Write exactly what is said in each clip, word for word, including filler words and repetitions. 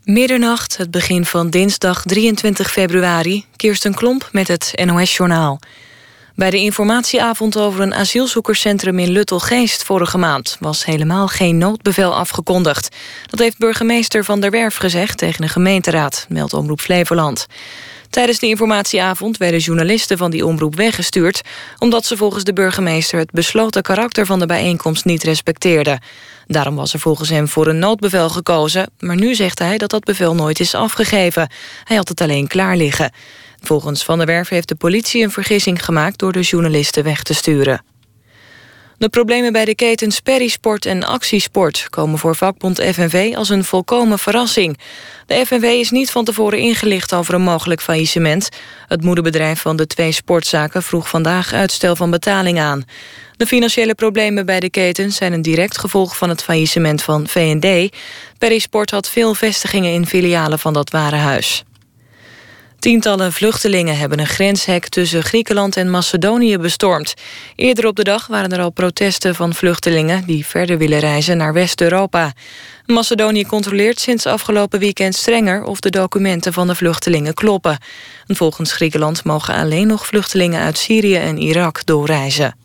Middernacht, het begin van dinsdag drieëntwintig februari... Kirsten Klomp met het N O S-journaal. Bij de informatieavond over een asielzoekerscentrum in Luttelgeest vorige maand... was helemaal geen noodbevel afgekondigd. Dat heeft burgemeester Van der Werf gezegd tegen de gemeenteraad, meldt Omroep Flevoland. Tijdens de informatieavond werden journalisten van die omroep weggestuurd... omdat ze volgens de burgemeester het besloten karakter van de bijeenkomst niet respecteerden. Daarom was er volgens hem voor een noodbevel gekozen... maar nu zegt hij dat dat bevel nooit is afgegeven. Hij had het alleen klaar liggen. Volgens Van der Werf heeft de politie een vergissing gemaakt... door de journalisten weg te sturen. De problemen bij de ketens Perisport en Actiesport... komen voor vakbond F N V als een volkomen verrassing. De F N V is niet van tevoren ingelicht over een mogelijk faillissement. Het moederbedrijf van de twee sportzaken vroeg vandaag uitstel van betaling aan. De financiële problemen bij de ketens zijn een direct gevolg van het faillissement van V en D. Perisport had veel vestigingen in filialen van dat warenhuis. Tientallen vluchtelingen hebben een grenshek tussen Griekenland en Macedonië bestormd. Eerder op de dag waren er al protesten van vluchtelingen die verder willen reizen naar West-Europa. Macedonië controleert sinds afgelopen weekend strenger of de documenten van de vluchtelingen kloppen. Volgens Griekenland mogen alleen nog vluchtelingen uit Syrië en Irak doorreizen.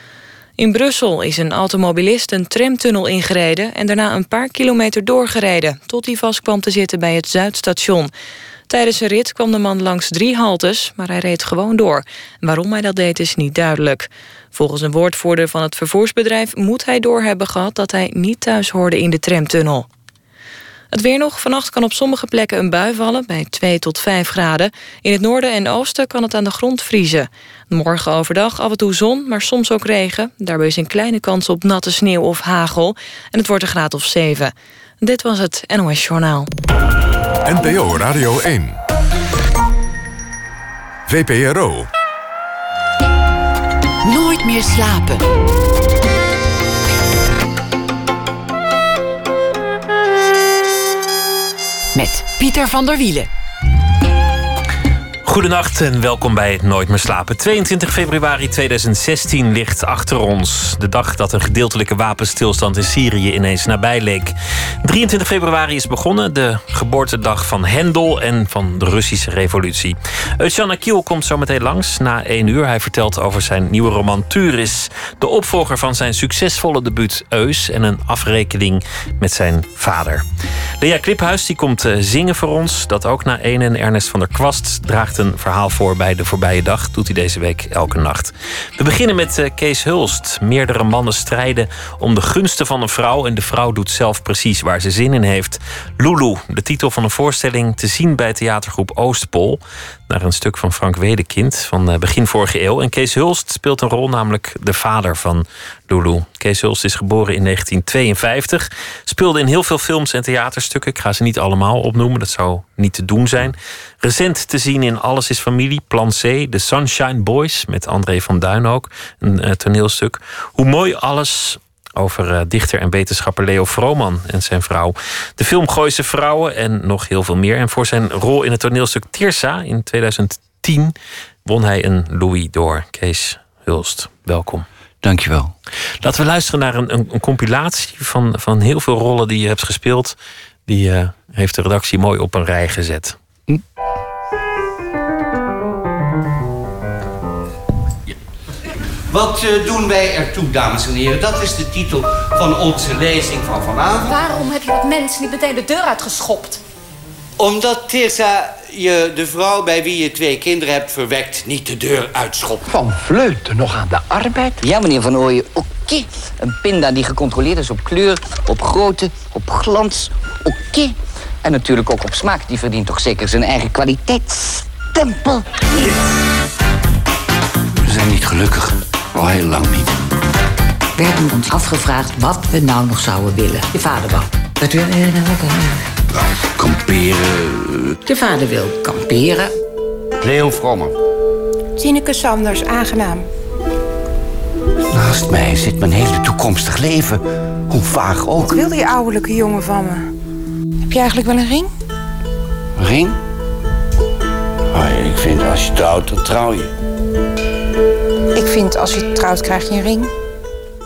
In Brussel is een automobilist een tramtunnel ingereden en daarna een paar kilometer doorgereden, tot hij vast kwam te zitten bij het Zuidstation. Tijdens een rit kwam de man langs drie haltes, maar hij reed gewoon door. Waarom hij dat deed is niet duidelijk. Volgens een woordvoerder van het vervoersbedrijf moet hij doorhebben gehad dat hij niet thuis hoorde in de tramtunnel. Het weer nog. Vannacht kan op sommige plekken een bui vallen bij twee tot vijf graden. In het noorden en oosten kan het aan de grond vriezen. Morgen overdag af en toe zon, maar soms ook regen. Daarbij is een kleine kans op natte sneeuw of hagel. En het wordt een graad of zeven. Dit was het N O S-journaal. N P O Radio één. V P R O. Nooit meer slapen. Met Pieter van der Wielen. Goedenacht en welkom bij Nooit meer slapen. tweeëntwintig februari tweeduizend zestien ligt achter ons. De dag dat een gedeeltelijke wapenstilstand in Syrië ineens nabij leek. drieëntwintig februari is begonnen, de geboortedag van Hendel en van de Russische revolutie. Eusjan Akiel komt zo meteen langs na één uur. Hij vertelt over zijn nieuwe roman Turis, de opvolger van zijn succesvolle debuut Eus en een afrekening met zijn vader. Lea Kliphuis die komt zingen voor ons, dat ook na één. En Ernest van der Kwast draagt een verhaal voor bij De Voorbije Dag. Doet hij deze week elke nacht. We beginnen met uh, Kees Hulst. Meerdere mannen strijden om de gunsten van een vrouw en de vrouw doet zelf precies waar ze zin in heeft. Lulu, de titel van een voorstelling te zien bij theatergroep Oostpol. Naar een stuk van Frank Wedekind van uh, begin vorige eeuw. En Kees Hulst speelt een rol, namelijk de vader van Lulu. Kees Hulst is geboren in negentien tweeënvijftig. Speelde in heel veel films en theaterstukken. Ik ga ze niet allemaal opnoemen, dat zou niet te doen zijn. Recent te zien in Alles is Familie, Plan C, The Sunshine Boys met André van Duin ook. Een uh, toneelstuk. Hoe mooi alles, over uh, dichter en wetenschapper Leo Vrooman en zijn vrouw. De film Gooise Vrouwen en nog heel veel meer. En voor zijn rol in het toneelstuk Tirsa in tweeduizend tien won hij een Louis d'Or. Kees Hulst, welkom. Dankjewel. Laten we luisteren naar een, een, een compilatie van, van heel veel rollen die je hebt gespeeld. Die uh, heeft de redactie mooi op een rij gezet. Hm? Wat uh, doen wij ertoe, dames en heren? Dat is de titel van onze lezing van vanavond. Waarom heb je dat mens niet meteen de deur uitgeschopt? Omdat Tirsa je de vrouw bij wie je twee kinderen hebt verwekt niet de deur uitschopt. Van Vleuten nog aan de arbeid? Ja, meneer Van Ooyen, oké. Okay. Een pinda die gecontroleerd is op kleur, op grootte, op glans, oké. Okay. En natuurlijk ook op smaak. Die verdient toch zeker zijn eigen kwaliteitsstempel. We zijn niet gelukkig. Al heel lang niet. We hebben ons afgevraagd wat we nou nog zouden willen. Je vader wou. Wat wil je nou? Kamperen. Je vader wil kamperen. Leo Vrooman. Tineke Sanders, aangenaam. Naast mij zit mijn hele toekomstig leven. Hoe vaag ook. Wat wil die ouderlijke jongen van me? Heb je eigenlijk wel een ring? Een ring? Oh, ik vind als je trouwt, dan trouw je. Ik vind als je trouwt, krijg je een ring.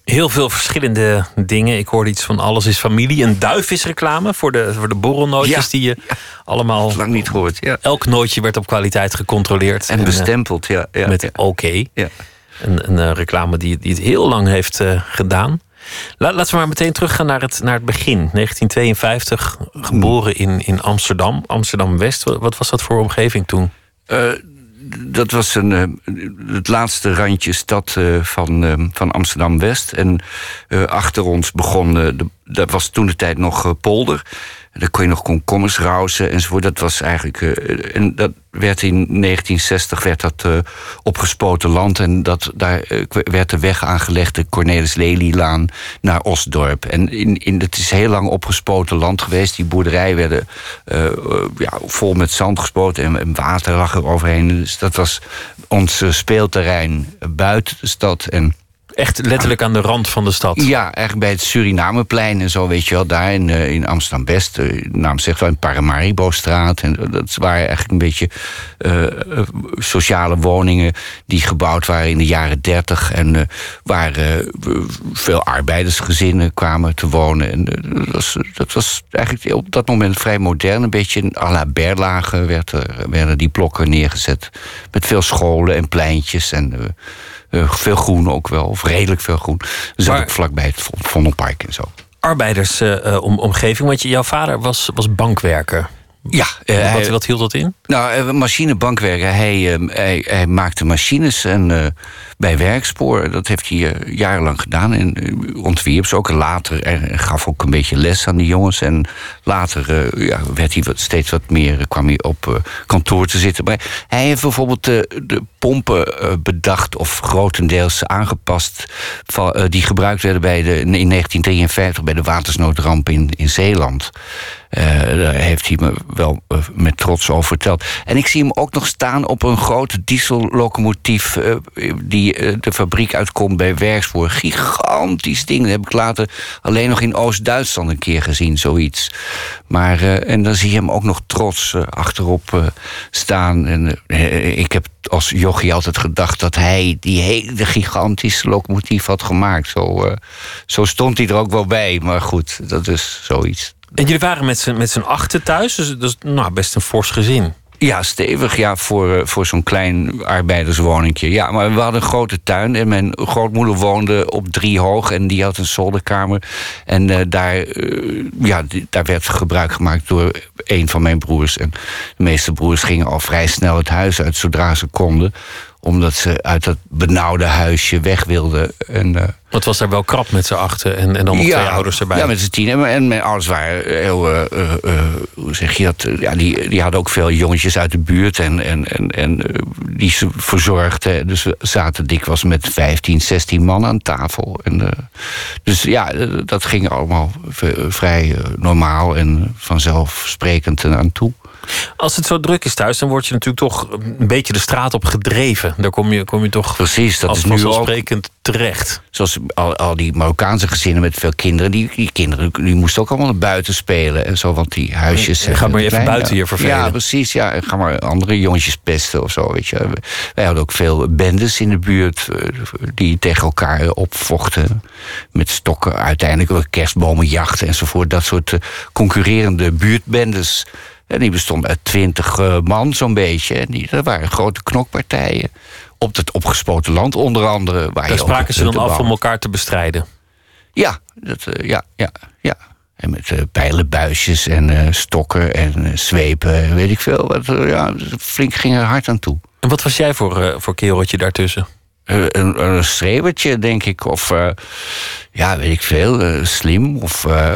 Heel veel verschillende dingen. Ik hoorde iets van Alles is Familie. Een duifvisreclame voor de, voor de borrelnootjes Ja, die je ja. allemaal... Lang niet gehoord, ja. Elk nootje werd op kwaliteit gecontroleerd. En bestempeld, ja. ja met ja. oké. Okay. Ja. Een, een uh, reclame die, die het heel lang heeft uh, gedaan. La, laten we maar meteen teruggaan naar het, naar het begin. negentien tweeënvijftig, geboren in, in Amsterdam. Amsterdam-West. Wat was dat voor omgeving toen? Uh, dat was een, uh, het laatste randje stad uh, van, uh, van Amsterdam-West. En uh, achter ons begon, uh, de, dat was toen de tijd nog uh, polder. Daar kon je nog komkommers rauzen enzovoort. Dat was eigenlijk. Uh, en dat werd in negentien zestig werd dat uh, opgespoten land. En dat, daar uh, werd de weg aangelegd, de Cornelis Lelylaan, naar Osdorp. En in, in, het is heel lang opgespoten land geweest. Die boerderijen werden uh, uh, ja, vol met zand gespoten en, en water lag er overheen. Dus dat was ons uh, speelterrein buiten de stad. En echt letterlijk aan de rand van de stad? Ja, eigenlijk bij het Surinameplein en zo, weet je wel. Daar in, uh, in Amsterdam-West, uh, de naam zegt wel, in Paramaribo-straat. En dat waren eigenlijk een beetje uh, sociale woningen die gebouwd waren in de jaren dertig. En uh, waar uh, veel arbeidersgezinnen kwamen te wonen. En uh, dat, was, dat was eigenlijk op dat moment vrij modern. Een beetje à la Berlage werd er, werden die blokken neergezet. Met veel scholen en pleintjes en... Uh, Uh, veel groen ook wel, of redelijk veel groen. We zaten ook vlakbij het Vondelpark en zo. Arbeidersomgeving, uh, want jouw vader was, was bankwerker. Ja. Uh, wat, hij, wat hield dat in? Nou, uh, machinebankwerker. Hij, uh, hij, hij maakte machines en, uh, bij Werkspoor. Dat heeft hij uh, jarenlang gedaan. En uh, ontwierp ze ook. En later uh, gaf ook een beetje les aan die jongens. En later uh, ja, werd hij wat, steeds wat meer, uh, kwam hij op uh, kantoor te zitten. Maar hij heeft bijvoorbeeld uh, de pompen uh, bedacht of grotendeels aangepast van, uh, die gebruikt werden bij de, in negentien drieënvijftig bij de watersnoodramp in, in Zeeland. Uh, daar heeft hij me wel uh, met trots over verteld. En ik zie hem ook nog staan op een grote diesellocomotief uh, die uh, de fabriek uitkomt bij Werkspoor. Gigantisch ding. Dat heb ik later alleen nog in Oost-Duitsland een keer gezien, zoiets. Maar, uh, en dan zie je hem ook nog trots uh, achterop uh, staan. En uh, ik heb als jochie altijd gedacht dat hij die hele gigantische locomotief had gemaakt. Zo, uh, zo stond hij er ook wel bij. Maar goed, dat is zoiets. En jullie waren met z'n, met z'n achten thuis, dus dat is nou, best een fors gezin. Ja, stevig, ja, voor, voor zo'n klein arbeiderswoningje. Ja, maar we hadden een grote tuin en mijn grootmoeder woonde op drie hoog en die had een zolderkamer. En uh, daar, uh, ja, die, daar werd gebruik gemaakt door een van mijn broers. En de meeste broers gingen al vrij snel het huis uit zodra ze konden, omdat ze uit dat benauwde huisje weg wilden. En, uh, Wat was daar wel krap met z'n achten en, en dan nog ja, twee ouders erbij? Ja, met z'n tien. En, en mijn ouders waren heel, uh, uh, uh, hoe zeg je dat? Ja, die, die hadden ook veel jongetjes uit de buurt en, en, en, en uh, die ze verzorgden. Dus we zaten dikwijls met vijftien, zestien man aan tafel. En, uh, dus ja, dat ging allemaal vrij uh, normaal en vanzelfsprekend aan toe. Als het zo druk is thuis, dan word je natuurlijk toch een beetje de straat op gedreven. Daar kom je, kom je toch Precies, dat als is nu vanzelfsprekend ook terecht. Zoals al, al die Marokkaanse gezinnen met veel kinderen. Die, die kinderen die moesten ook allemaal naar buiten spelen en zo, want die huisjes... Ga maar even buiten hier vervelen. Ja, precies. Ja, ga maar andere jongetjes pesten of zo, weet je. Wij hadden ook veel bendes in de buurt die tegen elkaar opvochten met stokken. Uiteindelijk ook kerstbomen jachten enzovoort. Dat soort concurrerende buurtbendes. En die bestonden uit twintig uh, man zo'n beetje. En die, dat waren grote knokpartijen. Op het opgespoten land onder andere. Waar Daar spraken ze dan af om elkaar te bestrijden? Ja, dat, uh, ja, ja, ja. En met uh, pijlenbuisjes en uh, stokken en uh, zwepen, weet ik veel. Wat, uh, ja, flink ging er hard aan toe. En wat was jij voor, uh, voor kereltje daartussen? Uh, een, een schreeuwertje, denk ik. Of, uh, ja, weet ik veel. Uh, slim. Of uh,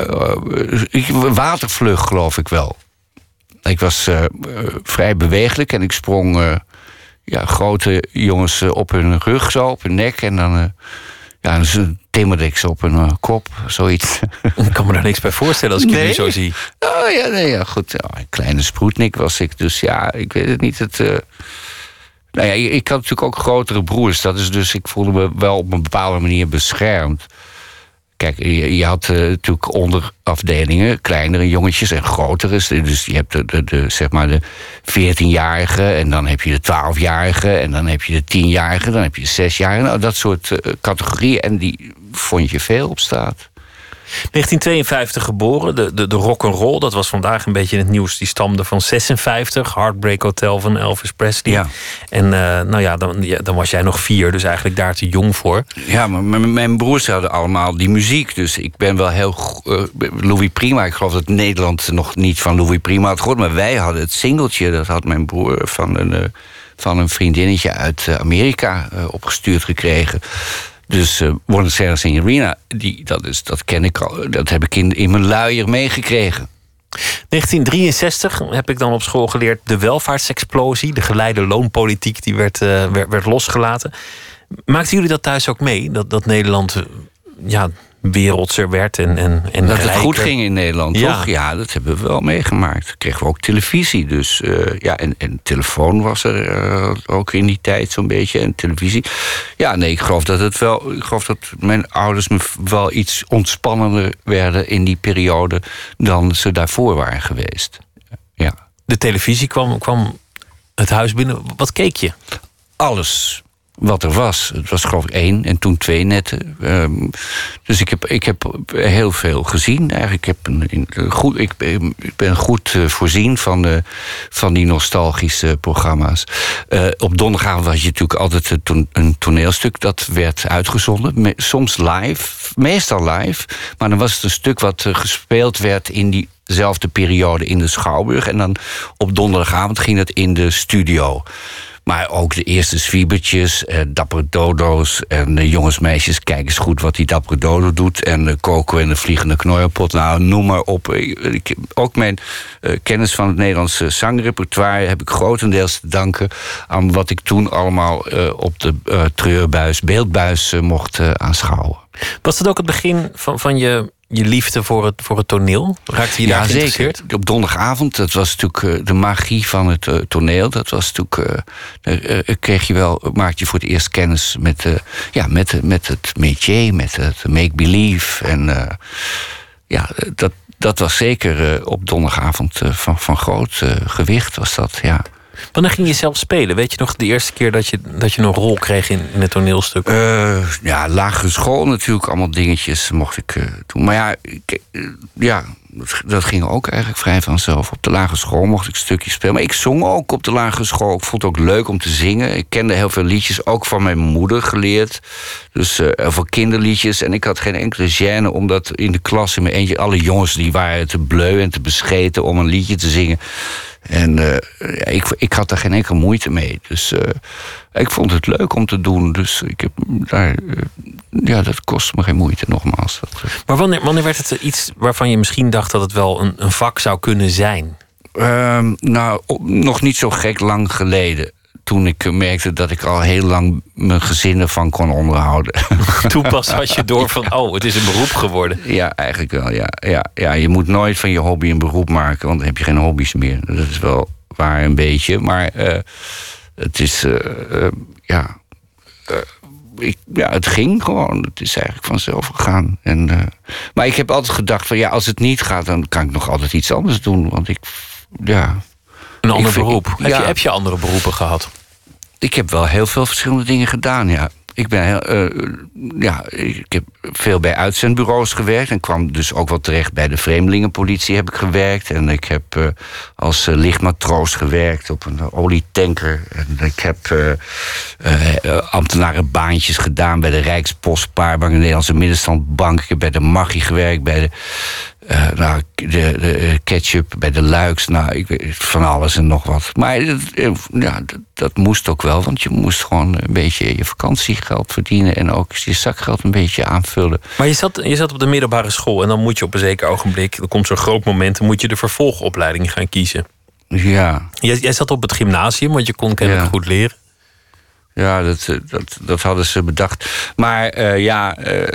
uh, watervlug, geloof ik wel. Ik was uh, vrij bewegelijk en ik sprong uh, ja, grote jongens uh, op hun rug, zo, op hun nek. En dan, uh, ja, dan timmerde ik ze op hun uh, kop, zoiets. Ik kan me daar niks bij voorstellen als ik nee. je nu zo zie. Oh ja, nee, ja goed. Ja, een kleine sproetnik was ik, dus ja, ik weet het niet. Het, uh... nou ja, ik had natuurlijk ook grotere broers, dat is dus, ik voelde me wel op een bepaalde manier beschermd. Kijk, je, je had uh, natuurlijk onderafdelingen, kleinere jongetjes en grotere. Dus je hebt de, de, de, zeg maar de veertienjarige en dan heb je de twaalfjarige en dan heb je de tienjarige, dan heb je de zesjarige. Nou, dat soort uh, categorieën. En die vond je veel op straat. negentien tweeënvijftig geboren, de, de, de rock'n'roll, dat was vandaag een beetje in het nieuws. Die stamde van zesenvijftig, Heartbreak Hotel van Elvis Presley. Ja. En uh, nou ja dan, ja, dan was jij nog vier, dus eigenlijk daar te jong voor. Ja, maar m- mijn broers hadden allemaal die muziek. Dus ik ben wel heel... Uh, Louis Prima, ik geloof dat Nederland nog niet van Louis Prima had gehoord. Maar wij hadden het singeltje, dat had mijn broer van een, uh, van een vriendinnetje uit Amerika uh, opgestuurd gekregen. Dus uh, Buenos Aires in Arena, die, dat, is, dat ken ik al. Dat heb ik in, in mijn luier meegekregen. negentien drieënzestig heb ik dan op school geleerd. De welvaartsexplosie, de geleide loonpolitiek, die werd, uh, werd, werd losgelaten. Maakten jullie dat thuis ook mee? Dat, dat Nederland uh, ja, wereldser werd en, en, en dat rijker. het goed ging in Nederland, ja. toch? Ja, dat hebben we wel meegemaakt. Toen kregen we ook televisie. Dus, uh, ja, en, en telefoon was er uh, ook in die tijd zo'n beetje. En televisie. Ja, nee, ik geloof dat het wel. Ik geloof dat mijn ouders me wel iets ontspannender werden in die periode dan ze daarvoor waren geweest. Ja. De televisie kwam, kwam het huis binnen. Wat keek je? Alles wat er was. Het was geloof ik één en toen twee netten. Um, dus ik heb, ik heb heel veel gezien. Eigenlijk ik heb een, een goed, ik, ik ben goed uh, voorzien van, uh, van die nostalgische programma's. Uh, op donderdagavond had je natuurlijk altijd een, to- een toneelstuk dat werd uitgezonden. Me, soms live, meestal live. Maar dan was het een stuk wat uh, gespeeld werd in die dezelfde periode in de Schouwburg. En dan op donderdagavond ging het in de studio. Maar ook de eerste zwiebertjes, eh, dappere dodo's en eh, jongens, meisjes, kijk eens goed wat die dappere dodo doet. En uh, Coco en de vliegende knoienpot, nou, noem maar op. Ik, ik, ook mijn uh, kennis van het Nederlandse zangrepertoire heb ik grotendeels te danken aan wat ik toen allemaal uh, op de uh, treurbuis, beeldbuis uh, mocht uh, aanschouwen. Was dat ook het begin van, van je, je liefde voor het, voor het toneel? Raakte je daar ja, geïnteresseerd? Zeker. Op donderdagavond, dat was natuurlijk uh, de magie van het uh, toneel. Dat was natuurlijk, uh, uh, kreeg je wel, maakte je voor het eerst kennis met, uh, ja, met, met het métier, met het make-believe. En uh, ja, dat, dat was zeker uh, op donderdagavond uh, van, van groot uh, gewicht was dat, ja. Wanneer ging je zelf spelen? Weet je nog de eerste keer dat je, dat je een rol kreeg in, in het toneelstuk? Uh, ja, lagere school natuurlijk, allemaal dingetjes mocht ik uh, doen. Maar ja, ik, uh, ja, dat ging ook eigenlijk vrij vanzelf. Op de lagere school mocht ik stukjes spelen. Maar ik zong ook op de lagere school. Ik vond het ook leuk om te zingen. Ik kende heel veel liedjes, ook van mijn moeder geleerd. Dus uh, voor kinderliedjes. En ik had geen enkele gêne, omdat in de klas in mijn eentje alle jongens die waren te bleu en te bescheten om een liedje te zingen. En uh, ja, ik, ik had daar geen enkele moeite mee. Dus uh, ik vond het leuk om te doen. Dus ik heb daar, uh, ja, dat kostte me geen moeite, nogmaals. Maar wanneer, wanneer werd het iets waarvan je misschien dacht dat het wel een, een vak zou kunnen zijn? Uh, nou, nog niet zo gek lang geleden. Toen ik merkte dat ik al heel lang mijn gezin ervan kon onderhouden. Toen pas had je door van, oh, het is een beroep geworden. Ja, eigenlijk wel, ja. ja, ja. Je moet nooit van je hobby een beroep maken, want dan heb je geen hobby's meer. Dat is wel waar een beetje, maar uh, het is, uh, uh, ja... Uh, Ik, ja, het ging gewoon. Het is eigenlijk vanzelf gegaan. En, uh, maar ik heb altijd gedacht van ja, als het niet gaat, dan kan ik nog altijd iets anders doen. Want ik, ja... Een ander vind, beroep. Ik, heb, ja, je, heb je andere beroepen gehad? Ik heb wel heel veel verschillende dingen gedaan, ja. Ik ben heel, uh, ja, ik heb veel bij uitzendbureaus gewerkt en kwam dus ook wel terecht bij de vreemdelingenpolitie heb ik gewerkt. En ik heb uh, als uh, lichtmatroos gewerkt op een uh, olietanker. En ik heb uh, uh, ambtenarenbaantjes gedaan bij de Rijkspostpaar, bij de Nederlandse Middenstandbank. Ik heb bij de Maggi gewerkt, bij de Uh, nou, de, de ketchup bij de Luiks, nou, ik weet van alles en nog wat. Maar ja, dat, dat moest ook wel, want je moest gewoon een beetje je vakantiegeld verdienen en ook je zakgeld een beetje aanvullen. Maar je zat, je zat op de middelbare school en dan moet je op een zeker ogenblik, er komt zo'n groot moment, dan moet je de vervolgopleiding gaan kiezen. Ja. Jij, jij zat op het gymnasium, want je kon kennelijk ja. goed leren. Ja, dat, dat, dat hadden ze bedacht. Maar uh, ja... Uh,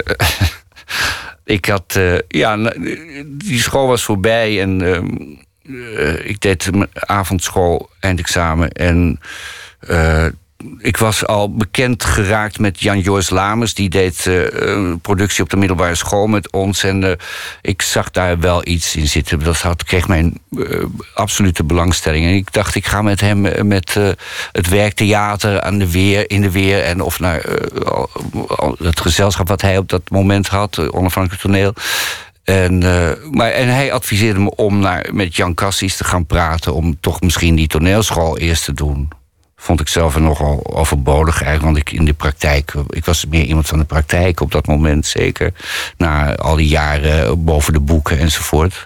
Ik had, uh, ja, die school was voorbij en uh, uh, ik deed mijn avondschool, eindexamen. En uh, ik was al bekend geraakt met Jan-Joyce Lamers. Die deed uh, productie op de middelbare school met ons. En uh, ik zag daar wel iets in zitten. Dat had, kreeg mijn uh, absolute belangstelling. En ik dacht, ik ga met hem uh, met uh, het werktheater aan de weer, in de weer. En of naar uh, het gezelschap wat hij op dat moment had, uh, onafhankelijk toneel. En, uh, maar, en hij adviseerde me om naar, met Jan Cassis te gaan praten, om toch misschien die toneelschool eerst te doen. Vond ik zelf nogal overbodig eigenlijk, want ik in de praktijk, ik was meer iemand van de praktijk op dat moment, zeker. Na al die jaren boven de boeken enzovoort.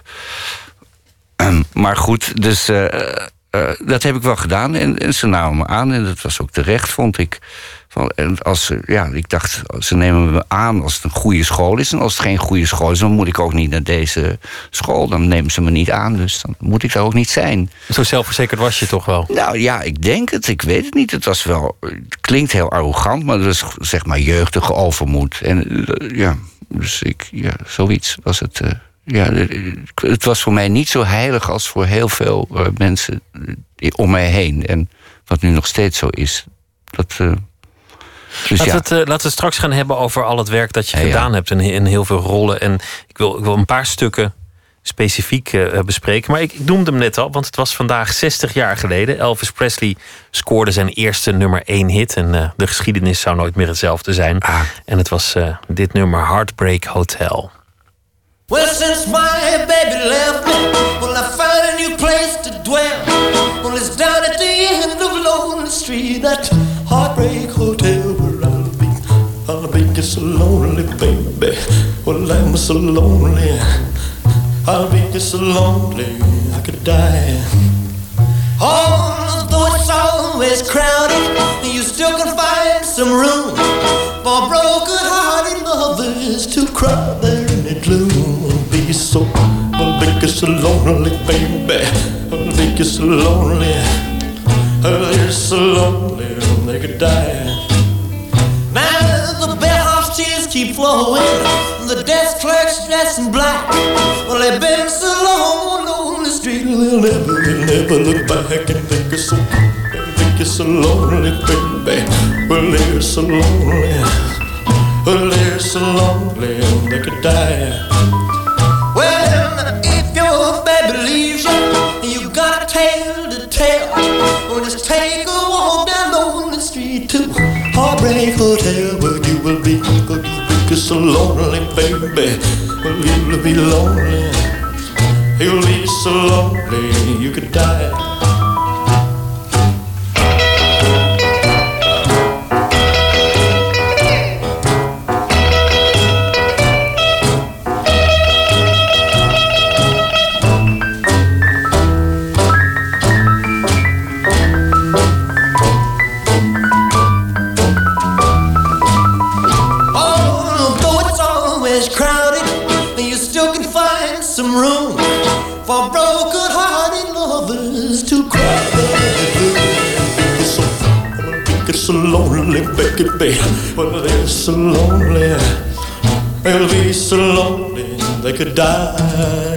Um, maar goed, dus uh, uh, dat heb ik wel gedaan en, en ze namen me aan en dat was ook terecht, vond ik. En als ze, ja, ik dacht, ze nemen me aan als het een goede school is. En als het geen goede school is, dan moet ik ook niet naar deze school. Dan nemen ze me niet aan, dus dan moet ik daar ook niet zijn. Zo zelfverzekerd was je toch wel? Nou ja, ik denk het. Ik weet het niet. Het was wel, het klinkt heel arrogant, maar dat is zeg maar jeugdige overmoed. En uh, ja, dus ik, ja, zoiets was het. Uh, ja, het was voor mij niet zo heilig als voor heel veel uh, mensen om mij heen. En wat nu nog steeds zo is. Dat... Uh, Dus laten, ja. we het, uh, laten we het straks gaan hebben over al het werk dat je ja, gedaan ja. hebt. En in heel veel rollen. En ik wil, ik wil een paar stukken specifiek uh, bespreken. Maar ik, ik noemde hem net al, want het was vandaag zestig jaar geleden. Elvis Presley scoorde zijn eerste nummer één hit. En uh, de geschiedenis zou nooit meer hetzelfde zijn. Ah. En het was uh, dit nummer, Heartbreak Hotel. Well, since my baby left me, well, I found a new place to dwell. Well, it's down at the end of Lonely Street, that Heartbreak Hotel where I'll be. I'll be just so lonely, baby. Well, I'm so lonely. I'll be just so lonely, I could die. Although it's always crowded, you still can find some room for broken-hearted lovers to cry there in the gloom. Be so, I'll be so lonely, baby. I'll be so lonely. They're so lonely they could die. Now the bellhop's tears keep flowing, the desk clerk's dressed in black. Well, they've been so long on the street, they'll never, they'll never look back and think it's so, think it's so lonely, baby. Well, they're so lonely. Well, they're so lonely they could die. Well, if your baby leaves you, you got a tale to tell. Well, just take a walk down Lonely Street to Heartbreak Hotel, where you will be, cause you'll be so lonely, baby. Well, you'll be lonely. You'll be so lonely you could die. Some room for broken-hearted lovers to cry. They're so lonely, baby. Well, they're so lonely. They'll be so lonely they could die.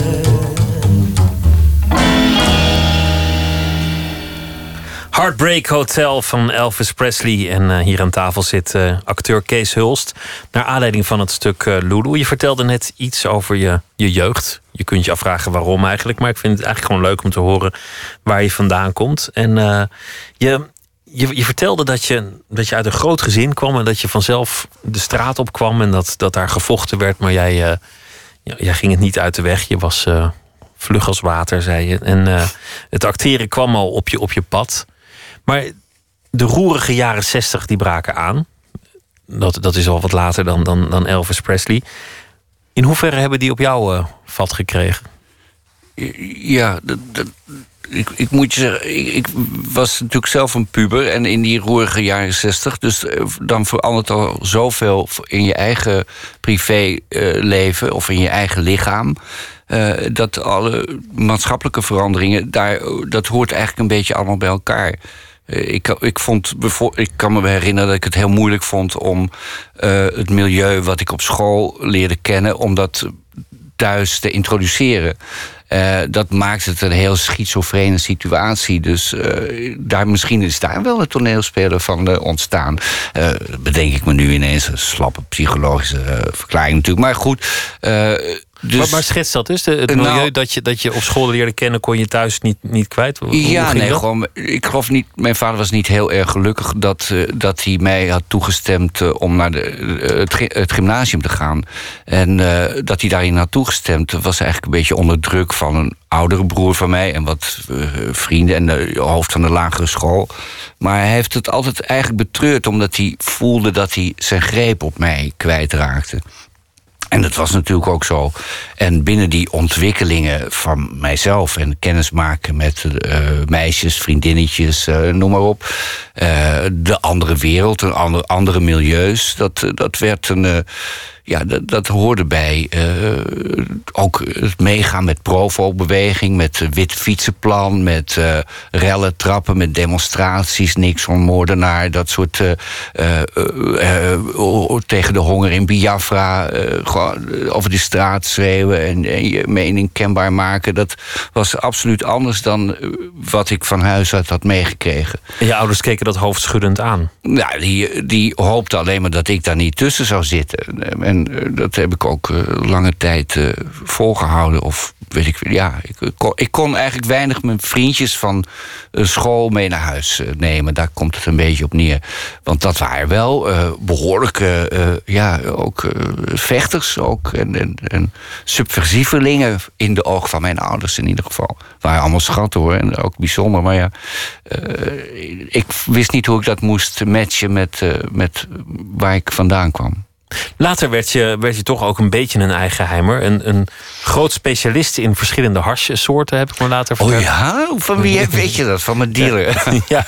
Heartbreak Hotel van Elvis Presley. En uh, hier aan tafel zit uh, acteur Kees Hulst. Naar aanleiding van het stuk uh, Lulu. Je vertelde net iets over je, je jeugd. Je kunt je afvragen waarom eigenlijk. Maar ik vind het eigenlijk gewoon leuk om te horen waar je vandaan komt. En uh, je, je, je vertelde dat je, dat je uit een groot gezin kwam. En dat je vanzelf de straat op kwam. En dat, dat daar gevochten werd. Maar jij, uh, ja, jij ging het niet uit de weg. Je was uh, vlug als water, zei je. En uh, het acteren kwam al op je, op je pad. Maar de roerige jaren zestig die braken aan. Dat, dat is al wat later dan, dan, dan Elvis Presley. In hoeverre hebben die op jou uh, vat gekregen? Ja, dat, dat, ik, ik moet je zeggen, ik, ik was natuurlijk zelf een puber. En in die roerige jaren zestig. Dus dan verandert al zoveel in je eigen privéleven. Uh, of in je eigen lichaam. Uh, dat alle maatschappelijke veranderingen, daar, dat hoort eigenlijk een beetje allemaal bij elkaar. Uh, ik, ik, vond, ik kan me herinneren dat ik het heel moeilijk vond om uh, het milieu wat ik op school leerde kennen, om dat thuis te introduceren. Uh, dat maakt het een heel schizofrene situatie. Dus uh, daar, misschien is daar wel een toneelspeler van uh, ontstaan. Uh, bedenk ik me nu ineens een slappe psychologische uh, verklaring natuurlijk. Maar goed... Uh, Dus, maar, maar schets dat dus? Het milieu nou, dat, je, dat je op school leerde kennen... kon je thuis niet, niet kwijt? Hoe, ja, hoe nee, dat? gewoon... Ik geloof niet... Mijn vader was niet heel erg gelukkig... dat, uh, dat hij mij had toegestemd uh, om naar de, uh, het, het gymnasium te gaan. En uh, dat hij daarin had toegestemd... was eigenlijk een beetje onder druk van een oudere broer van mij... en wat uh, vrienden en de hoofd van de lagere school. Maar hij heeft het altijd eigenlijk betreurd... omdat hij voelde dat hij zijn greep op mij kwijtraakte. En dat was natuurlijk ook zo. En binnen die ontwikkelingen van mijzelf... en kennismaken met uh, meisjes, vriendinnetjes, uh, noem maar op... Uh, de andere wereld, een andere, andere milieus... dat, dat werd een... Uh, ja, dat, dat hoorde bij uh, ook het meegaan met Provo-beweging... met uh, wit fietsenplan, met uh, rellen, trappen, met demonstraties... Nixon, moordenaar, dat soort... Uh, uh, uh, uh, tegen de honger in Biafra, uh, gewoon over de straat schreeuwen... En, en je mening kenbaar maken. Dat was absoluut anders dan wat ik van huis uit had meegekregen. En je ouders keken dat hoofdschuddend aan? Nou, die, die hoopten alleen maar dat ik daar niet tussen zou zitten. En En dat heb ik ook uh, lange tijd uh, volgehouden. Of weet ik, ja, ik kon, ik kon eigenlijk weinig mijn vriendjes van uh, school mee naar huis uh, nemen. Daar komt het een beetje op neer. Want dat waren wel uh, behoorlijke, uh, ja, ook uh, vechters ook. En, en, en subversievelingen in de ogen van mijn ouders in ieder geval. Waren allemaal schatten hoor, en ook bijzonder. Maar ja, uh, ik wist niet hoe ik dat moest matchen met, uh, met waar ik vandaan kwam. Later werd je, werd je toch ook een beetje een eigenheimer. Een, een groot specialist in verschillende harssoorten, heb ik me later verteld. Oh ja? Van wie weet je dat? Van mijn dealer? Ja,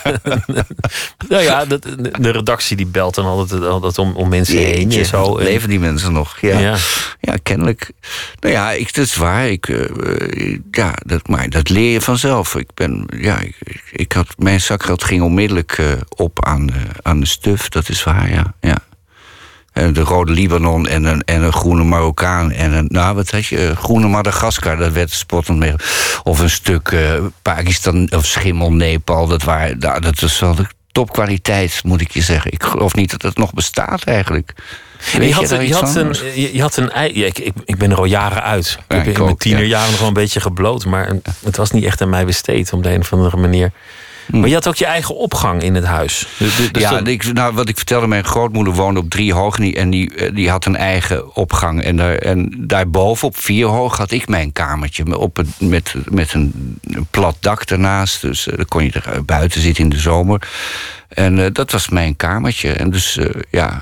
nou ja, de, de redactie die belt dan altijd, altijd om, om mensen heen. En zo. Leven die mensen nog? Ja, ja. ja kennelijk. Nou ja, ik, dat is waar. Ik, uh, ja, dat, maar dat leer je vanzelf. Ik ben, ja, ik, ik had, mijn zakgeld ging onmiddellijk uh, op aan, uh, aan de stuf. Dat is waar, ja. ja. De rode Libanon en een, en een groene Marokkaan en een, nou wat had je, groene Madagaskar, dat werd spottend mee. Of een stuk uh, Pakistan of schimmel Nepal, dat waren, nou, dat was wel de topkwaliteit, moet ik je zeggen. Ik geloof niet dat het nog bestaat eigenlijk. Je, je, had, je, je, had een, je, je had een ei. Ja, ik, ik, ik ben er al jaren uit. Ik ja, heb ik in mijn tienerjaren ja. nog wel een beetje gebloot, maar het was niet echt aan mij besteed op de een of andere manier. Maar je had ook je eigen opgang in het huis. Dus, dus ja, dat... ik, nou, wat ik vertelde, mijn grootmoeder woonde op drie hoog... en die, die had een eigen opgang. En, daar, en daarboven, op vier hoog, had ik mijn kamertje... Op het, met, met een, een plat dak ernaast. Dus uh, dan kon je er buiten zitten in de zomer. En uh, dat was mijn kamertje. En dus, uh, ja...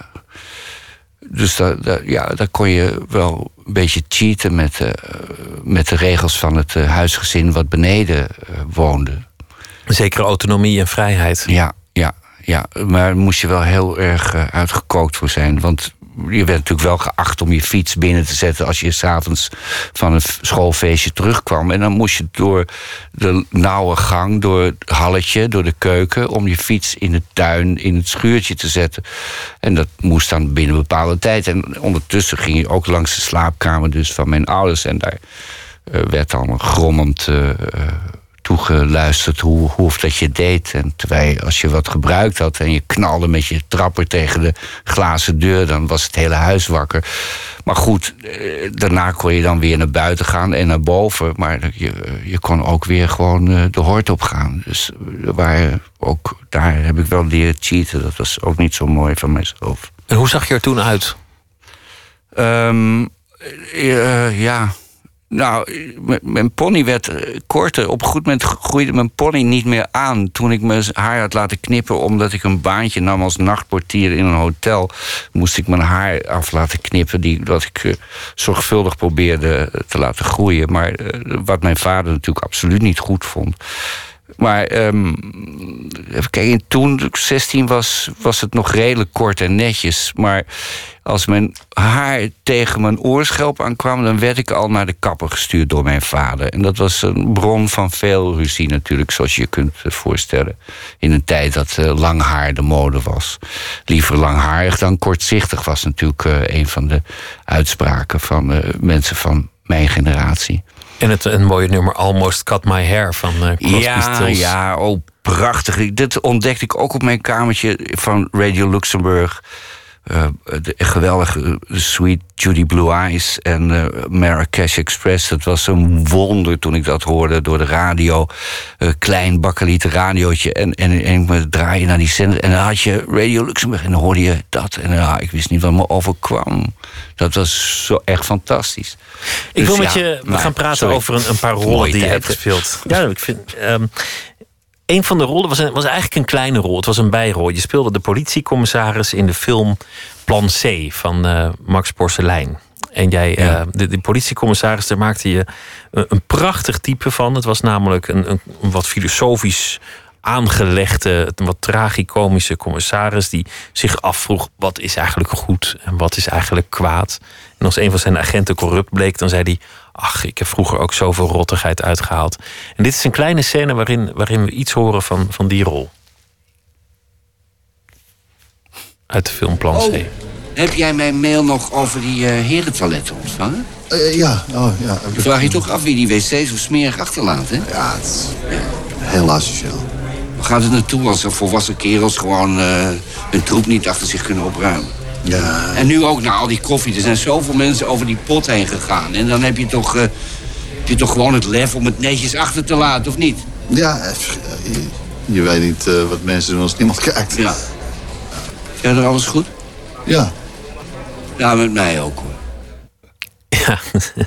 Dus daar, daar, ja, daar kon je wel een beetje cheaten... met, uh, met de regels van het uh, huisgezin wat beneden uh, woonde. Zekere autonomie en vrijheid. Ja, ja, ja. Maar daar moest je wel heel erg uh, uitgekookt voor zijn. Want je werd natuurlijk wel geacht om je fiets binnen te zetten... als je 's avonds van een schoolfeestje terugkwam. En dan moest je door de nauwe gang, door het halletje, door de keuken... om je fiets in de tuin, in het schuurtje te zetten. En dat moest dan binnen een bepaalde tijd. En ondertussen ging je ook langs de slaapkamer dus van mijn ouders. En daar uh, werd dan grommend... Uh, toegeluisterd hoe, hoe of dat je deed. En terwijl als je wat gebruikt had en je knalde met je trapper tegen de glazen deur, dan was het hele huis wakker. Maar goed, daarna kon je dan weer naar buiten gaan en naar boven. Maar je, je kon ook weer gewoon de hort op gaan. Dus waar ook, daar heb ik wel leren cheaten. Dat was ook niet zo mooi van mijzelf. En hoe zag je er toen uit? Um, uh, ja... Nou, mijn pony werd korter. Op een goed moment groeide mijn pony niet meer aan. Toen ik mijn haar had laten knippen... omdat ik een baantje nam als nachtportier in een hotel... moest ik mijn haar af laten knippen... Die, wat ik uh, zorgvuldig probeerde te laten groeien. Maar uh, wat mijn vader natuurlijk absoluut niet goed vond... Maar um, even kijken, toen ik zestien was, was het nog redelijk kort en netjes. Maar als mijn haar tegen mijn oorschelp aankwam... dan werd ik al naar de kapper gestuurd door mijn vader. En dat was een bron van veel ruzie natuurlijk, zoals je je kunt voorstellen. In een tijd dat uh, lang haar de mode was. Liever langharig dan kortzichtig was natuurlijk uh, een van de uitspraken van uh, mensen van mijn generatie. En het een mooie nummer Almost Cut My Hair van uh, Crosby, Ja, Stills. ja, oh, prachtig. Dit ontdekte ik ook op mijn kamertje van Radio Luxemburg. Uh, de geweldige Sweet Judy Blue Eyes en uh, Marrakesh Express. Dat was een wonder toen ik dat hoorde door de radio. Uh, klein bakkelieten radiootje. En, en, en ik me draaien naar die zender. En dan had je Radio Luxemburg en dan hoorde je dat. En uh, ik wist niet wat me overkwam. Dat was zo echt fantastisch. Ik dus wil met ja, je we nou, gaan praten sorry. over een, een paar rollen Mooie die je tijd, hebt hè? gespeeld. Ja, ik vind... Um, een van de rollen was, een, was eigenlijk een kleine rol. Het was een bijrol. Je speelde de politiecommissaris in de film Plan C van uh, Max Porcelein. En jij, Ja. uh, de, de politiecommissaris, daar maakte je een, een prachtig type van. Het was namelijk een, een, een wat filosofisch aangelegde, een wat tragicomische commissaris die zich afvroeg wat is eigenlijk goed en wat is eigenlijk kwaad. En als een van zijn agenten corrupt bleek, dan zei hij: ach, ik heb vroeger ook zoveel rottigheid uitgehaald. En dit is een kleine scène waarin, waarin we iets horen van, van die rol. Uit de film Plan C. Oh, heb jij mijn mail nog over die uh, herentoiletten ontvangen? Uh, ja, oh, ja. Je vraagt je toch af wie die wc's zo smerig achterlaat, hè? Ja, het is heel asociaal. Waar gaat het naartoe als er volwassen kerels gewoon uh, hun troep niet achter zich kunnen opruimen? Ja. En nu ook na al die koffie. Er zijn zoveel mensen over die pot heen gegaan. En dan heb je toch, uh, heb je toch gewoon het lef om het netjes achter te laten, of niet? Ja, je, je weet niet uh, wat mensen doen als niemand kijkt. Ja. Verder alles goed? Ja. Ja, met mij ook, hoor. Ja.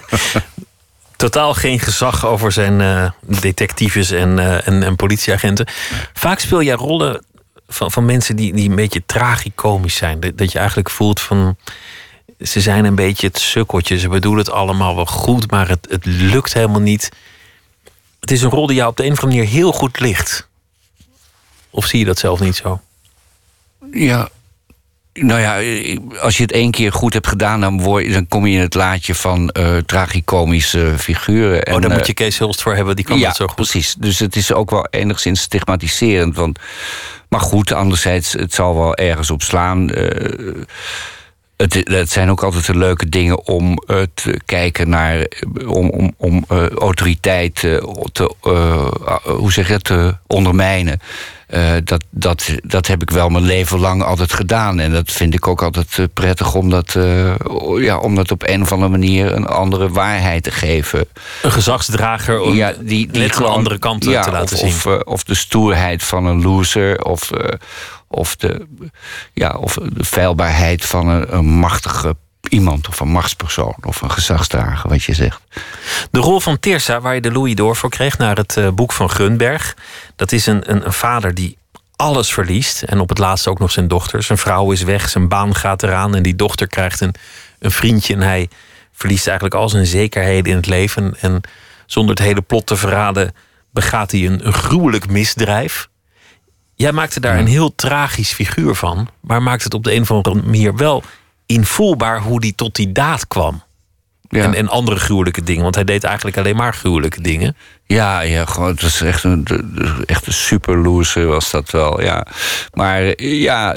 Totaal geen gezag over zijn uh, detectives en, uh, en, en politieagenten. Vaak speel jij rollen van, van mensen die, die een beetje tragicomisch zijn. Dat, dat je eigenlijk voelt van... ze zijn een beetje het sukkeltje. Ze bedoelen het allemaal wel goed, maar het, het lukt helemaal niet. Het is een rol die jou op de een of andere manier heel goed ligt. Of zie je dat zelf niet zo? Ja. Nou ja, als je het één keer goed hebt gedaan, dan, word je, dan kom je in het laadje van uh, tragicomische figuren. En, oh, daar uh, moet je Kees Hulst voor hebben, die kan ja, dat zo goed. Precies. Dus het is ook wel enigszins stigmatiserend. Want, maar goed, anderzijds, het zal wel ergens op slaan. Uh, het, het zijn ook altijd de leuke dingen om uh, te kijken naar, om, om, om uh, autoriteit uh, te, uh, hoe zeg je het, te ondermijnen. Uh, dat, dat, dat heb ik wel mijn leven lang altijd gedaan. En dat vind ik ook altijd uh, prettig om dat, uh, ja, om dat op een of andere manier een andere waarheid te geven. Een gezagsdrager om ja, die, die net gewoon, een andere kant ja, te laten of, zien. Of, uh, of de stoerheid van een loser. Of, uh, of, de, ja, of de feilbaarheid van een, een machtige iemand. Of een machtspersoon. Of een gezagsdrager, wat je zegt. De rol van Tirsa, waar je de Louis d'Or voor kreeg, naar het uh, boek van Gunberg. Dat is een, een, een vader die alles verliest. En op het laatste ook nog zijn dochter. Zijn vrouw is weg, zijn baan gaat eraan. En die dochter krijgt een, een vriendje. En hij verliest eigenlijk al zijn zekerheden in het leven. En zonder het hele plot te verraden begaat hij een, een gruwelijk misdrijf. Jij maakte daar een heel tragisch figuur van. Maar maakt het op de een of andere manier wel invoelbaar hoe die tot die daad kwam. Ja. En, en andere gruwelijke dingen. Want hij deed eigenlijk alleen maar gruwelijke dingen. Ja, ja, gewoon, het was echt een, echt een super loser was dat wel, ja. Maar ja,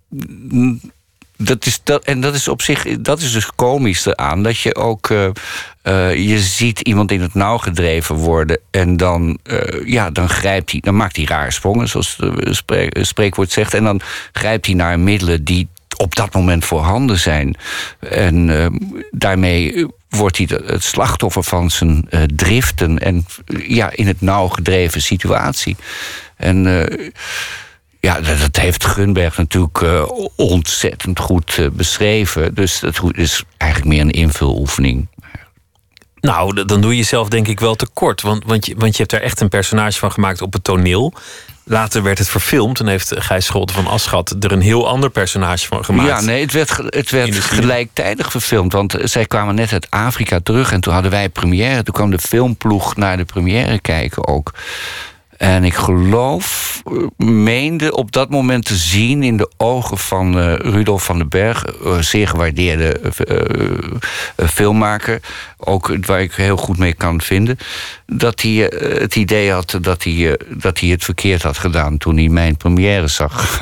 dat is dat, en dat is op zich, dat is dus komisch eraan. Dat je ook, uh, uh, je ziet iemand in het nauw gedreven worden. En dan, uh, ja, dan grijpt hij, dan maakt hij rare sprongen, zoals het spreek, spreekwoord zegt. En dan grijpt hij naar middelen die op dat moment voorhanden zijn. En uh, daarmee wordt hij het slachtoffer van zijn uh, driften en ja, in het nauw gedreven situatie. En uh, ja, dat, dat heeft Gunberg natuurlijk uh, ontzettend goed uh, beschreven. Dus dat is eigenlijk meer een invuloefening. Nou, dan doe je jezelf denk ik wel tekort. Want, want, je, want je hebt daar echt een personage van gemaakt op het toneel. Later werd het verfilmd en heeft Gijs Scholten van Aschat er een heel ander personage van gemaakt. Ja, nee, het werd, het werd gelijktijdig verfilmd. Want zij kwamen net uit Afrika terug en toen hadden wij première. Toen kwam de filmploeg naar de première kijken ook. En ik geloof, meende op dat moment te zien in de ogen van uh, Rudolf van den Berg, uh, zeer gewaardeerde uh, uh, filmmaker, ook waar ik heel goed mee kan vinden, dat hij uh, het idee had dat hij, uh, dat hij het verkeerd had gedaan toen hij mijn première zag.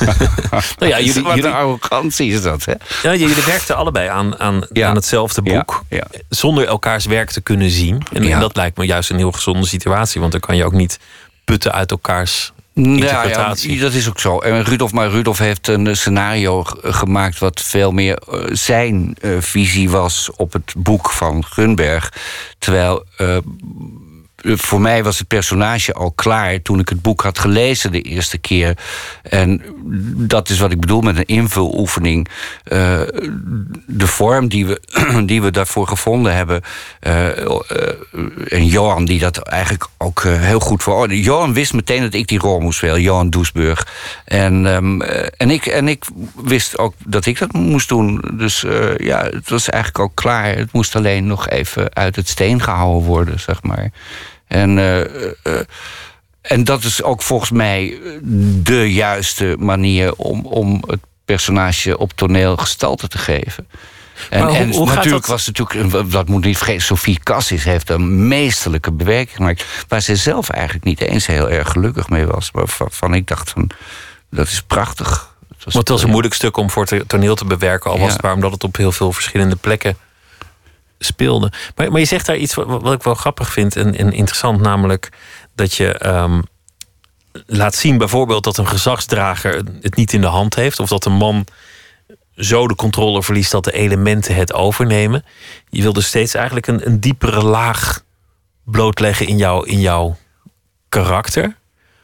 Nou ja, jullie, Wat jullie, een arrogantie is dat, hè? Ja, jullie werkten allebei aan, aan, Ja. aan hetzelfde boek, Ja, ja. zonder elkaars werk te kunnen zien. En, Ja. en dat lijkt me juist een heel gezonde situatie, want dan kan je ook niet putten uit elkaars Ja, interpretatie. ja, dat is ook zo. En Rudolf, maar Rudolf heeft een scenario g- gemaakt wat veel meer uh, zijn uh, visie was op het boek van Gunberg. Terwijl uh, voor mij was het personage al klaar toen ik het boek had gelezen de eerste keer. En dat is wat ik bedoel met een invuloefening. Uh, de vorm die we, die we daarvoor gevonden hebben. Uh, uh, en Johan die dat eigenlijk ook uh, heel goed voor. Johan wist meteen dat ik die rol moest spelen. Johan Doesburg. En, um, uh, en, ik, en ik wist ook dat ik dat moest doen. Dus uh, ja, het was eigenlijk ook klaar. Het moest alleen nog even uit het steen gehouden worden, zeg maar. En, uh, uh, en dat is ook volgens mij de juiste manier om, om het personage op toneel gestalte te geven. En, hoe- en hoe gaat natuurlijk dat? was natuurlijk, dat moet niet vergeten, Sophie Cassis heeft een meesterlijke bewerking gemaakt, waar ze zelf eigenlijk niet eens heel erg gelukkig mee was. Waarvan ik dacht van, dat is prachtig. Het was, Want het was een moeilijk stuk om voor het toneel te bewerken, al was Ja. het waar omdat het op heel veel verschillende plekken speelde. Maar, maar je zegt daar iets wat, wat ik wel grappig vind en, en interessant, namelijk dat je ehm, laat zien bijvoorbeeld dat een gezagsdrager het niet in de hand heeft, of dat een man zo de controle verliest dat de elementen het overnemen. Je wil dus steeds eigenlijk een, een diepere laag blootleggen in, jou, in jouw karakter.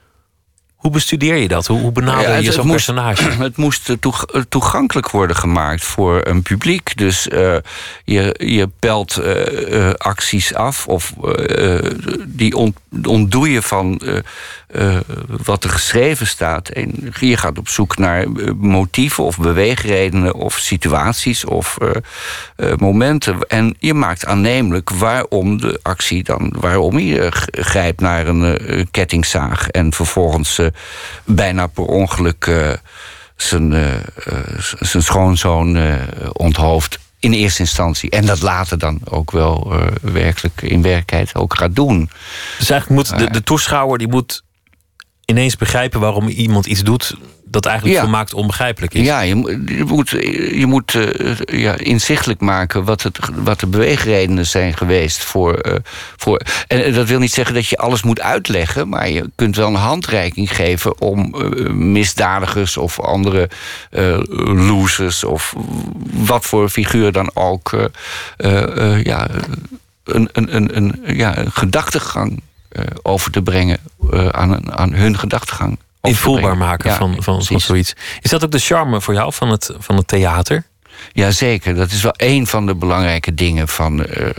Hoe bestudeer je dat? Hoe, hoe benader Ja, het- je het zo'n moest- personage? Het moest eh, toeg- eh, toegankelijk worden gemaakt voor een publiek. Dus uh, je, je pelt uh, uh, acties af of uh, die ont, ontdoe je van uh, uh, wat er geschreven staat. En je gaat op zoek naar uh, motieven of beweegredenen of situaties of uh, uh, momenten. En je maakt aannemelijk waarom de actie dan, waarom je uh, grijpt naar een uh, kettingzaag en vervolgens uh, bijna per ongeluk uh, zijn, uh, uh, zijn schoonzoon uh, onthoofd in eerste instantie. En dat later dan ook wel uh, werkelijk in werkelijkheid ook gaat doen. Dus eigenlijk moet de, de toeschouwer die moet ineens begrijpen waarom iemand iets doet dat eigenlijk Ja. volmaakt onbegrijpelijk is. Ja, je, moet- je moet, je moet uh, ja, inzichtelijk maken wat, het, wat de beweegredenen zijn geweest voor, uh, voor. En dat wil niet zeggen dat je alles moet uitleggen, maar je kunt wel een handreiking geven om uh, misdadigers of andere uh, losers of wat voor figuur dan ook uh, uh, uh, ja, een, een, een, een, ja, een gedachtegang uh, over te brengen uh, aan, een, aan hun gedachtegang. Invoelbaar maken Ja, van, van, van precies. zoiets. Is dat ook de charme voor jou van het, van het theater? Jazeker, dat is wel een van de belangrijke dingen van, uh, uh,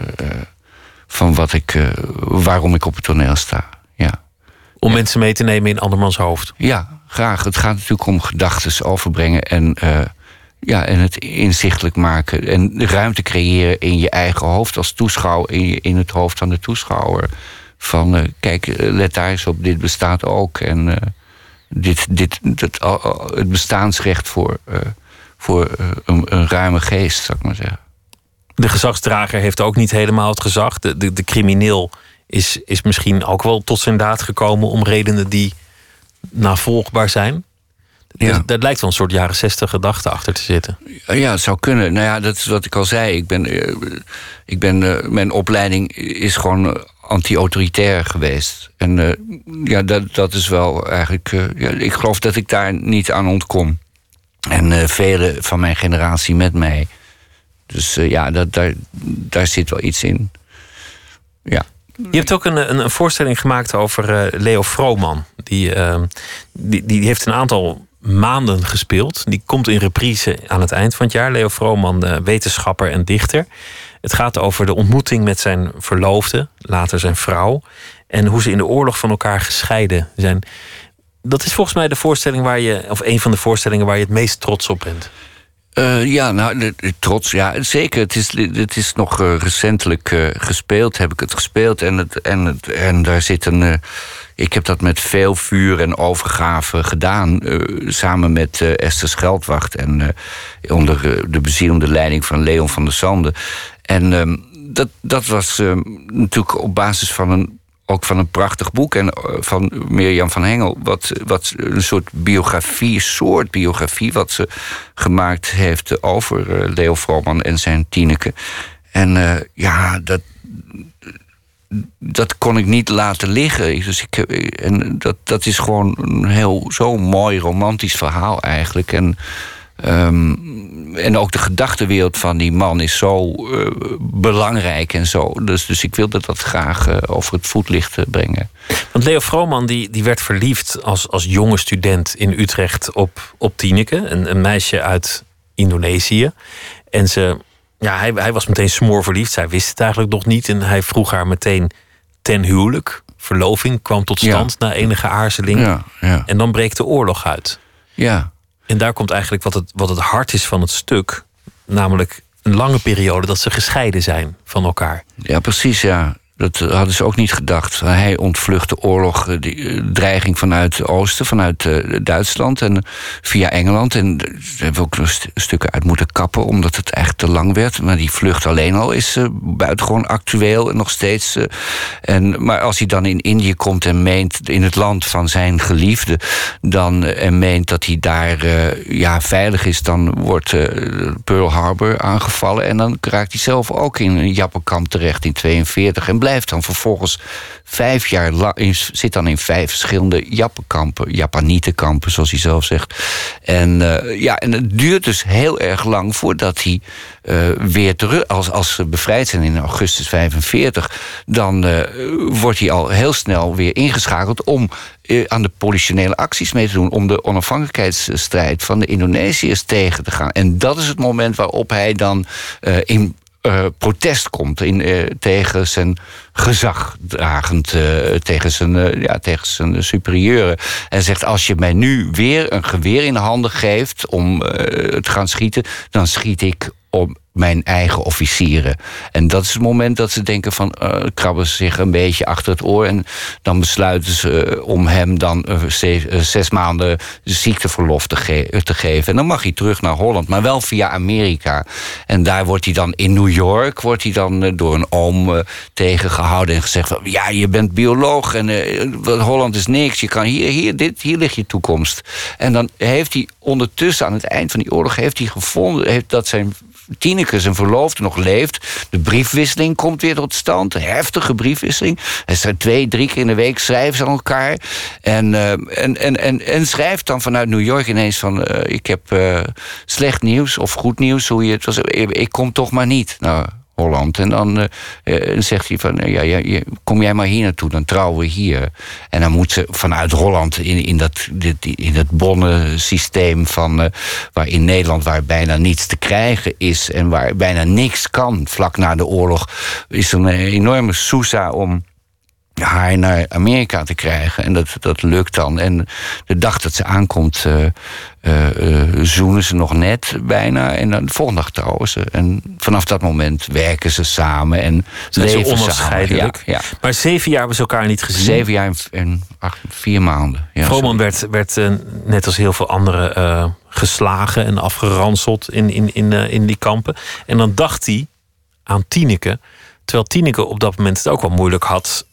van wat ik, uh, waarom ik op het toneel sta. Ja. Om Ja. mensen mee te nemen in andermans hoofd. Ja, graag. Het gaat natuurlijk om gedachten overbrengen en, uh, ja, en het inzichtelijk maken. En de ruimte creëren in je eigen hoofd als toeschouwer, in, je, in het hoofd van de toeschouwer. Van uh, kijk, uh, let daar eens op, dit bestaat ook. En uh, dit, dit, dit, uh, uh, het bestaansrecht voor, uh, voor uh, een, een ruime geest, zou ik maar zeggen. De gezagsdrager heeft ook niet helemaal het gezag. De, de, de crimineel is, is misschien ook wel tot zijn daad gekomen om redenen die navolgbaar zijn. Ja. Daar, daar lijkt wel een soort jaren zestig gedachte achter te zitten. Ja, het zou kunnen. Nou ja, dat is wat ik al zei. Ik ben, uh, ik ben, uh, mijn opleiding is gewoon uh, anti-autoritair geweest. En uh, ja, dat, dat is wel eigenlijk... Uh, ja, ik geloof dat ik daar niet aan ontkom. En uh, velen van mijn generatie met mij. Dus uh, ja, dat, daar, daar zit wel iets in. Ja. Je hebt ook een, een, een voorstelling gemaakt over uh, Leo Vrooman. Die, uh, die, die heeft een aantal maanden gespeeld. Die komt in reprise aan het eind van het jaar. Leo Vrooman, uh, wetenschapper en dichter. Het gaat over de ontmoeting met zijn verloofde, later zijn vrouw, en hoe ze in de oorlog van elkaar gescheiden zijn. Dat is volgens mij de voorstelling waar je, of een van de voorstellingen waar je het meest trots op bent. Uh, ja, nou, de, de, trots, ja, zeker. Het is, het is nog uh, recentelijk uh, gespeeld, heb ik het gespeeld. En, het, en, het, en daar zit een... Uh, ik heb dat met veel vuur en overgave gedaan. Uh, samen met uh, Esther Scheldwacht. En uh, onder uh, de bezielende leiding van Leon van der Sande. En uh, dat, dat was uh, natuurlijk op basis van een... ook van een prachtig boek en van Mirjam van Hengel... wat, wat een soort biografie, soort biografie... wat ze gemaakt heeft over uh, Leo Vrooman en zijn Tineke. En uh, ja, dat, dat kon ik niet laten liggen. Dus ik, en dat, dat is gewoon een heel zo'n mooi romantisch verhaal eigenlijk. En... Um, en ook de gedachtenwereld van die man is zo uh, belangrijk en zo. Dus, dus ik wilde dat graag uh, over het voetlicht uh, brengen. Want Leo Vrooman die, die werd verliefd als, als jonge student in Utrecht op, op Tineke. Een, een meisje uit Indonesië. En ze, ja, hij, hij was meteen smoorverliefd. Zij wist het eigenlijk nog niet. En hij vroeg haar meteen ten huwelijk. Verloving kwam tot stand ja. na enige aarzeling. Ja, ja. En dan breekt de oorlog uit. Ja. En daar komt eigenlijk wat het, wat het hart is van het stuk. Namelijk een lange periode dat ze gescheiden zijn van elkaar. Ja, precies, ja. Dat hadden ze ook niet gedacht. Hij ontvlucht de oorlog, de dreiging vanuit het oosten, vanuit uh, Duitsland en via Engeland. En daar hebben we ook st- stukken uit moeten kappen, omdat het echt te lang werd. Maar die vlucht alleen al is uh, buitengewoon actueel en nog steeds. Uh, en, maar als hij dan in Indië komt en meent, in het land van zijn geliefde, dan, uh, en meent dat hij daar uh, ja, veilig is, dan wordt uh, Pearl Harbor aangevallen. En dan raakt hij zelf ook in een jappenkamp terecht in tweeënveertig en blijft dan vervolgens vijf jaar lang, zit dan in vijf verschillende jappenkampen, Japanietenkampen, zoals hij zelf zegt. En, uh, ja, en het duurt dus heel erg lang voordat hij uh, weer terug, als, als ze bevrijd zijn in augustus vijfenveertig, dan uh, wordt hij al heel snel weer ingeschakeld om uh, aan de politionele acties mee te doen, om de onafhankelijkheidsstrijd van de Indonesiërs tegen te gaan. En dat is het moment waarop hij dan uh, in Uh, protest komt in, uh, tegen zijn gezagdragend, uh, tegen zijn, uh, ja, tegen zijn superieuren. En zegt, als je mij nu weer een geweer in de handen geeft om uh, te gaan schieten, dan schiet ik op mijn eigen officieren. En dat is het moment dat ze denken van, uh, krabben ze zich een beetje achter het oor en dan besluiten ze uh, om hem dan uh, zes, uh, zes maanden ziekteverlof te, ge- te geven. En dan mag hij terug naar Holland, maar wel via Amerika. En daar wordt hij dan in New York, wordt hij dan uh, door een oom uh, tegengehouden en gezegd van, ja, je bent bioloog en uh, Holland is niks. Je kan hier, hier, dit, hier ligt je toekomst. En dan heeft hij ondertussen aan het eind van die oorlog heeft hij gevonden, heeft dat zijn Tineke, zijn verloofde, nog leeft. De briefwisseling komt weer tot stand. Een heftige briefwisseling. Hij schrijft twee, drie keer in de week schrijven ze aan elkaar. En, uh, en, en, en, en schrijft dan vanuit New York ineens van, Uh, ik heb uh, slecht nieuws of goed nieuws. Hoe je het was. Ik kom toch maar niet. Nou, Holland. En dan uh, uh, zegt hij van, uh, ja, ja, kom jij maar hier naartoe, dan trouwen we hier. En dan moet ze vanuit Holland in, in dat, dit, in dat bonnensysteem van, uh, waar in Nederland waar bijna niets te krijgen is en waar bijna niks kan vlak na de oorlog, is er een enorme soesa om haar naar Amerika te krijgen. En dat, dat lukt dan. En de dag dat ze aankomt, uh, uh, uh, zoenen ze nog net bijna. En dan de volgende dag trouwen ze. En vanaf dat moment werken ze samen en zijn leven ze onafscheidelijk. Samen. Ja, ja. Maar zeven jaar hebben ze elkaar niet gezien. Zeven jaar en, en acht, vier maanden. Ja, Vrooman werd, werd uh, net als heel veel anderen uh, geslagen en afgeranseld in, in, in, uh, in die kampen. En dan dacht hij aan Tineke. Terwijl Tineke op dat moment het ook wel moeilijk had.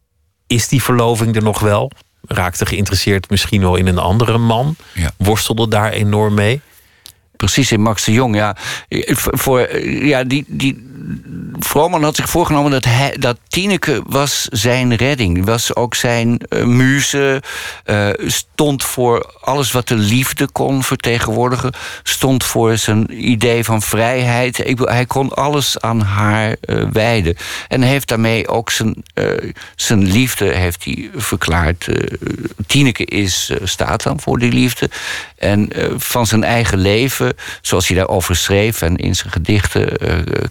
Is die verloving er nog wel? Raakte geïnteresseerd misschien wel in een andere man. Ja. Worstelde daar enorm mee. Precies, in Max de Jong, ja. Voor, ja die, die, Vrooman had zich voorgenomen dat, hij, dat Tineke was zijn redding. Was ook zijn uh, muze. Uh, stond voor alles wat de liefde kon vertegenwoordigen. Stond voor zijn idee van vrijheid. Ik, hij kon alles aan haar uh, wijden. En heeft daarmee ook zijn, uh, zijn liefde heeft hij verklaard. Uh, Tineke is, uh, staat dan voor die liefde. En uh, van zijn eigen leven, zoals hij daarover schreef en in zijn gedichten uh, kenbaar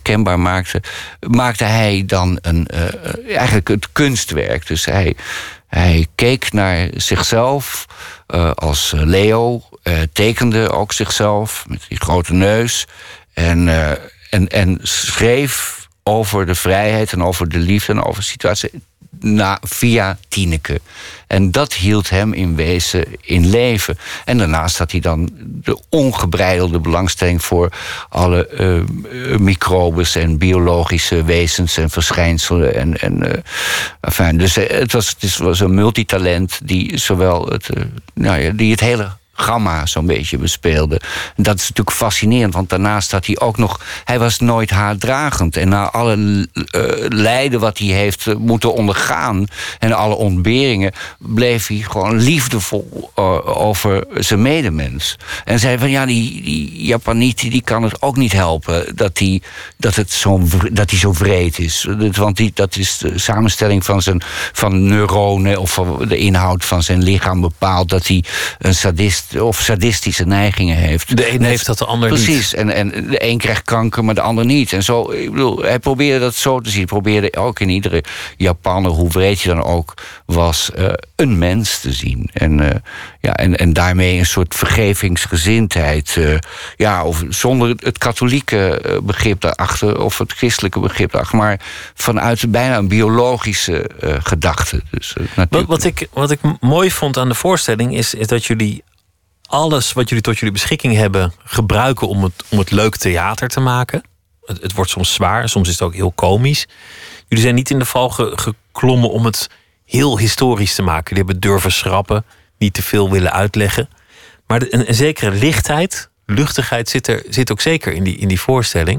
maakte, maakte hij dan een, uh, eigenlijk het kunstwerk. Dus hij, hij keek naar zichzelf uh, als Leo, uh, tekende ook zichzelf met die grote neus en, uh, en, en schreef over de vrijheid en over de liefde en over de situatie na, via Tineke. En dat hield hem in wezen in leven. En daarnaast had hij dan de ongebreidelde belangstelling voor alle uh, microbes en biologische wezens en verschijnselen. En, en, uh, enfin, dus het was, het was een multitalent die zowel het, uh, nou ja, die het hele gamma zo'n beetje bespeelde. En dat is natuurlijk fascinerend, want daarnaast had hij ook nog... Hij was nooit haatdragend. En na alle uh, lijden wat hij heeft uh, moeten ondergaan en alle ontberingen, bleef hij gewoon liefdevol uh, over zijn medemens. En zei van, ja, die, die Japaniti, die kan het ook niet helpen dat hij, dat het zo, dat hij zo wreed is. Want die, dat is de samenstelling van zijn van neuronen of van de inhoud van zijn lichaam bepaalt dat hij een sadist of sadistische neigingen heeft. De een heeft dat, de ander precies, niet. Precies, en, en de een krijgt kanker, maar de ander niet. En zo, ik bedoel, hij probeerde dat zo te zien. Hij probeerde ook in iedere Japaner, hoe wreed je dan ook was, uh, een mens te zien. En, uh, ja, en, en daarmee een soort vergevingsgezindheid. Uh, ja, of zonder het katholieke begrip daarachter, of het christelijke begrip daarachter, maar vanuit bijna een biologische uh, gedachte. Dus, uh, wat, wat, ik, wat ik mooi vond aan de voorstelling is, is dat jullie alles wat jullie tot jullie beschikking hebben gebruiken om het, om het leuk theater te maken. Het, het wordt soms zwaar, soms is het ook heel komisch. Jullie zijn niet in de val ge, geklommen om het heel historisch te maken. Jullie hebben durven schrappen, niet te veel willen uitleggen. Maar de, een, een zekere lichtheid, luchtigheid zit, er, zit ook zeker in die, in die voorstelling.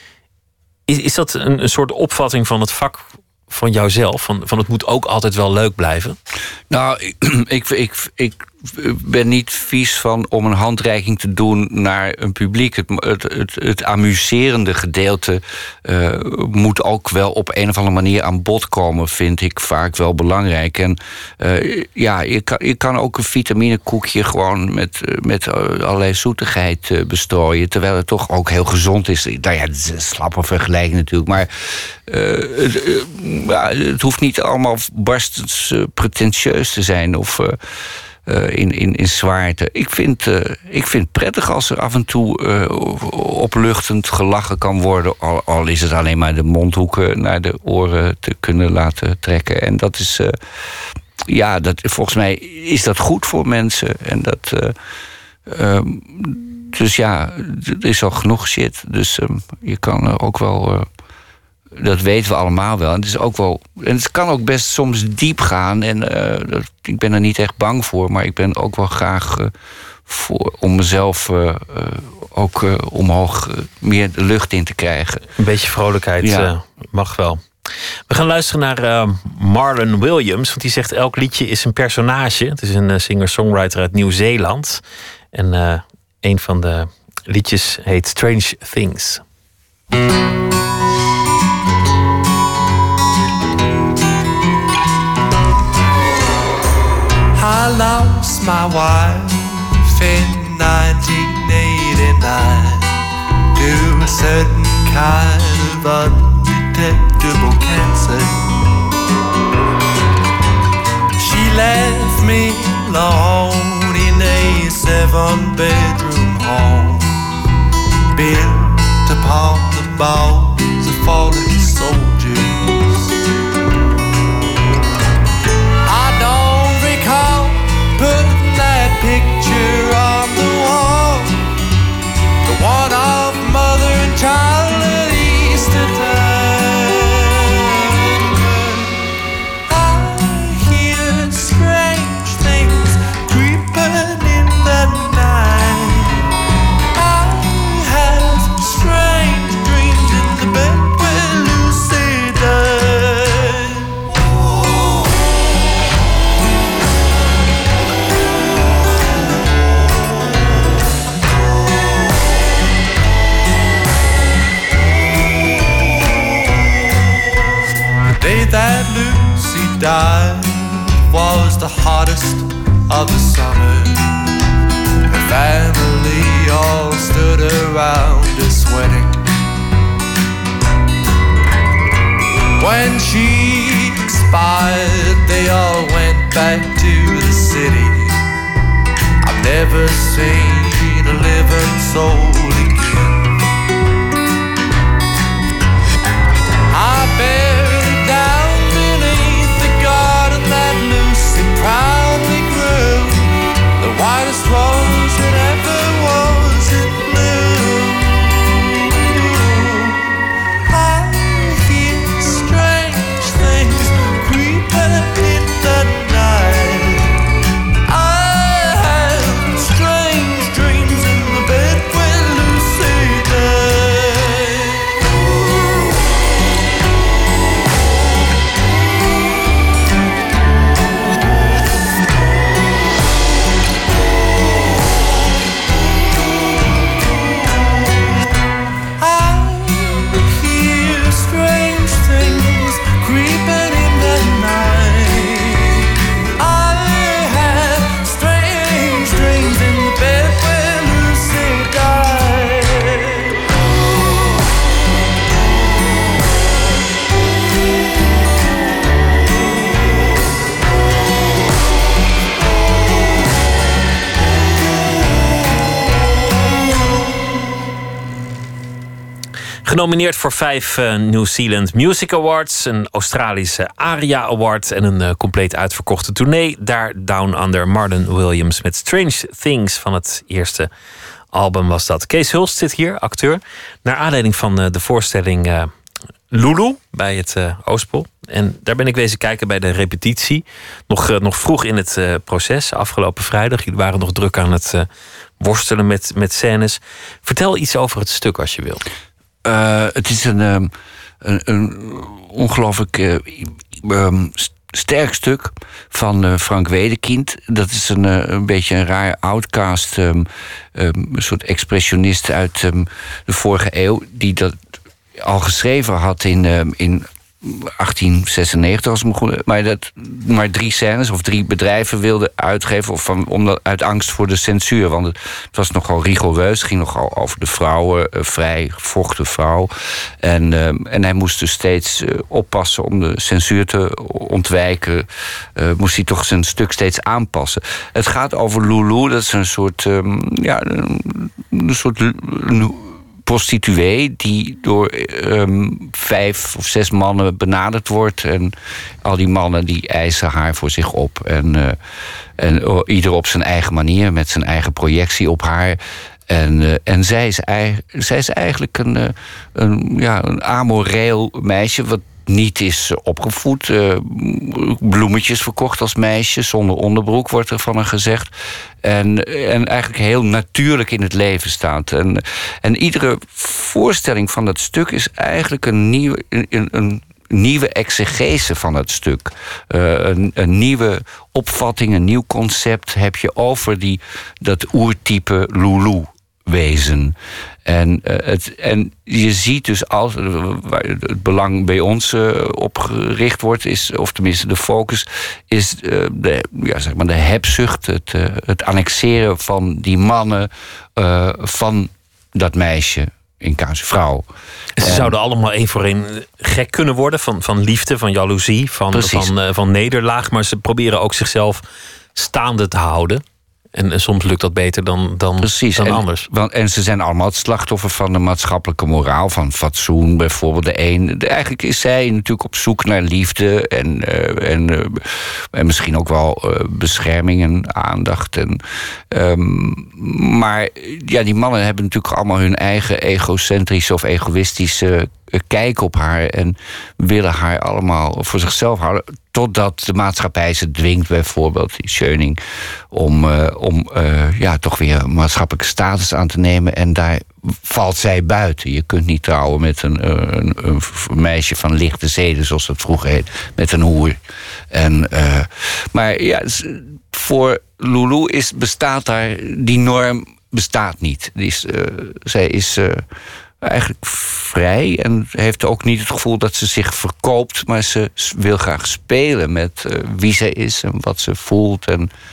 Is, is dat een, een soort opvatting van het vak van jouzelf? Van, van het moet ook altijd wel leuk blijven? Nou, ik, ik, ik, ik ben niet vies van om een handreiking te doen naar een publiek. Het, het, het, het amuserende gedeelte uh, moet ook wel op een of andere manier aan bod komen, vind ik vaak wel belangrijk. En uh, ja, je kan, je kan ook een vitaminekoekje gewoon met, met allerlei zoetigheid uh, bestrooien, terwijl het toch ook heel gezond is. Nou ja, het is een slappe vergelijking natuurlijk, maar uh, het, uh, het hoeft niet allemaal barstens uh, pretentieus te zijn of Uh, Uh, in, in, in zwaarte. Ik vind, uh, ik vind het prettig als er af en toe uh, opluchtend gelachen kan worden. Al, al is het alleen maar de mondhoeken naar de oren te kunnen laten trekken. En dat is, uh, ja, dat, volgens mij is dat goed voor mensen. En dat, uh, uh, dus ja, er is al genoeg shit. Dus uh, je kan er ook wel. Uh, Dat weten we allemaal wel. En het is ook wel. En het kan ook best soms diep gaan. En uh, dat, ik ben er niet echt bang voor. Maar ik ben ook wel graag uh, voor om mezelf uh, uh, ook uh, omhoog uh, meer de lucht in te krijgen. Een beetje vrolijkheid ja. uh, mag wel. We gaan luisteren naar uh, Marlon Williams. Want die zegt elk liedje is een personage. Het is een uh, singer-songwriter uit Nieuw-Zeeland. En uh, een van de liedjes heet Strange Things. I lost my wife in nineteen eighty-nine to a certain kind of undetectable cancer. She left me alone in a seven-bedroom home built upon the bones of fallen soldiers. Put that picture on the wall, the one of mother and child at Easter time. I hear strange things creeping in the night. I have strange dreams in the bed where Lucy died. That Lucy died was the hottest of the summer. Her family all stood around her sweating. When she expired, they all went back to the city. I've never seen a living soul again. I buried down beneath the garden that Lucy proudly grew, the whitest rose that ever was in bloom. I hear strange things creeping in the night. I had strange dreams in the bed when Lucy died. I hear strange things creeping in the night. I had strange dreams in the bed where Lucy died. Genomineerd voor vijf uh, New Zealand Music Awards, een Australische Aria Award en een uh, compleet uitverkochte tournee. Daar Down Under. Marlon Williams met Strange Things van het eerste album was dat. Kees Hulst zit hier, acteur. Naar aanleiding van uh, de voorstelling uh, Lulu bij het uh, Oostpol. En daar ben ik wezen kijken bij de repetitie. Nog, uh, nog vroeg in het uh, proces, afgelopen vrijdag. Jullie waren nog druk aan het uh, worstelen met, met scènes. Vertel iets over het stuk als je wilt. Uh, het is een, um, een, een ongelooflijk uh, um, sterk stuk van uh, Frank Wedekind. Dat is een, uh, een beetje een raar outcast, um, um, een soort expressionist uit um, de vorige eeuw, die dat al geschreven had in, um, in achttien zesennegentig, als het begon, maar dat maar drie scènes of drie bedrijven wilden uitgeven, of van, omdat, uit angst voor de censuur. Want het, het was nogal rigoureus, het ging nogal over de vrouwen, uh, vrij gevochten vrouw. En, uh, en hij moest dus steeds uh, oppassen om de censuur te ontwijken. Uh, moest hij toch zijn stuk steeds aanpassen. Het gaat over Lulu, dat is een soort, um, ja, een, een soort een, prostituee die door um, vijf of zes mannen benaderd wordt. En al die mannen die eisen haar voor zich op. En, uh, en uh, ieder op zijn eigen manier, met zijn eigen projectie op haar. En, uh, en zij, is eigen, zij is eigenlijk een, uh, een, ja, een amoreel meisje, wat niet is opgevoed. Uh, bloemetjes verkocht als meisje, zonder onderbroek wordt er van haar gezegd. En, en eigenlijk heel natuurlijk in het leven staat. En, en iedere voorstelling van dat stuk is eigenlijk een nieuwe, een, een nieuwe exegese van het stuk. Uh, een, een nieuwe opvatting, een nieuw concept heb je over die, dat oertype Lulu wezen. En, uh, het, en je ziet dus altijd, waar het belang bij ons uh, op gericht wordt, is, of tenminste de focus, is uh, de, ja, zeg maar de hebzucht, het, uh, het annexeren van die mannen uh, van dat meisje, in casu vrouw. Ze en, zouden allemaal één voor één gek kunnen worden van, van liefde, van jaloezie, van, van, uh, van nederlaag, maar ze proberen ook zichzelf staande te houden. En, en soms lukt dat beter dan, dan, Precies, dan en, anders. Want, en ze zijn allemaal het slachtoffer van de maatschappelijke moraal, van fatsoen bijvoorbeeld. De een, de, eigenlijk is zij natuurlijk op zoek naar liefde en, uh, en, uh, en misschien ook wel uh, bescherming en aandacht. En, um, maar ja, die mannen hebben natuurlijk allemaal hun eigen egocentrische of egoïstische kijk op haar en willen haar allemaal voor zichzelf houden, totdat de maatschappij ze dwingt, bijvoorbeeld die Schöning, om, uh, om uh, ja, toch weer maatschappelijke status aan te nemen. En daar valt zij buiten. Je kunt niet trouwen met een, een, een meisje van lichte zeden, zoals dat vroeger heet, met een hoer. En, uh, maar ja, voor Lulu is, bestaat daar, die norm bestaat niet. Die is, uh, zij is uh, eigenlijk vrij en heeft ook niet het gevoel dat ze zich verkoopt, maar ze wil graag spelen met uh, wie zij is en wat ze voelt. En,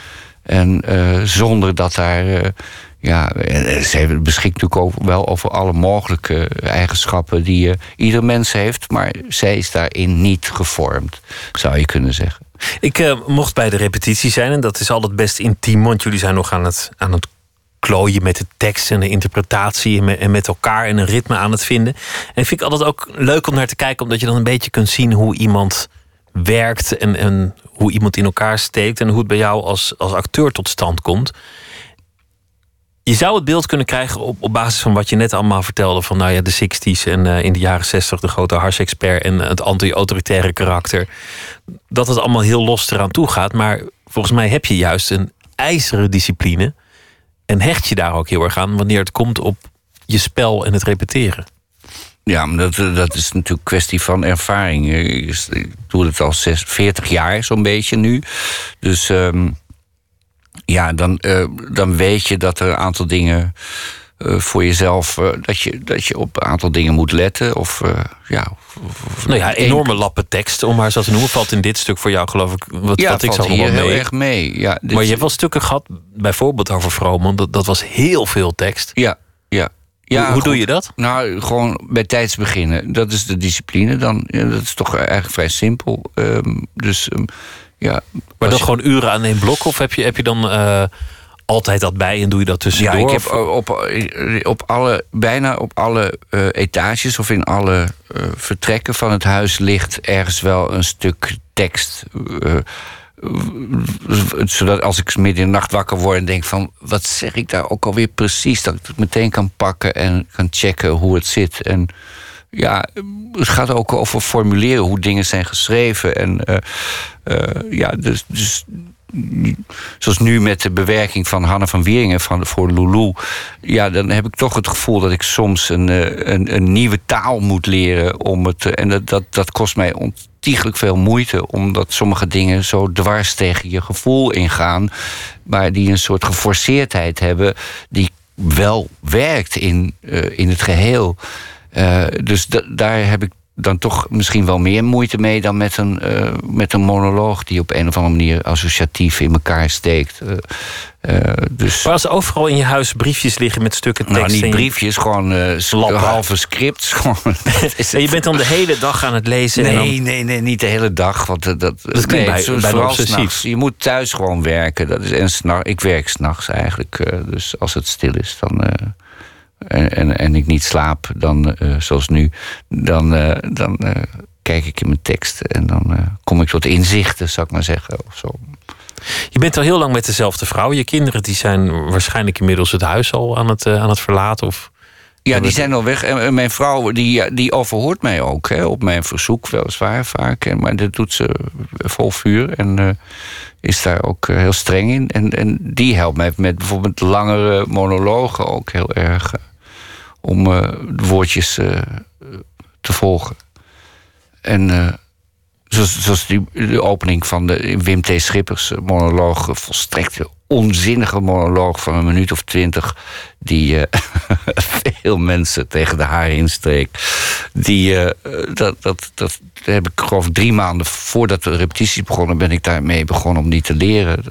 En uh, zonder dat daar... Uh, ja, ze beschikt natuurlijk ook wel over alle mogelijke eigenschappen die uh, ieder mens heeft, maar zij is daarin niet gevormd, zou je kunnen zeggen. Ik uh, mocht bij de repetitie zijn en dat is altijd best intiem, want jullie zijn nog aan het, aan het klooien met de tekst en de interpretatie en met, en met elkaar en een ritme aan het vinden. En vind ik altijd ook leuk om naar te kijken, omdat je dan een beetje kunt zien hoe iemand werkt en, en hoe iemand in elkaar steekt en hoe het bij jou als, als acteur tot stand komt. Je zou het beeld kunnen krijgen op, op basis van wat je net allemaal vertelde, van nou ja, de zestig's en uh, in de jaren zestig de grote harsexpert en het anti-autoritaire karakter, dat het allemaal heel los eraan toe gaat. Maar volgens mij heb je juist een ijzeren discipline en hecht je daar ook heel erg aan wanneer het komt op je spel en het repeteren. Ja, maar dat, dat is natuurlijk een kwestie van ervaring. Ik doe het al veertig jaar zo'n beetje nu. Dus um, ja, dan, uh, dan weet je dat er een aantal dingen uh, voor jezelf... Uh, dat, je, dat je op een aantal dingen moet letten. Of uh, ja... Of, nou ja, enorme lappen tekst, om maar zo te noemen. Valt in dit stuk voor jou, geloof ik, wat, ja, wat ik valt zag hier wel mee. heel erg mee. Ja, maar je hebt wel stukken gehad, bijvoorbeeld over Vrooman. Dat, dat was heel veel tekst. Ja, ja. Ja, hoe hoe doe je dat? Nou, gewoon bij tijds beginnen. Dat is de discipline. Dan, ja, dat is toch eigenlijk vrij simpel. Um, dus um, ja. Maar dan je... gewoon uren aan één blok? Of heb je, heb je dan uh, altijd dat bij en doe je dat tussendoor? Ja, ik heb op, op alle, bijna op alle uh, etages of in alle uh, vertrekken van het huis ligt ergens wel een stuk tekst. Uh, zodat als ik midden in de nacht wakker word en denk van, wat zeg ik daar ook alweer precies, dat ik het meteen kan pakken en kan checken hoe het zit. En ja, het gaat ook over formuleren hoe dingen zijn geschreven. En uh, uh, ja, dus, dus zoals nu met de bewerking van Hanne van Wieringen van, voor Lulu. Ja, dan heb ik toch het gevoel dat ik soms een, een, een nieuwe taal moet leren. Om het, en dat, dat, dat kost mij ontiegelijk veel moeite. Omdat sommige dingen zo dwars tegen je gevoel ingaan. Maar die een soort geforceerdheid hebben. Die wel werkt in, uh, in het geheel. Uh, dus da- daar heb ik dan toch misschien wel meer moeite mee dan met een, uh, met een monoloog die op een of andere manier associatief in elkaar steekt. Uh, uh, dus... Maar als er overal in je huis briefjes liggen met stukken tekst... Nou, niet briefjes, gewoon uh, halve scripts. Gewoon, en je bent dan de hele dag aan het lezen? Nee, en dan... nee, nee, niet de hele dag. Want uh, dat, dat klinkt nee, bij, zo, bijna vooral obsessief. 'Nachts. Je moet thuis gewoon werken. Dat is, en s'nacht, ik werk s'nachts eigenlijk. Uh, dus als het stil is, dan... Uh, En, en, en ik niet slaap, dan, uh, zoals nu, dan, uh, dan uh, kijk ik in mijn tekst en dan uh, kom ik tot inzichten, zou ik maar zeggen. Of zo. Je bent al heel lang met dezelfde vrouw. Je kinderen die zijn waarschijnlijk inmiddels het huis al aan het, uh, aan het verlaten? Of... Ja, die zijn al weg. En mijn vrouw die, die overhoort mij ook, hè, op mijn verzoek weliswaar vaak. Maar dat doet ze vol vuur en uh, is daar ook uh, heel streng in. En, en die helpt mij met bijvoorbeeld langere monologen ook heel erg... Uh, om uh, de woordjes uh, te volgen. En uh, zoals, zoals die, de opening van de Wim T. Schippers monoloog... volstrekt onzinnige monoloog van een minuut of twintig... die uh, veel mensen tegen de haren instreekt. Die, uh, dat, dat, dat heb ik geloof ik drie maanden voordat de repetitie begonnen... ben ik daarmee begonnen om die te leren.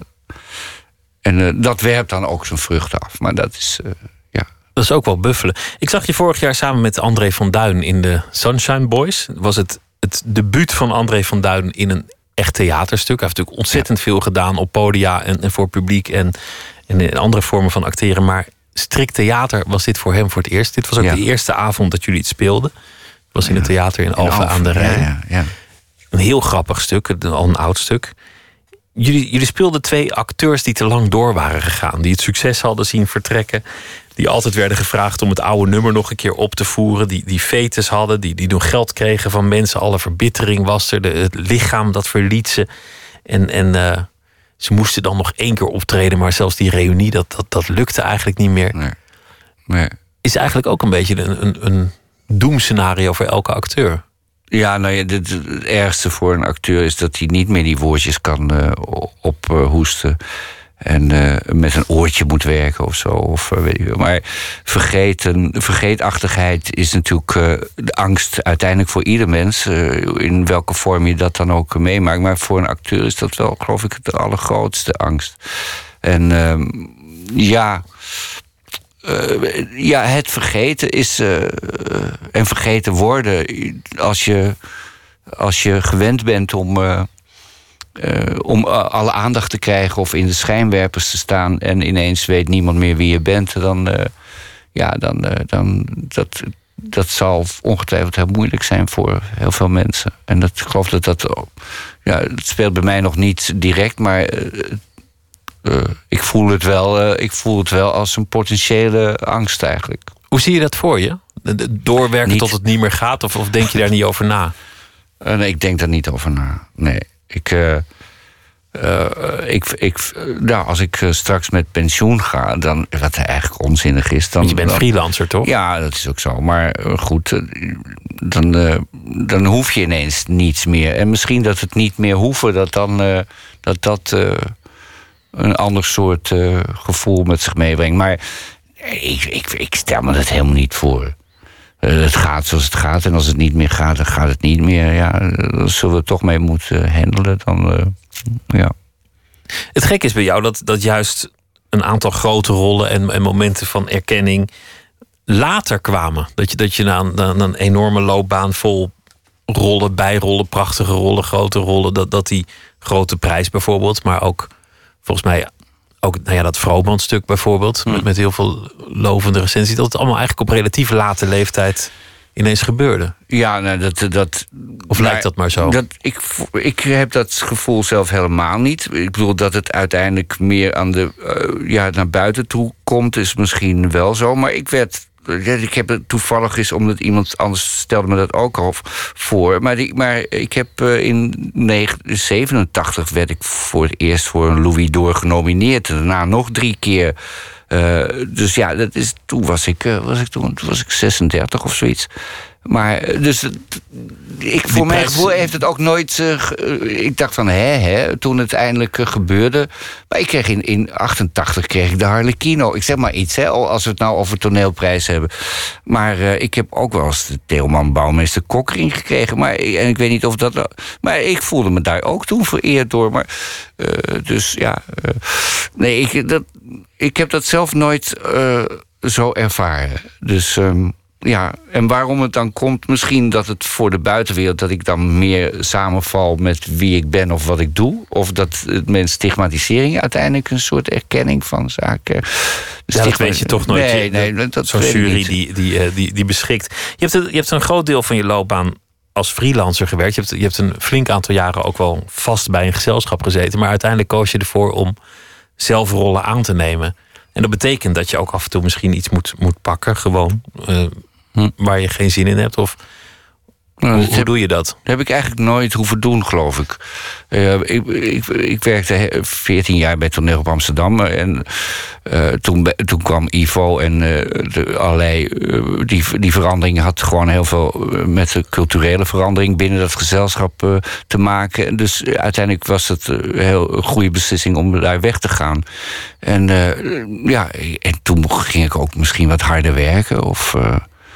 En uh, dat werpt dan ook zijn vruchten af. Maar dat is... Uh, Dat is ook wel buffelen. Ik zag je vorig jaar samen met André van Duin in de Sunshine Boys. Dat was het, het debuut van André van Duin in een echt theaterstuk. Hij heeft natuurlijk ontzettend veel gedaan op podia en, en voor publiek en, en in andere vormen van acteren. Maar strikt theater was dit voor hem voor het eerst. Dit was ook ja. de eerste avond dat jullie het speelden. Het was in het theater in Alphen aan de Rijn. Ja, ja, ja. Een heel grappig stuk, al een oud stuk. Jullie, jullie speelden twee acteurs die te lang door waren gegaan. Die het succes hadden zien vertrekken. Die altijd werden gevraagd om het oude nummer nog een keer op te voeren. Die, die fetes hadden, die, die nog geld kregen van mensen. Alle verbittering was er, de, het lichaam dat verliet ze. En, en uh, ze moesten dan nog één keer optreden. Maar zelfs die reunie, dat, dat, dat lukte eigenlijk niet meer. Nee. Nee. Is eigenlijk ook een beetje een, een, een doemscenario voor elke acteur. Ja, nou ja, het, het ergste voor een acteur is dat hij niet meer die woordjes kan uh, ophoesten. En uh, met een oortje moet werken of zo. Of, uh, weet ik wel. Maar vergeten, vergeetachtigheid is natuurlijk uh, de angst uiteindelijk voor ieder mens. Uh, in welke vorm je dat dan ook meemaakt. Maar voor een acteur is dat wel, geloof ik, de allergrootste angst. En uh, ja... Uh, ja, het vergeten is... Uh, uh, en vergeten worden... als je, als je gewend bent om... Uh, Uh, om uh, alle aandacht te krijgen of in de schijnwerpers te staan... en ineens weet niemand meer wie je bent... dan, uh, ja, dan, uh, dan dat, dat zal ongetwijfeld heel moeilijk zijn voor heel veel mensen. En dat, ik geloof dat dat... Ja, het speelt bij mij nog niet direct, maar... Uh, uh, ik, voel het wel, uh, ik voel het wel als een potentiële angst eigenlijk. Hoe zie je dat voor je? Doorwerken niet. Tot het niet meer gaat? Of, of denk je daar niet over na? Uh, nee, ik denk daar niet over na, nee. Ik, uh, uh, ik, ik, nou, als ik uh, straks met pensioen ga, dan, wat eigenlijk onzinnig is... Dan, Want je bent dan, freelancer, toch? Ja, dat is ook zo. Maar uh, goed, uh, dan, uh, dan hoef je ineens niets meer. En misschien dat het niet meer hoeven, dat dan, uh, dat, dat uh, een ander soort uh, gevoel met zich meebrengt. Maar ik, ik, ik stel me dat helemaal niet voor. Uh, het gaat zoals het gaat. En als het niet meer gaat, dan gaat het niet meer. Ja, dan zullen we toch mee moeten handelen. Dan, uh, ja. Het gek is bij jou dat, dat juist een aantal grote rollen... en, en momenten van erkenning later kwamen. Dat je, dat je na, een, na een enorme loopbaan vol rollen, bijrollen... prachtige rollen, grote rollen... dat, dat die grote prijs bijvoorbeeld... maar ook volgens mij... Ook nou ja, dat Vrooman-stuk bijvoorbeeld, hmm. met, met heel veel lovende recensies... dat het allemaal eigenlijk op relatief late leeftijd ineens gebeurde. Ja, nou, dat... dat of lijkt dat maar zo? Dat, ik, ik heb dat gevoel zelf helemaal niet. Ik bedoel, dat het uiteindelijk meer aan de, uh, ja, naar buiten toe komt... is misschien wel zo, maar ik werd... Ik heb het toevallig is, omdat iemand anders stelde me dat ook al voor. Maar, die, maar ik heb uh, in negentien zevenentachtig werd ik voor het eerst voor een Louis d'Or genomineerd. En daarna nog drie keer. Uh, dus ja, dat is, toen was ik, uh, was ik, toen, toen was ik zesendertig of zoiets. Maar dus ik, voor mijn gevoel heeft het ook nooit... Uh, ik dacht van, hè, hè, toen het eindelijk uh, gebeurde. Maar ik kreeg in, in achtentachtig kreeg ik de Harlequino. Ik zeg maar iets, hè, als we het nou over toneelprijs hebben. Maar uh, ik heb ook wel eens de Theelman Bouwmeester Kokring gekregen. Maar, en ik weet niet of dat... Maar ik voelde me daar ook toen vereerd door. Maar, uh, dus ja... Uh, nee, ik, dat, ik heb dat zelf nooit uh, zo ervaren. Dus... Um, Ja, en waarom het dan komt, misschien dat het voor de buitenwereld... dat ik dan meer samenval met wie ik ben of wat ik doe. Of dat mijn stigmatisering uiteindelijk een soort erkenning van zaken... Ja, dat weet je toch nooit. Nee, nee, dat zo'n jury die, die, die, die beschikt. Je hebt, een, je hebt een groot deel van je loopbaan als freelancer gewerkt. Je hebt, je hebt een flink aantal jaren ook wel vast bij een gezelschap gezeten. Maar uiteindelijk koos je ervoor om zelf rollen aan te nemen. En dat betekent dat je ook af en toe misschien iets moet, moet pakken. Gewoon... Uh, Hm. waar je geen zin in hebt? Of nou, hoe, hoe heb, doe je dat? Dat heb ik eigenlijk nooit hoeven doen, geloof ik. Uh, ik, ik. Ik werkte veertien jaar bij Toneel op Amsterdam. En uh, toen, toen kwam Ivo en uh, de, allerlei... Uh, die, die verandering had gewoon heel veel uh, met de culturele verandering... binnen dat gezelschap uh, te maken. Dus uh, uiteindelijk was het een uh, heel goede beslissing om daar weg te gaan. En, uh, ja, en toen ging ik ook misschien wat harder werken. Of... Uh,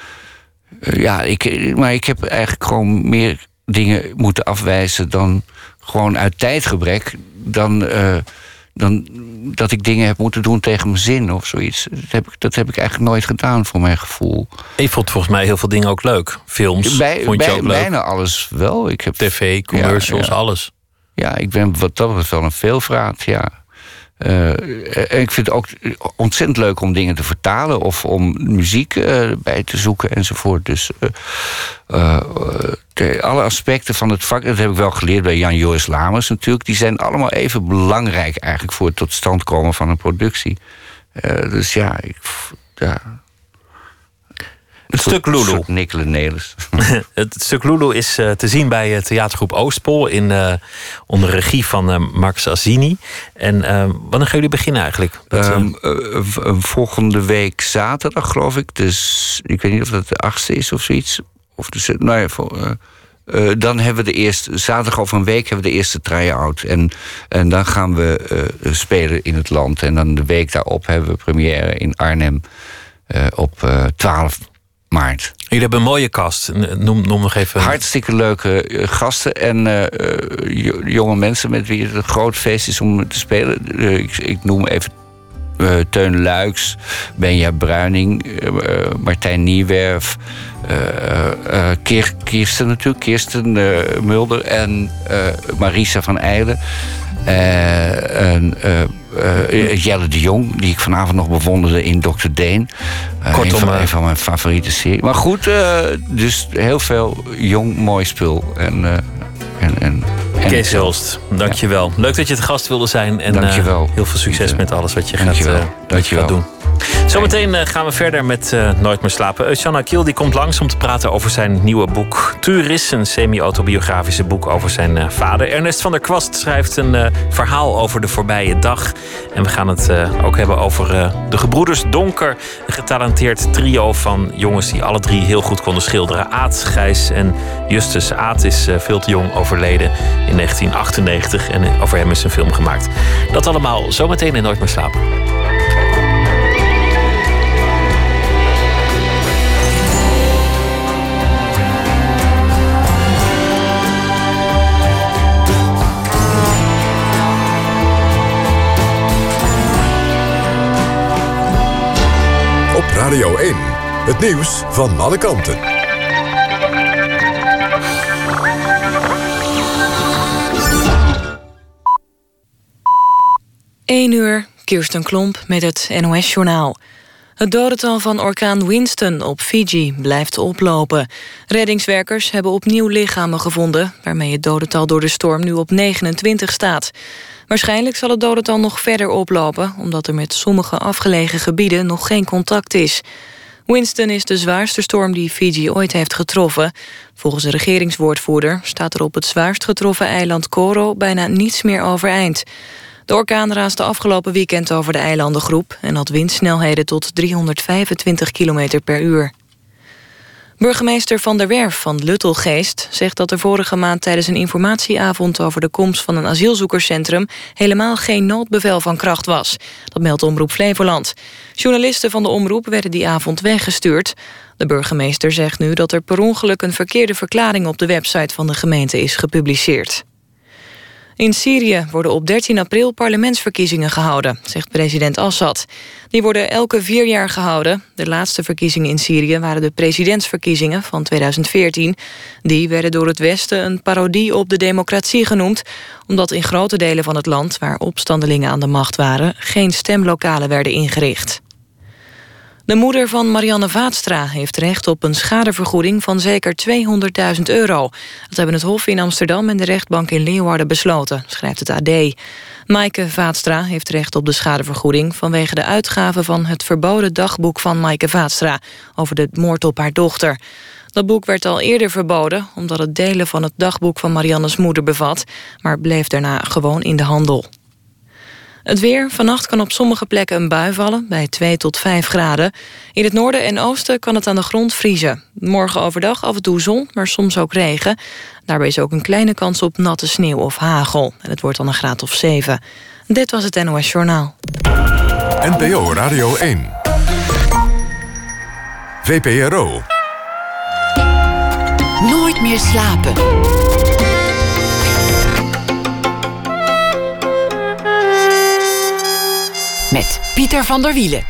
Ja, ik, maar ik heb eigenlijk gewoon meer dingen moeten afwijzen... dan gewoon uit tijdgebrek... dan, uh, dan dat ik dingen heb moeten doen tegen mijn zin of zoiets. Dat heb ik, dat heb ik eigenlijk nooit gedaan, voor mijn gevoel. Je vond volgens mij heel veel dingen ook leuk. Films, bij, vond je bij, ook leuk? Bijna alles wel. Ik heb, T V, commercials, ja, ja. alles. Ja, ik ben wat dat betreft wel een veelvraat, ja. Uh, en ik vind het ook ontzettend leuk om dingen te vertalen... of om muziek uh, bij te zoeken enzovoort. Dus uh, uh, de, alle aspecten van het vak... dat heb ik wel geleerd bij Jan Joris Lamers natuurlijk... die zijn allemaal even belangrijk eigenlijk... voor het tot stand komen van een productie. Uh, dus ja, ik... Ja. Het stuk Lulu. Nikkelen Nelis. Het stuk Lulu is uh, te zien bij uh, theatergroep Oostpol... In, uh, onder regie van uh, Max Azzini. En uh, wanneer gaan jullie beginnen eigenlijk? Dat, uh... um, uh, uh, volgende week zaterdag, geloof ik. Dus ik weet niet of dat de achtste is of zoiets. Of de, nou ja, voor, uh, uh, dan hebben we de eerste... Zaterdag over een week hebben we de eerste try-out. En, en dan gaan we uh, spelen in het land. En dan de week daarop hebben we première in Arnhem... Uh, op uh, twaalf maart. Jullie hebben een mooie cast. Noem, noem nog even... Hartstikke leuke uh, gasten en uh, uh, jonge mensen met wie het een groot feest is om te spelen. Uh, ik, ik noem even uh, Teun Luiks, Benja Bruining, uh, Martijn Niewerf, uh, uh, Kier, Kirsten natuurlijk, Kirsten uh, Mulder en uh, Marisa van Eijlen. Uh, en, uh, uh, Jelle de Jong, die ik vanavond nog bewonderde in dokter Deen. Uh, Kortom, een van, een van mijn favoriete series. Maar goed, uh, dus heel veel jong, mooi spul. En, uh, en, en, en Kees Hulst, dankjewel. Ja. Leuk dat je te gast wilde zijn. En dankjewel. Uh, heel veel succes uh, met alles wat je, gaat, uh, wat je gaat doen. Zometeen uh, gaan we verder met uh, Nooit meer slapen. Eusjan Akil die komt langs om te praten over zijn nieuwe boek Turis. Een semi-autobiografische boek over zijn uh, vader. Ernest van der Kwast schrijft een uh, verhaal over de voorbije dag. En we gaan het uh, ook hebben over uh, de gebroeders Donker. Een getalenteerd trio van jongens die alle drie heel goed konden schilderen. Aad, Gijs en Justus. Aad is uh, veel te jong overleden in negentien achtennegentig. En over hem is een film gemaakt. Dat allemaal zometeen in Nooit meer slapen. Radio één. Het nieuws van alle kanten. één uur, Kirsten Klomp met het N O S-journaal. Het dodental van orkaan Winston op Fiji blijft oplopen. Reddingswerkers hebben opnieuw lichamen gevonden, waarmee het dodental door de storm nu op negenentwintig staat. Waarschijnlijk zal het dodental nog verder oplopen, omdat er met sommige afgelegen gebieden nog geen contact is. Winston is de zwaarste storm die Fiji ooit heeft getroffen. Volgens de regeringswoordvoerder staat er op het zwaarst getroffen eiland Koro bijna niets meer overeind. De orkaan raasde afgelopen weekend over de eilandengroep en had windsnelheden tot driehonderdvijfentwintig kilometer per uur. Burgemeester Van der Werf van Luttelgeest zegt dat er vorige maand tijdens een informatieavond over de komst van een asielzoekerscentrum helemaal geen noodbevel van kracht was. Dat meldt Omroep Flevoland. Journalisten van de omroep werden die avond weggestuurd. De burgemeester zegt nu dat er per ongeluk een verkeerde verklaring op de website van de gemeente is gepubliceerd. In Syrië worden op dertien april parlementsverkiezingen gehouden, zegt president Assad. Die worden elke vier jaar gehouden. De laatste verkiezingen in Syrië waren de presidentsverkiezingen van tweeduizend veertien. Die werden door het Westen een parodie op de democratie genoemd, omdat in grote delen van het land, waar opstandelingen aan de macht waren, geen stemlokalen werden ingericht. De moeder van Marianne Vaatstra heeft recht op een schadevergoeding van zeker tweehonderdduizend euro. Dat hebben het Hof in Amsterdam en de rechtbank in Leeuwarden besloten, schrijft het A D. Maaike Vaatstra heeft recht op de schadevergoeding vanwege de uitgave van het verboden dagboek van Maaike Vaatstra over de moord op haar dochter. Dat boek werd al eerder verboden omdat het delen van het dagboek van Mariannes moeder bevat, maar bleef daarna gewoon in de handel. Het weer. Vannacht kan op sommige plekken een bui vallen, bij twee tot vijf graden. In het noorden en oosten kan het aan de grond vriezen. Morgen overdag af en toe zon, maar soms ook regen. Daarbij is ook een kleine kans op natte sneeuw of hagel. En het wordt dan een graad of zeven. Dit was het N O S Journaal. N P O Radio één. V P R O. Nooit meer slapen. Met Pieter van der Wielen.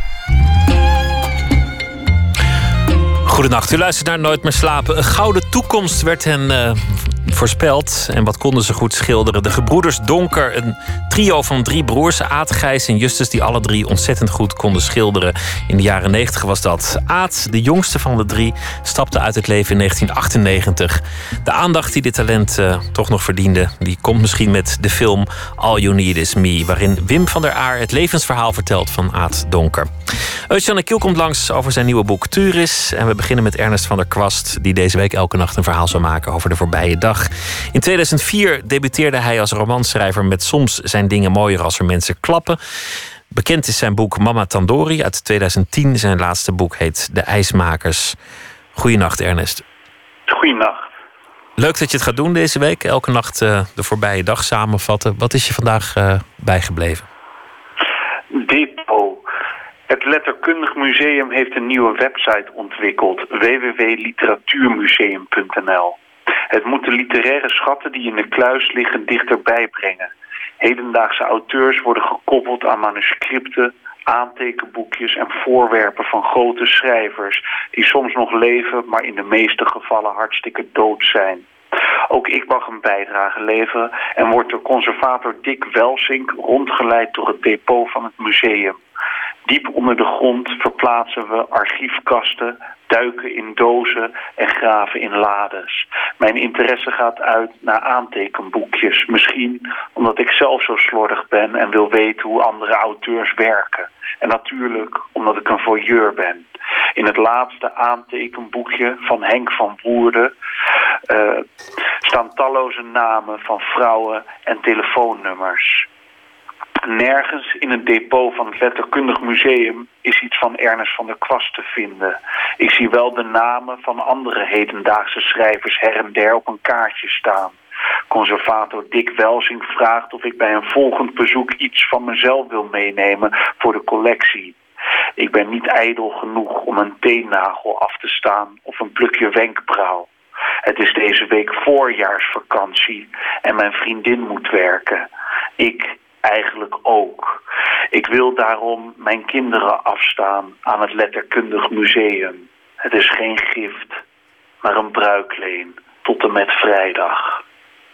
Goedenacht, u luistert naar Nooit meer slapen. Een gouden toekomst werd hen uh, voorspeld. En wat konden ze goed schilderen? De gebroeders Donker, een trio van drie broers. Aad, Gijs en Justus, die alle drie ontzettend goed konden schilderen. In de jaren negentig was dat. Aad, de jongste van de drie, stapte uit het leven in negentien achtennegentig. De aandacht die dit talent uh, toch nog verdiende, die komt misschien met de film All You Need Is Me, waarin Wim van der Aar het levensverhaal vertelt van Aad Donker. Eusjan Akil komt langs over zijn nieuwe boek Turis. En we beginnen met Ernest van der Kwast, die deze week elke nacht een verhaal zou maken over de voorbije dag. In tweeduizend vier debuteerde hij als romanschrijver met Soms zijn dingen mooier als er mensen klappen. Bekend is zijn boek Mama Tandori uit tweeduizend tien. Zijn laatste boek heet De IJsmakers. Goeienacht, Ernest. Goeienacht. Leuk dat je het gaat doen deze week. Elke nacht uh, de voorbije dag samenvatten. Wat is je vandaag uh, bijgebleven? Depot. Het Letterkundig Museum heeft een nieuwe website ontwikkeld. w w w punt literatuurmuseum punt n l. Het moet de literaire schatten die in de kluis liggen dichterbij brengen. Hedendaagse auteurs worden gekoppeld aan manuscripten, aantekenboekjes en voorwerpen van grote schrijvers die soms nog leven, maar in de meeste gevallen hartstikke dood zijn. Ook ik mag een bijdrage leveren en wordt door conservator Dick Welsink rondgeleid door het depot van het museum. Diep onder de grond verplaatsen we archiefkasten, duiken in dozen en graven in lades. Mijn interesse gaat uit naar aantekenboekjes. Misschien omdat ik zelf zo slordig ben en wil weten hoe andere auteurs werken. En natuurlijk omdat ik een voyeur ben. In het laatste aantekenboekje van Henk van Woerden uh, staan talloze namen van vrouwen en telefoonnummers. Nergens in het depot van het Letterkundig Museum is iets van Ernest van der Kwast te vinden. Ik zie wel de namen van andere hedendaagse schrijvers her en der op een kaartje staan. Conservator Dick Welsink vraagt of ik bij een volgend bezoek iets van mezelf wil meenemen voor de collectie. Ik ben niet ijdel genoeg om een teennagel af te staan of een plukje wenkbrauw. Het is deze week voorjaarsvakantie en mijn vriendin moet werken. Ik eigenlijk ook. Ik wil daarom mijn kinderen afstaan aan het Letterkundig Museum. Het is geen gift, maar een bruikleen tot en met vrijdag.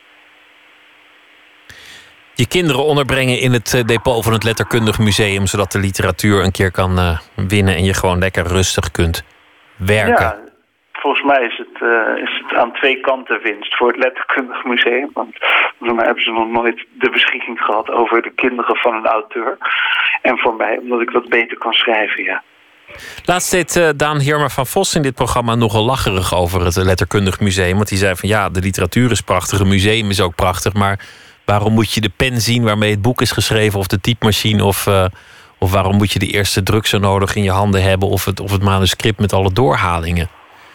Je kinderen onderbrengen in het depot van het Letterkundig Museum, zodat de literatuur een keer kan uh, winnen en je gewoon lekker rustig kunt werken. Ja, volgens mij is het, uh, is het aan twee kanten winst voor het Letterkundig Museum. Want volgens mij hebben ze nog nooit de beschikking gehad over de kinderen van een auteur. En voor mij, omdat ik wat beter kan schrijven, ja. Laatst deed uh, Daan Heerma van Vos in dit programma nogal lacherig over het Letterkundig Museum. Want hij zei van ja, de literatuur is prachtig, een museum is ook prachtig, maar waarom moet je de pen zien waarmee het boek is geschreven of de typemachine of, uh, of waarom moet je de eerste druk zo nodig in je handen hebben of het, of het manuscript met alle doorhalingen?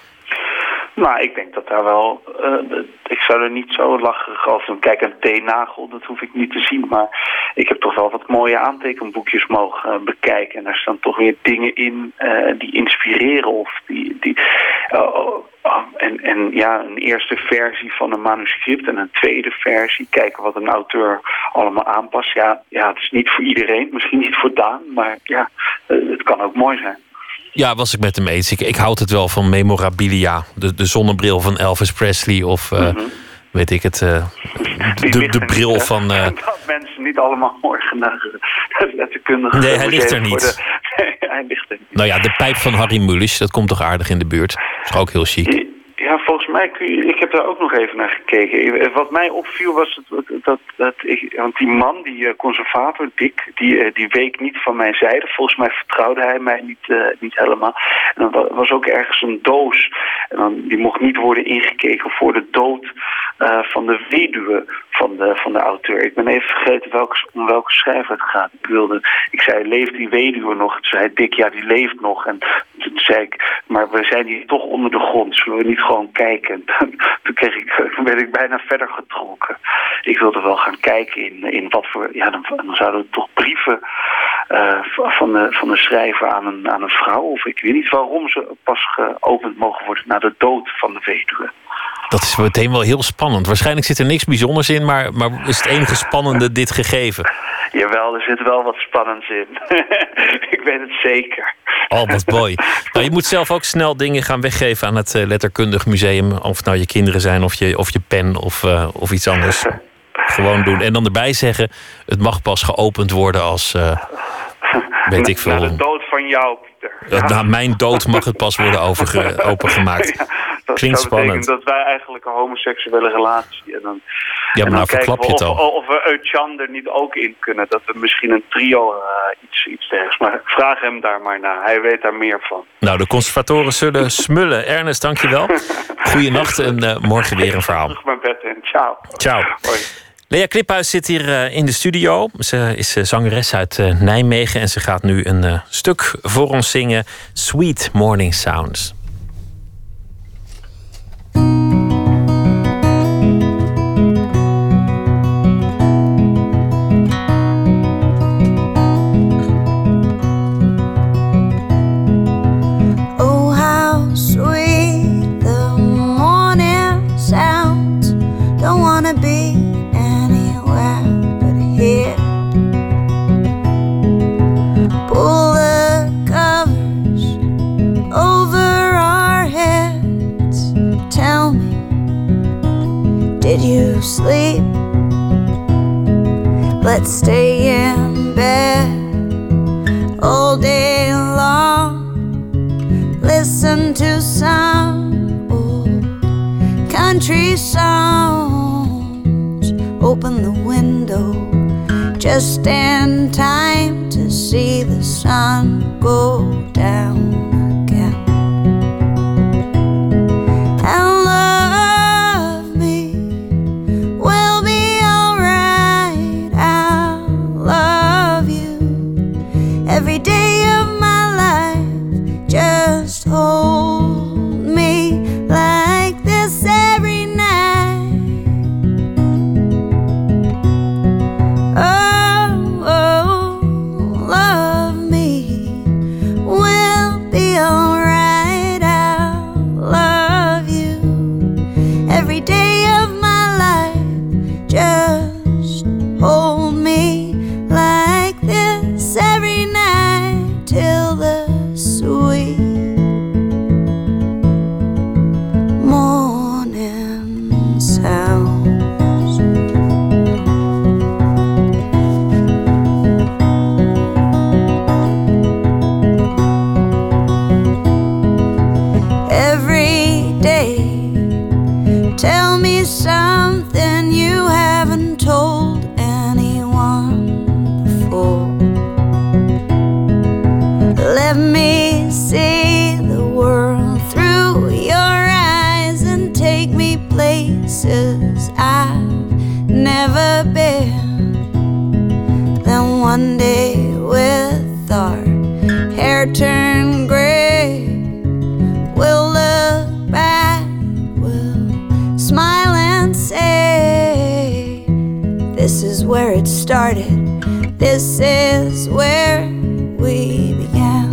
Nou, ik denk dat daar wel... Uh, ik zou er niet zo lacherig over doen. Kijk, een teennagel, dat hoef ik niet te zien. Maar ik heb toch wel wat mooie aantekenboekjes mogen uh, bekijken. En daar staan toch weer dingen in uh, die inspireren. Of die... die uh, uh, en, en ja, een eerste versie van een manuscript en een tweede versie. Kijken wat een auteur allemaal aanpast. Ja, ja, het is niet voor iedereen. Misschien niet voor Daan. Maar ja, uh, het kan ook mooi zijn. Ja, was ik met hem eens. Ik, ik houd het wel van memorabilia. De, de zonnebril van Elvis Presley of uh, mm-hmm. weet ik het, uh, de, de bril niet, van... Uh... Dat mensen niet allemaal morgen naar het Letterkundige Nee, hij ligt er niet. De... Nee, hij ligt er niet. Nou ja, de pijp van Harry Mulisch, dat komt toch aardig in de buurt. Dat is ook heel chic. Ja, volgens mij kun je... Ik heb daar ook nog even naar gekeken. Wat mij opviel was dat... dat, dat ik, want die man, die uh, conservator, Dick, die, uh, die week niet van mijn zijde. Volgens mij vertrouwde hij mij niet, uh, niet helemaal. En dan was ook ergens een doos. En dan, die mocht niet worden ingekeken voor de dood uh, van de weduwe van de, van de auteur. Ik ben even vergeten welke, om welke schrijver het gaat. Ik wilde... Ik zei, leeft die weduwe nog? Toen zei Dick, ja, die leeft nog. En toen zei ik, maar we zijn hier toch onder de grond. Zullen we niet gewoon kijken? Toen, kreeg ik, toen werd ik bijna verder getrokken. Ik wilde wel gaan kijken in, in wat voor... Ja, dan, dan zouden we toch brieven uh, van, de, van de schrijver aan een, aan een vrouw. Of ik weet niet waarom ze pas geopend mogen worden na de dood van de weduwe. Dat is meteen wel heel spannend. Waarschijnlijk zit er niks bijzonders in, maar, maar is het enige spannende dit gegeven? Jawel, er zit wel wat spannends in. Ik weet het zeker. Oh, wat mooi. Nou, je moet zelf ook snel dingen gaan weggeven aan het Letterkundig Museum. Of het nou je kinderen zijn, of je, of je pen, of, uh, of iets anders. Gewoon doen. En dan erbij zeggen, het mag pas geopend worden als... Uh, weet ik veel. Na de dood van jou, Pieter. Ja. Na mijn dood mag het pas worden overge- opengemaakt. Ja, dat klinkt zou spannend. Dat wij eigenlijk een homoseksuele relatie... En dan, ja, maar nou verklap je het al. Of, of we Eutjan er niet ook in kunnen. Dat we misschien een trio uh, iets, iets dergelijks. Maar vraag hem daar maar naar. Hij weet daar meer van. Nou, de conservatoren zullen smullen. Ernest, dank je wel. Goeienacht en uh, morgen weer een verhaal. Terug mijn bed in. Ciao. Ciao. Hoi. Lea Kliphuis zit hier uh, in de studio. Ze is uh, zangeres uit uh, Nijmegen en ze gaat nu een uh, stuk voor ons zingen. Sweet Morning Sounds. sleep. Let's stay in bed all day long. Listen to some old country songs. Open the window just in time to see the sun go down again. And love me, we'll be alright. I'll love you every day of my life. Just hold me like this every night. Oh, oh, love me, we'll be alright. I'll love you every day of my life. Just hold me like this every night till the sweet morning sounds. Every day, tell me something you haven't told anyone before. Let me see the world through your eyes and take me places I've never been. Then one day with our hair turned gray, we'll look back, we'll smile and say, this is where it started, this is where we began.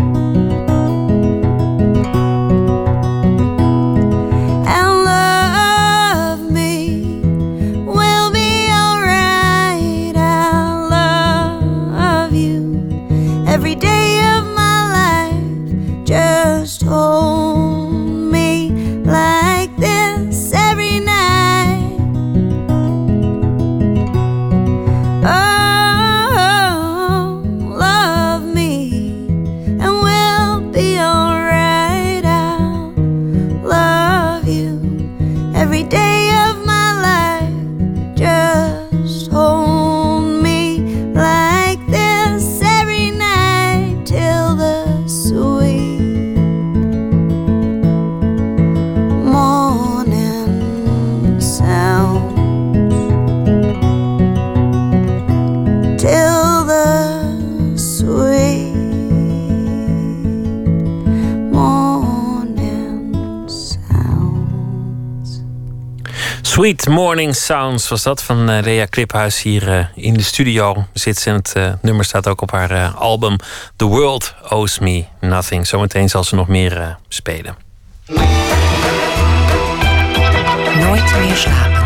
And love me, we'll be alright. I'll love you every day of my life. Just hold me like this every night. Oh, love me, and we'll be alright. I'll love you every day of my life. Just hold me like this every night till the sweet morning sounds. Till the sweet morning sounds. Sweet Morning Sounds was dat van uh, Lea Kliphuis hier uh, in de studio zit ze. En het uh, nummer staat ook op haar uh, album The World Owes Me Nothing. Zometeen zal ze nog meer uh, spelen. Nooit meer slapen.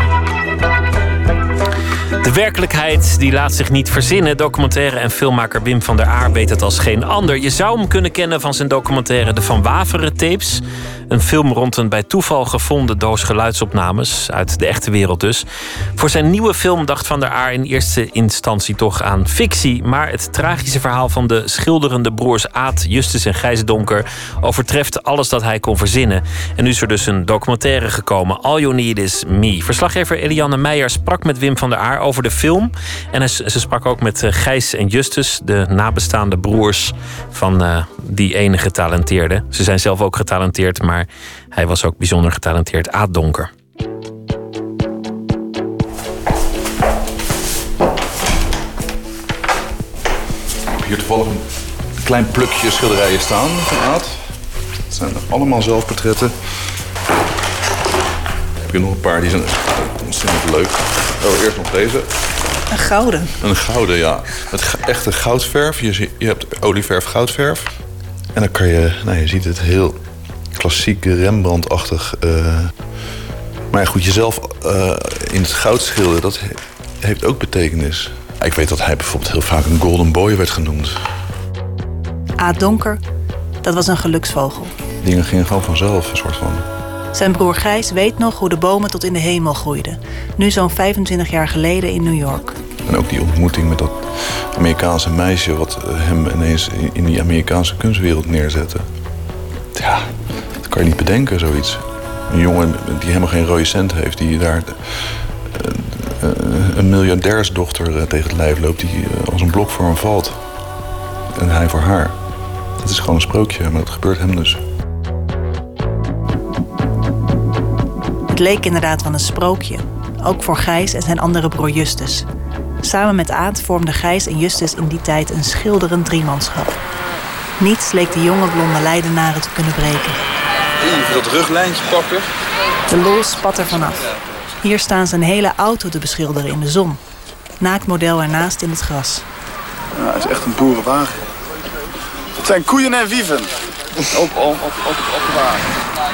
De werkelijkheid die laat zich niet verzinnen. Documentaire en filmmaker Wim van der Aar weet het als geen ander. Je zou hem kunnen kennen van zijn documentaire De Van Waveren Tapes. Een film rond een bij toeval gevonden doos geluidsopnames. Uit de echte wereld dus. Voor zijn nieuwe film dacht Van der Aar in eerste instantie toch aan fictie. Maar het tragische verhaal van de schilderende broers Aad, Justus en Gijs Donker overtreft alles dat hij kon verzinnen. En nu is er dus een documentaire gekomen. All You Need Is Me. Verslaggever Eliane Meijer sprak met Wim van der Aar over de film. En ze sprak ook met Gijs en Justus, de nabestaande broers van uh, die ene getalenteerde. Ze zijn zelf ook getalenteerd, maar hij was ook bijzonder getalenteerd, Aad Donker. Hier toevallig een klein plukje schilderijen staan van Aad. Het zijn allemaal zelfportretten. Heb je nog een paar die zijn ontzettend leuk. Oh, eerst nog deze. Een gouden. Een gouden, ja. Met echte goudverf. Je, zie, je hebt olieverf, goudverf. En dan kan je, nou je ziet het heel klassiek Rembrandt-achtig. Uh, maar ja, goed, jezelf uh, in het goud schilderen, dat he, heeft ook betekenis. Ik weet dat hij bijvoorbeeld heel vaak een golden boy werd genoemd. Aad Donker, dat was een geluksvogel. Dingen gingen gewoon vanzelf, een soort van. Zijn broer Gijs weet nog hoe de bomen tot in de hemel groeiden. Nu zo'n vijfentwintig jaar geleden in New York. En ook die ontmoeting met dat Amerikaanse meisje... wat hem ineens in die Amerikaanse kunstwereld neerzette. Ja, dat kan je niet bedenken, zoiets. Een jongen die helemaal geen rode cent heeft... die daar uh, uh, een miljardairsdochter uh, tegen het lijf loopt... die uh, als een blok voor hem valt. En hij voor haar. Dat is gewoon een sprookje, maar dat gebeurt hem dus. Het leek inderdaad wel een sprookje. Ook voor Gijs en zijn andere broer Justus. Samen met Aad vormden Gijs en Justus in die tijd een schilderend driemanschap. Niets leek de jonge blonde Leidenaren te kunnen breken. Even dat ruglijntje pakken. De lol spat er vanaf. Hier staan ze een hele auto te beschilderen in de zon. Naaktmodel ernaast in het gras. Ja, het is echt een boerenwagen. Het zijn koeien en wieven. Op, op, op, op, op de wagen.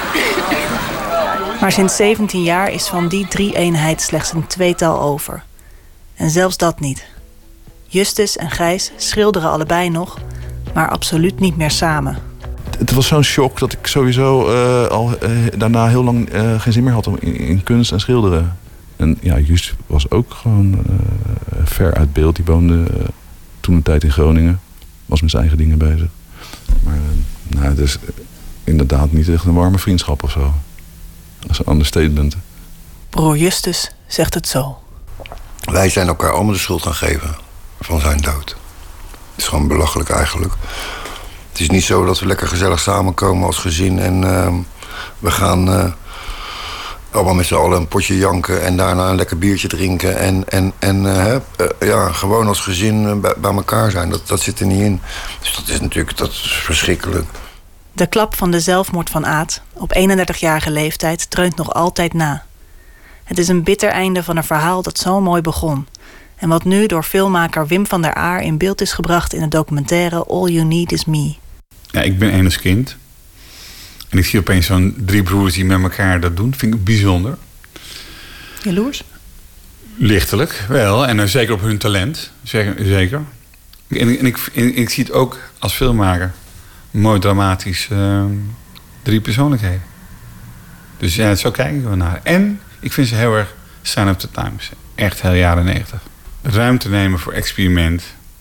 Maar sinds zeventien jaar is van die drie-eenheid slechts een tweetal over. En zelfs dat niet. Justus en Gijs schilderen allebei nog, maar absoluut niet meer samen. Het was zo'n shock dat ik sowieso uh, al uh, daarna heel lang uh, geen zin meer had om in, in kunst en schilderen. En ja, Just was ook gewoon uh, ver uit beeld. Die woonde uh, toen een tijd in Groningen. Was met zijn eigen dingen bezig. Maar uh, nou, het is inderdaad niet echt een warme vriendschap of zo. Dat is een understatement. Broer Justus zegt het zo. Wij zijn elkaar allemaal de schuld gaan geven van zijn dood. Het is gewoon belachelijk eigenlijk. Het is niet zo dat we lekker gezellig samenkomen als gezin... en uh, we gaan uh, allemaal met z'n allen een potje janken... en daarna een lekker biertje drinken... en, en, en uh, uh, ja, gewoon als gezin uh, bij, bij elkaar zijn. Dat, dat zit er niet in. Dus dat is natuurlijk dat is verschrikkelijk. De klap van de zelfmoord van Aad, op eenendertigjarige leeftijd, dreunt nog altijd na. Het is een bitter einde van een verhaal dat zo mooi begon... en wat nu door filmmaker Wim van der Aar in beeld is gebracht... in de documentaire All You Need Is Me. Ja, ik ben enig kind. En ik zie opeens zo'n drie broers die met elkaar dat doen. Dat vind ik bijzonder. Jaloers? Lichtelijk, wel. En uh, zeker op hun talent. Zeker. zeker. En, en, ik, en ik zie het ook als filmmaker. Mooi dramatisch. Uh, drie persoonlijkheden. Dus ja, zo kijken we naar. En ik vind ze heel erg sign of the times. Echt heel jaren negentig. Ruimte nemen voor experiment.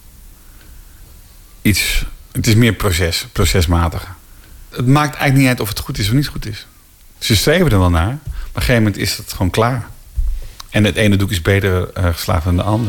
Iets... Het is meer proces, procesmatig. Het maakt eigenlijk niet uit of het goed is of niet goed is. Ze streven er wel naar, maar op een gegeven moment is het gewoon klaar. En het ene doek is beter uh, geslagen dan de ander.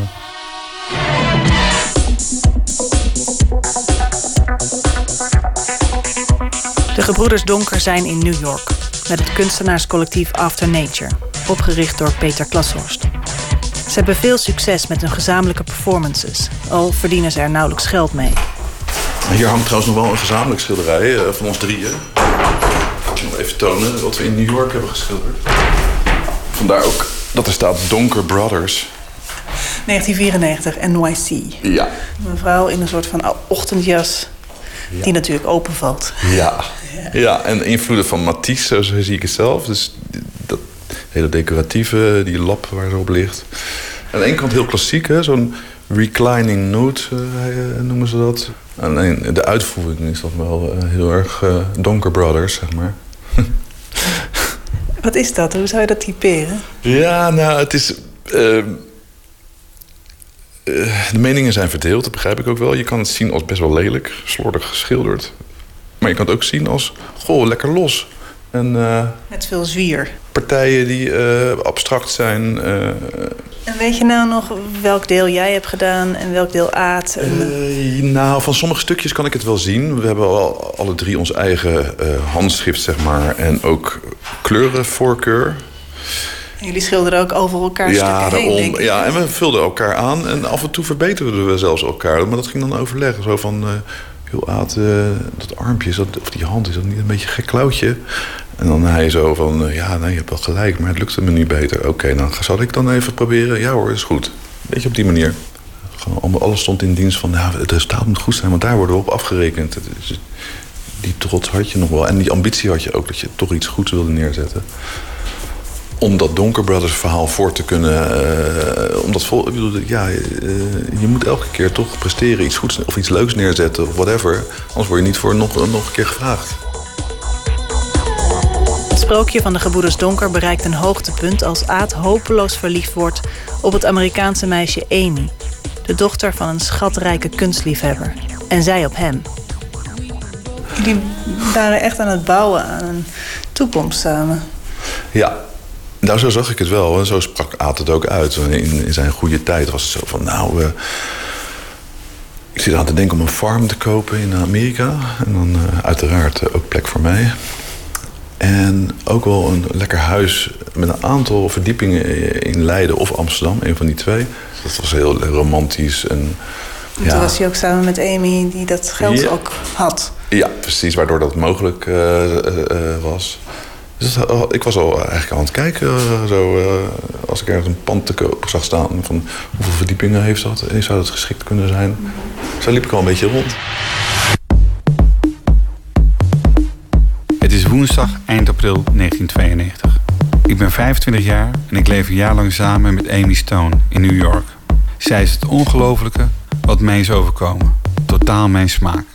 De gebroeders Donker zijn in New York... met het kunstenaarscollectief After Nature... opgericht door Peter Klashorst. Ze hebben veel succes met hun gezamenlijke performances... al verdienen ze er nauwelijks geld mee. Hier hangt trouwens nog wel een gezamenlijk schilderij uh, van ons drieën. Ik zal nog even tonen wat we in New York hebben geschilderd. Vandaar ook dat er staat Donker Brothers. negentien vierennegentig, N Y C. Ja. Een vrouw in een soort van ochtendjas... Ja. Die natuurlijk openvalt. Ja. Ja, en invloeden van Matisse, zo zie ik het zelf. Dus dat hele decoratieve, die lap waar ze op ligt. Aan de ene kant heel klassiek, hè? Zo'n reclining note uh, noemen ze dat. Alleen de uitvoering is dat wel uh, heel erg uh, Donker Brothers, zeg maar. Wat is dat? Hoe zou je dat typeren? Ja, nou, het is... Uh, uh, de meningen zijn verdeeld, dat begrijp ik ook wel. Je kan het zien als best wel lelijk, slordig geschilderd. Maar je kan het ook zien als, goh, lekker los. En, uh, met veel zwier. Partijen die uh, abstract zijn. Uh, en weet je nou nog welk deel jij hebt gedaan en welk deel Aad? Uh, nou, van sommige stukjes kan ik het wel zien. We hebben al, alle drie ons eigen uh, handschrift, zeg maar. En ook kleurenvoorkeur. En jullie schilderen ook over elkaar ja, stukken heen, denk ik. Ja, en we vulden elkaar aan. En af en toe verbeterden we zelfs elkaar. Maar dat ging dan overleggen. Zo van, uh, heel Aad, uh, dat armpje, is dat, of die hand, is dat niet een beetje een gek klauwtje? En dan hij zo van, uh, ja, nee, je hebt wel gelijk, maar het lukte me nu beter. Oké, okay, dan zal ik dan even proberen. Ja hoor, is goed. Beetje op die manier. Gewoon, alles stond in dienst van, nou, het resultaat moet goed zijn, want daar worden we op afgerekend. Dus die trots had je nog wel. En die ambitie had je ook, dat je toch iets goeds wilde neerzetten. Om dat Donker Brothers verhaal voor te kunnen... Uh, om dat vol, ik bedoel, ja, uh, je moet elke keer toch presteren, iets goeds of iets leuks neerzetten of whatever. Anders word je niet voor nog, nog een keer gevraagd. sprookje van de gebroeders Donker bereikt een hoogtepunt als Aad hopeloos verliefd wordt op het Amerikaanse meisje Amy, de dochter van een schatrijke kunstliefhebber. En zij op hem. Jullie waren echt aan het bouwen aan een toekomst samen. Ja, nou zo zag ik het wel. En zo sprak Aad het ook uit. In, in zijn goede tijd was het zo van, nou... Uh, ik zit aan te denken om een farm te kopen in Amerika. En dan uh, uiteraard uh, ook plek voor mij. En ook wel een lekker huis met een aantal verdiepingen in Leiden of Amsterdam. Een van die twee. Dat was heel romantisch. En, ja. Toen was hij ook samen met Amy die dat geld ja. ook had. Ja, precies. Waardoor dat mogelijk uh, uh, uh, was. Dus uh, ik was al eigenlijk aan het kijken. Uh, zo, uh, als ik ergens een pand te koop zag staan. Van hoeveel verdiepingen heeft dat? Zou dat geschikt kunnen zijn? Zo liep ik al een beetje rond. Het is woensdag eind april negentien tweeënnegentig. Ik ben vijfentwintig jaar en ik leef een jaar lang samen met Amy Stone in New York. Zij is het ongelofelijke wat mij is overkomen. Totaal mijn smaak.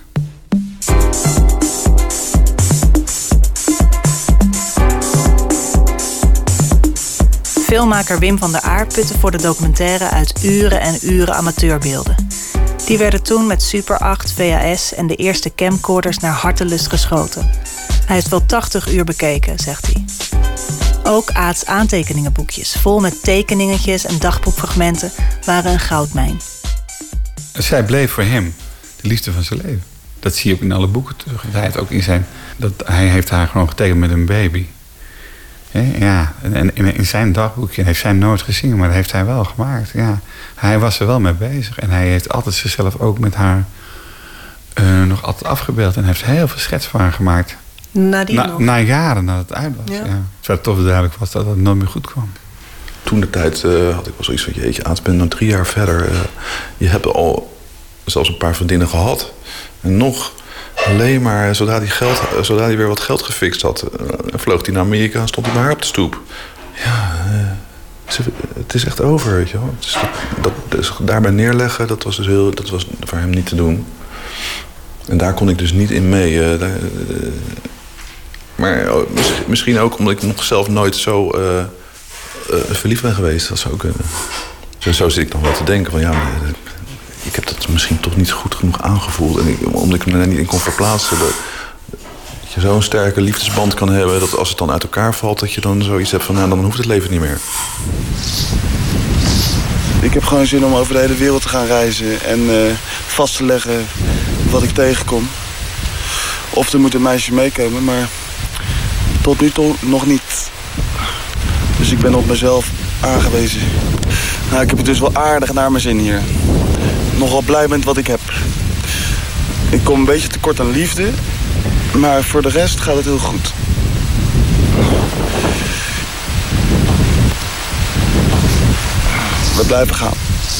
Filmmaker Wim van der Aar putte voor de documentaire uit uren en uren amateurbeelden. Die werden toen met Super acht, V H S en de eerste camcorders naar hartelust geschoten. Hij heeft wel tachtig uur bekeken, zegt hij. Ook Aad's aantekeningenboekjes, vol met tekeningetjes en dagboekfragmenten, waren een goudmijn. Zij bleef voor hem de liefde van zijn leven. Dat zie je ook in alle boeken terug. Hij heeft ook in zijn, dat, hij heeft haar gewoon getekend met een baby. Ja, en in zijn dagboekje heeft zij nooit gezien, maar dat heeft hij wel gemaakt. Ja. Hij was er wel mee bezig en hij heeft altijd zichzelf ook met haar uh, nog altijd afgebeeld. En heeft heel veel schets van haar gemaakt. Na, die na, nog. na jaren nadat het uit was. Ja. Ja. Terwijl het toch duidelijk was dat het nooit meer goed kwam. Toen de tijd uh, had ik wel zoiets van, jeetje, Aad, ben nog drie jaar verder. Uh, je hebt al zelfs een paar vriendinnen gehad. En nog... Alleen maar zodra hij, geld, zodra hij weer wat geld gefixt had, uh, vloog hij naar Amerika en stond hij bij haar op de stoep. Ja, uh, het is echt over, weet je wel. Het is, dat, dus daarbij neerleggen, dat was dus heel, dat was voor hem niet te doen. En daar kon ik dus niet in mee. Uh, daar, uh, maar uh, misschien ook omdat ik nog zelf nooit zo uh, uh, verliefd ben geweest. Dat zou kunnen. Zo, zo zit ik dan wel te denken van ja. Maar, uh, ik heb dat misschien toch niet goed genoeg aangevoeld. En ik, omdat ik me daar niet in kon verplaatsen. Dat, dat je zo'n sterke liefdesband kan hebben... dat als het dan uit elkaar valt... dat je dan zoiets hebt van... nou, dan hoeft het leven niet meer. Ik heb gewoon zin om over de hele wereld te gaan reizen... en uh, vast te leggen wat ik tegenkom. Of er moet een meisje meekomen, maar... tot nu toe nog niet. Dus ik ben op mezelf aangewezen. Nou, ik heb het dus wel aardig naar mijn zin hier. Nogal blij met wat ik heb. Ik kom een beetje tekort aan liefde. Maar voor de rest gaat het heel goed. We blijven gaan.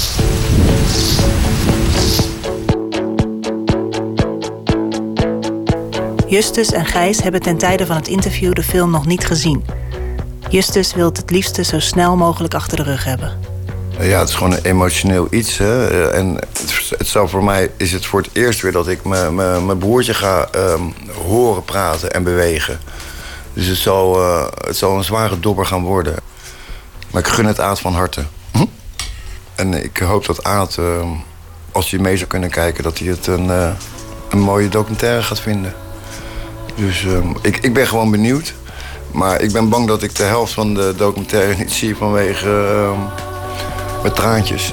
Justus en Gijs hebben ten tijde van het interview de film nog niet gezien. Justus wil het het liefste zo snel mogelijk achter de rug hebben. Ja, het is gewoon een emotioneel iets. Hè? En het, het zou voor mij is het voor het eerst weer dat ik mijn broertje ga um, horen praten en bewegen. Dus het zal, uh, het zal een zware dobber gaan worden. Maar ik gun het Aad van harte. Hm? En ik hoop dat Aad, uh, als hij mee zou kunnen kijken... dat hij het een, uh, een mooie documentaire gaat vinden. Dus um, ik, ik ben gewoon benieuwd. Maar ik ben bang dat ik de helft van de documentaire niet zie vanwege... Uh, met traantjes.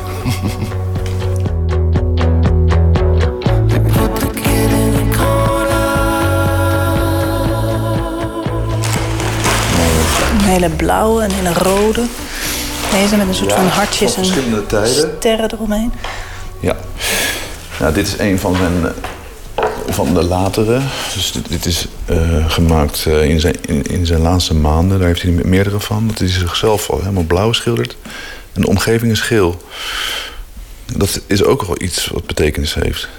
Een hele blauwe en een rode. Deze met een soort ja, van hartjes en sterren eromheen. Ja. Nou, dit is een van zijn... van de latere. Dus dit, dit is uh, gemaakt uh, in, zijn, in, in zijn laatste maanden. Daar heeft hij meerdere van. Dat hij zichzelf al helemaal blauw schildert. En de omgeving is geel. Dat is ook wel iets wat betekenis heeft.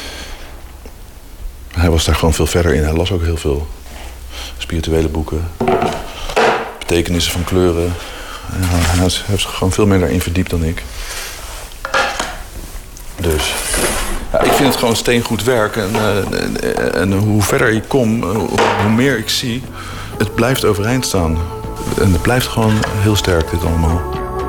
Hij was daar gewoon veel verder in. Hij las ook heel veel spirituele boeken. Betekenissen van kleuren. Hij heeft zich gewoon veel meer daarin verdiept dan ik. Dus... Ja, ik vind het gewoon steengoed werk. En, uh, en, en hoe verder ik kom, hoe, hoe meer ik zie... het blijft overeind staan. En het blijft gewoon heel sterk, dit allemaal.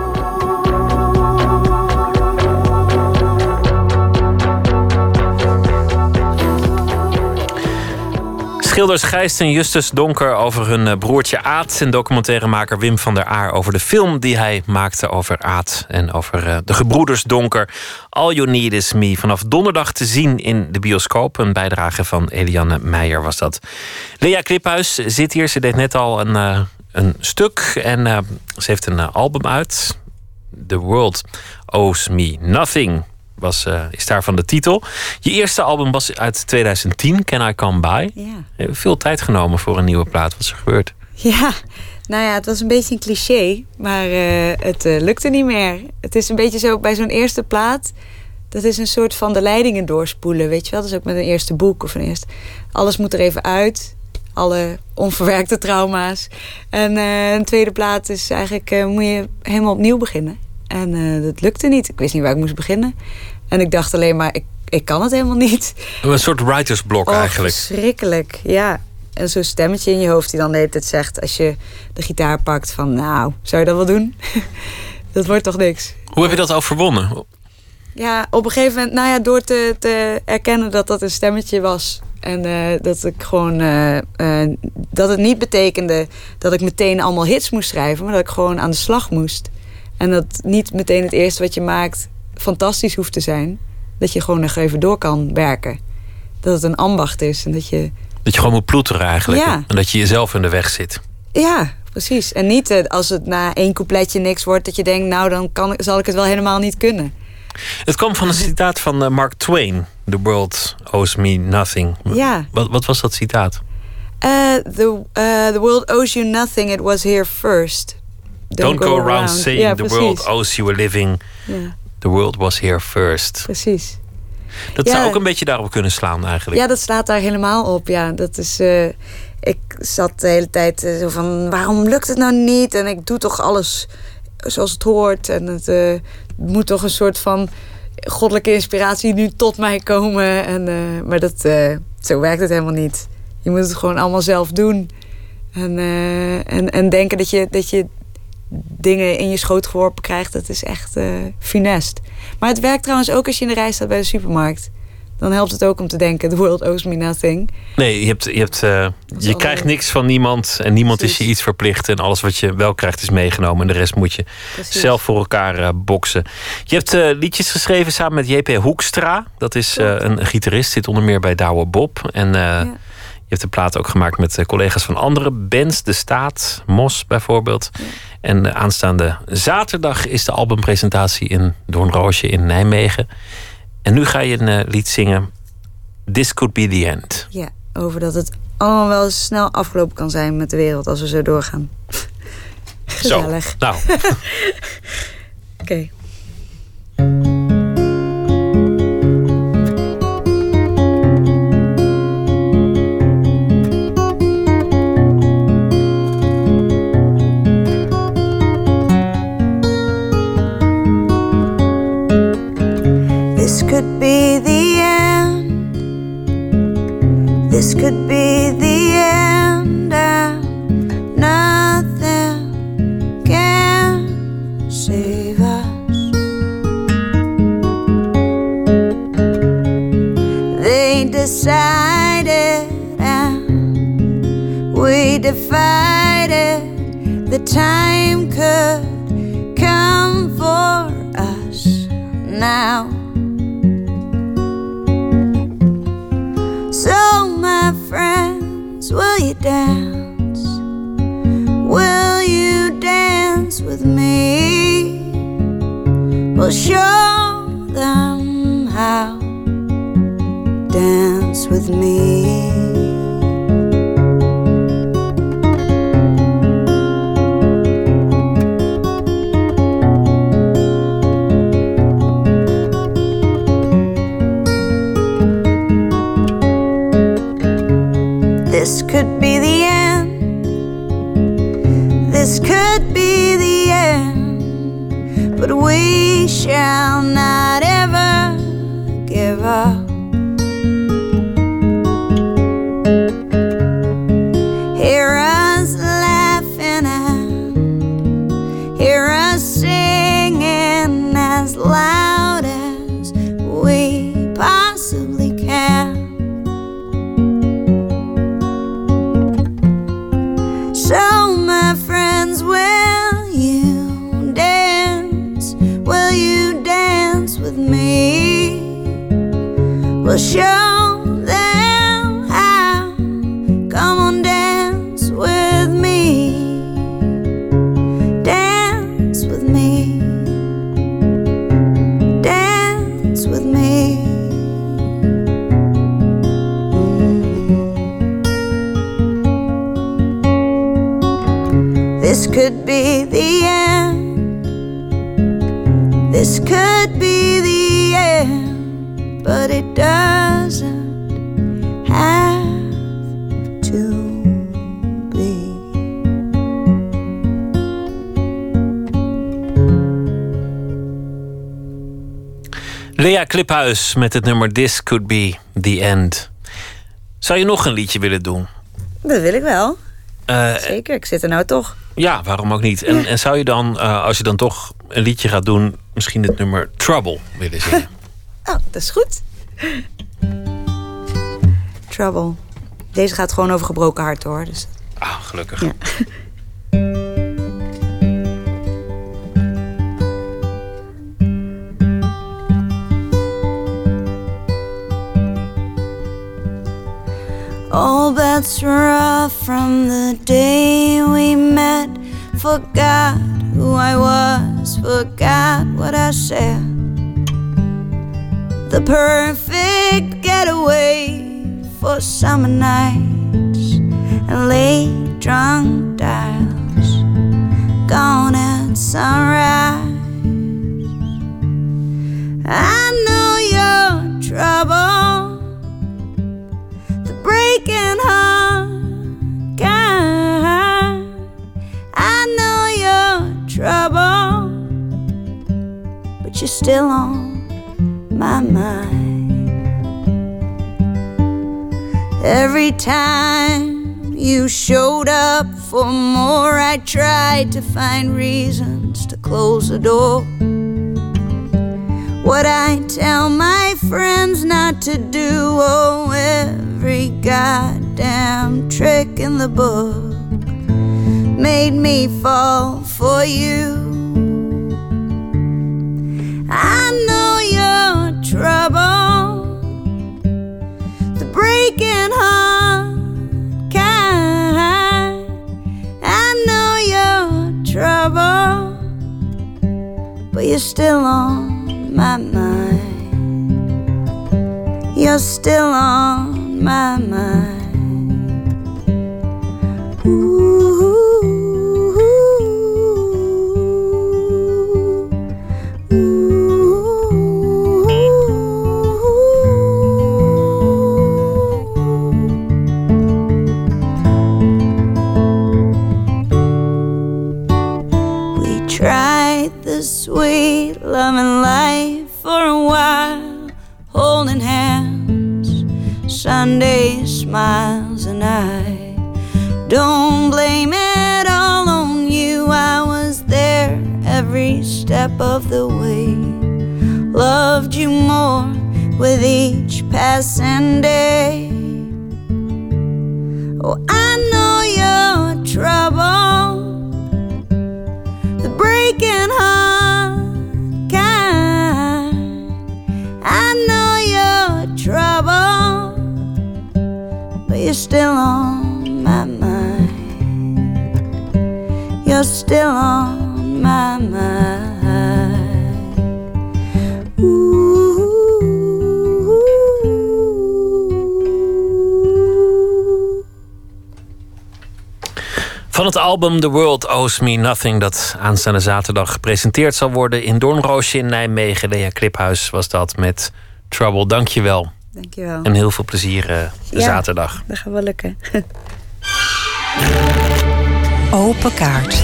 Schilders Gijs en Justus Donker over hun broertje Aad... en documentairemaker Wim van der Aar over de film die hij maakte over Aad... en over de gebroeders Donker. All You Need Is Me. Vanaf donderdag te zien in de bioscoop. Een bijdrage van Eliane Meijer was dat. Lea Kliphuis zit hier. Ze deed net al een, uh, een stuk en uh, ze heeft een uh, album uit. The World Owes Me Nothing. Was, uh, is daarvan de titel. Je eerste album was uit twintig tien, Can I Come By? Ja. Veel tijd genomen voor een nieuwe plaat. Wat is er gebeurd? Ja, nou ja, het was een beetje een cliché. Maar uh, het uh, lukte niet meer. Het is een beetje zo, bij zo'n eerste plaat... dat is een soort van de leidingen doorspoelen, weet je wel? Dat is ook met een eerste boek of een eerste... Alles moet er even uit. Alle onverwerkte trauma's. En uh, een tweede plaat is eigenlijk... Uh, moet je helemaal opnieuw beginnen. En uh, dat lukte niet. Ik wist niet waar ik moest beginnen. En ik dacht alleen maar, ik, ik kan het helemaal niet. Een soort writersblok oh, eigenlijk. Verschrikkelijk, ja. En zo'n stemmetje in je hoofd die dan de hele tijd zegt... als je de gitaar pakt van, nou, zou je dat wel doen? Dat wordt toch niks. Hoe heb je dat overwonnen? Ja, op een gegeven moment, nou ja, door te, te erkennen dat dat een stemmetje was. En uh, dat ik gewoon, uh, uh, dat het niet betekende dat ik meteen allemaal hits moest schrijven... maar dat ik gewoon aan de slag moest. En dat niet meteen het eerste wat je maakt fantastisch hoeft te zijn. Dat je gewoon nog even door kan werken. Dat het een ambacht is en dat je... Dat je gewoon moet ploeteren eigenlijk. Ja. En dat je jezelf in de weg zit. Ja, precies. En niet uh, als het na één coupletje niks wordt... dat je denkt, nou dan kan, zal ik het wel helemaal niet kunnen. Het kwam van een citaat van uh, Mark Twain. The world owes me nothing. Ja. Wat, wat was dat citaat? Uh, the, uh, the world owes you nothing, it was here first. Don't, Don't go, go around, around saying ja, the precies. world owes you a living. Ja. The world was here first. Precies. Dat ja. zou ook een beetje daarop kunnen slaan eigenlijk. Ja, dat slaat daar helemaal op. Ja, dat is... Uh, ik zat de hele tijd uh, zo van... waarom lukt het nou niet? En ik doe toch alles zoals het hoort. En het uh, moet toch een soort van goddelijke inspiratie nu tot mij komen. En, uh, maar dat, uh, zo werkt het helemaal niet. Je moet het gewoon allemaal zelf doen. En, uh, en, en denken dat je... Dat je dingen in je schoot geworpen krijgt, dat is echt uh, funest. Maar het werkt trouwens ook als je in de rij staat bij de supermarkt. Dan helpt het ook om te denken, the world owes me nothing. Nee, je, hebt, je, hebt, uh, je krijgt niks van niemand en niemand Precies. is je iets verplicht. En alles wat je wel krijgt is meegenomen. En de rest moet je Precies. zelf voor elkaar uh, boksen. Je hebt uh, liedjes geschreven samen met J P Hoekstra. Dat is uh, een gitarist, zit onder meer bij Douwe Bob. En uh, ja. je hebt de plaat ook gemaakt met uh, collega's van andere bands. De Staat, Mos bijvoorbeeld. Ja. En uh, aanstaande zaterdag is de albumpresentatie in Doornroosje in Nijmegen. En nu ga je een uh, lied zingen, This Could Be The End. Ja, over dat het allemaal wel snel afgelopen kan zijn met de wereld als we zo doorgaan. Gezellig. Zo, nou. Oké. Okay. This could be the end. This could be the end, and nothing can save us. They decided, and we decided the time could come for us now. So my friends, will you dance? Will you dance with me? We'll show them how. Dance with me. This could be the end. This could be the end. But we shall not ever give up. Hear us We'll show them how. Come on, dance with me. Dance with me. Dance with me. This could be the end. This could be the end, but it doesn't have to be. Lea Kliphuis met het nummer This Could Be The End. Zou je nog een liedje willen doen? Dat wil ik wel. Uh, Zeker, ik zit er nou toch. Ja, waarom ook niet? En, en zou je dan, uh, als je dan toch een liedje gaat doen, misschien het nummer Trouble willen zingen? Oh, dat is goed. Trouble. Deze gaat gewoon over gebroken hart, hoor. Dus... Ah, gelukkig. Ja. All bets rough from the day we met. Forgot who I was, forgot what I said. The perfect getaway for summer nights and late drunk dials. Gone at sunrise. I know your trouble. Breaking heart kind. I know you're trouble, but you're still on my mind. Every time you showed up for more, I tried to find reasons to close the door. What I tell my friends not to do, oh, every goddamn trick in the book made me fall for you. I know your trouble, the breaking heart kind. I know your trouble, but you're still on my mind. You're still on my mind. Ooh, ooh, ooh. We tried the sweet love and life for a while, holding hands, Sunday smiles, and I don't blame it all on you. I was there every step of the way, loved you more with each passing day. Oh, I know your trouble, the breaking heart kind. I know your trouble, but you're still on my mind. You're still on my mind. Ooh. Van het album The World Owes Me Nothing, dat aanstaande zaterdag gepresenteerd zal worden in Doornroosje in Nijmegen. Lea Kliphuis was dat met Trouble. Dank je wel. Dank je wel. En heel veel plezier uh, ja, zaterdag. Dat gaat wel lukken. Open kaart.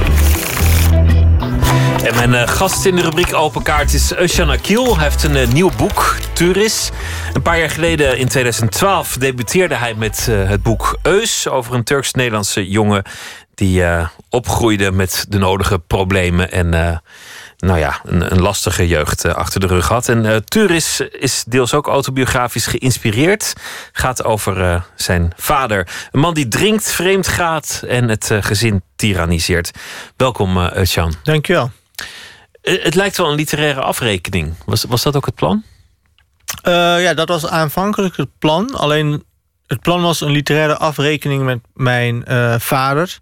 En mijn uh, gast in de rubriek Open Kaart is Özcan Akil. Hij heeft een uh, nieuw boek, Turis. Een paar jaar geleden, in tweeduizend twaalf, debuteerde hij met uh, het boek Eus, over een Turks-Nederlandse jongen die uh, opgroeide met de nodige problemen en uh, nou ja, een, een lastige jeugd uh, achter de rug had. En uh, Turis is deels ook autobiografisch geïnspireerd. Gaat over uh, zijn vader. Een man die drinkt, vreemd gaat en het uh, gezin tyranniseert. Welkom, uh, Özcan. Dank je wel. Uh, het lijkt wel een literaire afrekening. Was, was dat ook het plan? Uh, ja, dat was aanvankelijk het plan. Alleen het plan was een literaire afrekening met mijn uh, vader.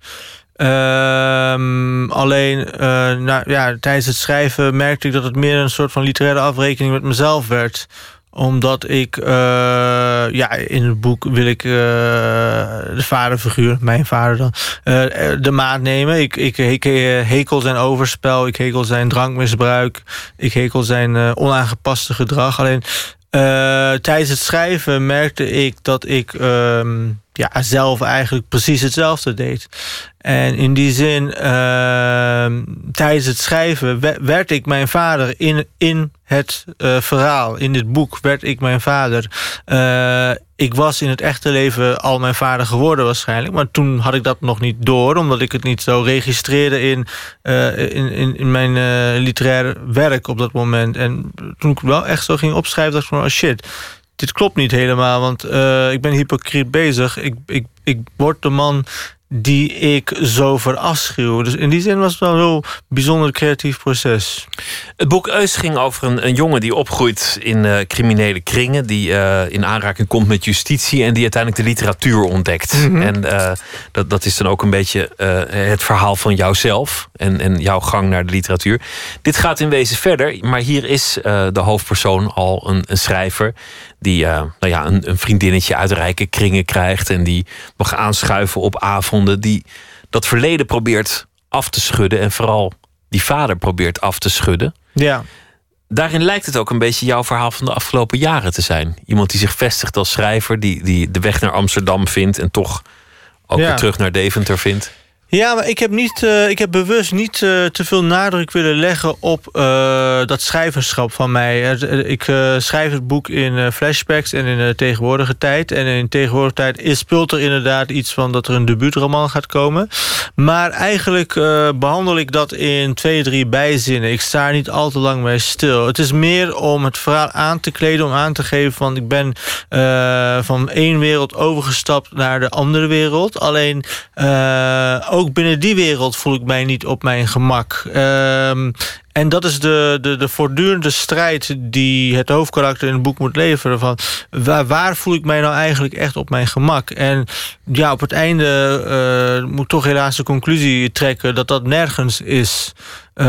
Uh, alleen uh, nou, ja, tijdens het schrijven merkte ik dat het meer een soort van literaire afrekening met mezelf werd. Omdat ik, uh, ja, in het boek wil ik uh, de vaderfiguur, mijn vader dan, uh, de maat nemen. Ik, ik, ik hekel zijn overspel, ik hekel zijn drankmisbruik, ik hekel zijn uh, onaangepaste gedrag. Alleen uh, tijdens het schrijven merkte ik dat ik uh, ja, zelf eigenlijk precies hetzelfde deed. En in die zin, uh, tijdens het schrijven werd ik mijn vader in, in het uh, verhaal. In dit boek werd ik mijn vader. Uh, ik was in het echte leven al mijn vader geworden waarschijnlijk. Maar toen had ik dat nog niet door. Omdat ik het niet zo registreerde in, uh, in, in, in mijn uh, literaire werk op dat moment. En toen ik wel echt zo ging opschrijven, dacht ik van, oh shit, dit klopt niet helemaal. Want uh, ik ben hypocriet bezig. Ik, ik, ik word de man die ik zo verafschuw. Dus in die zin was het wel een heel bijzonder creatief proces. Het boek Eus ging over een, een jongen die opgroeit in uh, criminele kringen, die uh, in aanraking komt met justitie en die uiteindelijk de literatuur ontdekt. Mm-hmm. En uh, dat, dat is dan ook een beetje uh, het verhaal van jouzelf en, en jouw gang naar de literatuur. Dit gaat in wezen verder, maar hier is uh, de hoofdpersoon al een, een schrijver die uh, nou ja, een, een vriendinnetje uit rijke kringen krijgt en die mag aanschuiven op avonden, die dat verleden probeert af te schudden en vooral die vader probeert af te schudden. Ja. Daarin lijkt het ook een beetje jouw verhaal van de afgelopen jaren te zijn. Iemand die zich vestigt als schrijver, die, die de weg naar Amsterdam vindt en toch ook ja. weer terug naar Deventer vindt. Ja, maar ik heb, niet, uh, ik heb bewust niet uh, te veel nadruk willen leggen op uh, dat schrijverschap van mij. Ik uh, schrijf het boek in uh, flashbacks en in de tegenwoordige tijd. En in de tegenwoordige tijd is, speelt er inderdaad iets van dat er een debuutroman gaat komen. Maar eigenlijk uh, behandel ik dat in twee, drie bijzinnen. Ik sta er niet al te lang bij stil. Het is meer om het verhaal aan te kleden, om aan te geven van ik ben uh, van één wereld overgestapt naar de andere wereld. Alleen uh, ook binnen die wereld voel ik mij niet op mijn gemak. Um, en dat is de, de, de voortdurende strijd die het hoofdkarakter in het boek moet leveren. Van waar, waar voel ik mij nou eigenlijk echt op mijn gemak? En ja, op het einde uh, moet ik toch helaas de conclusie trekken dat dat nergens is. Uh,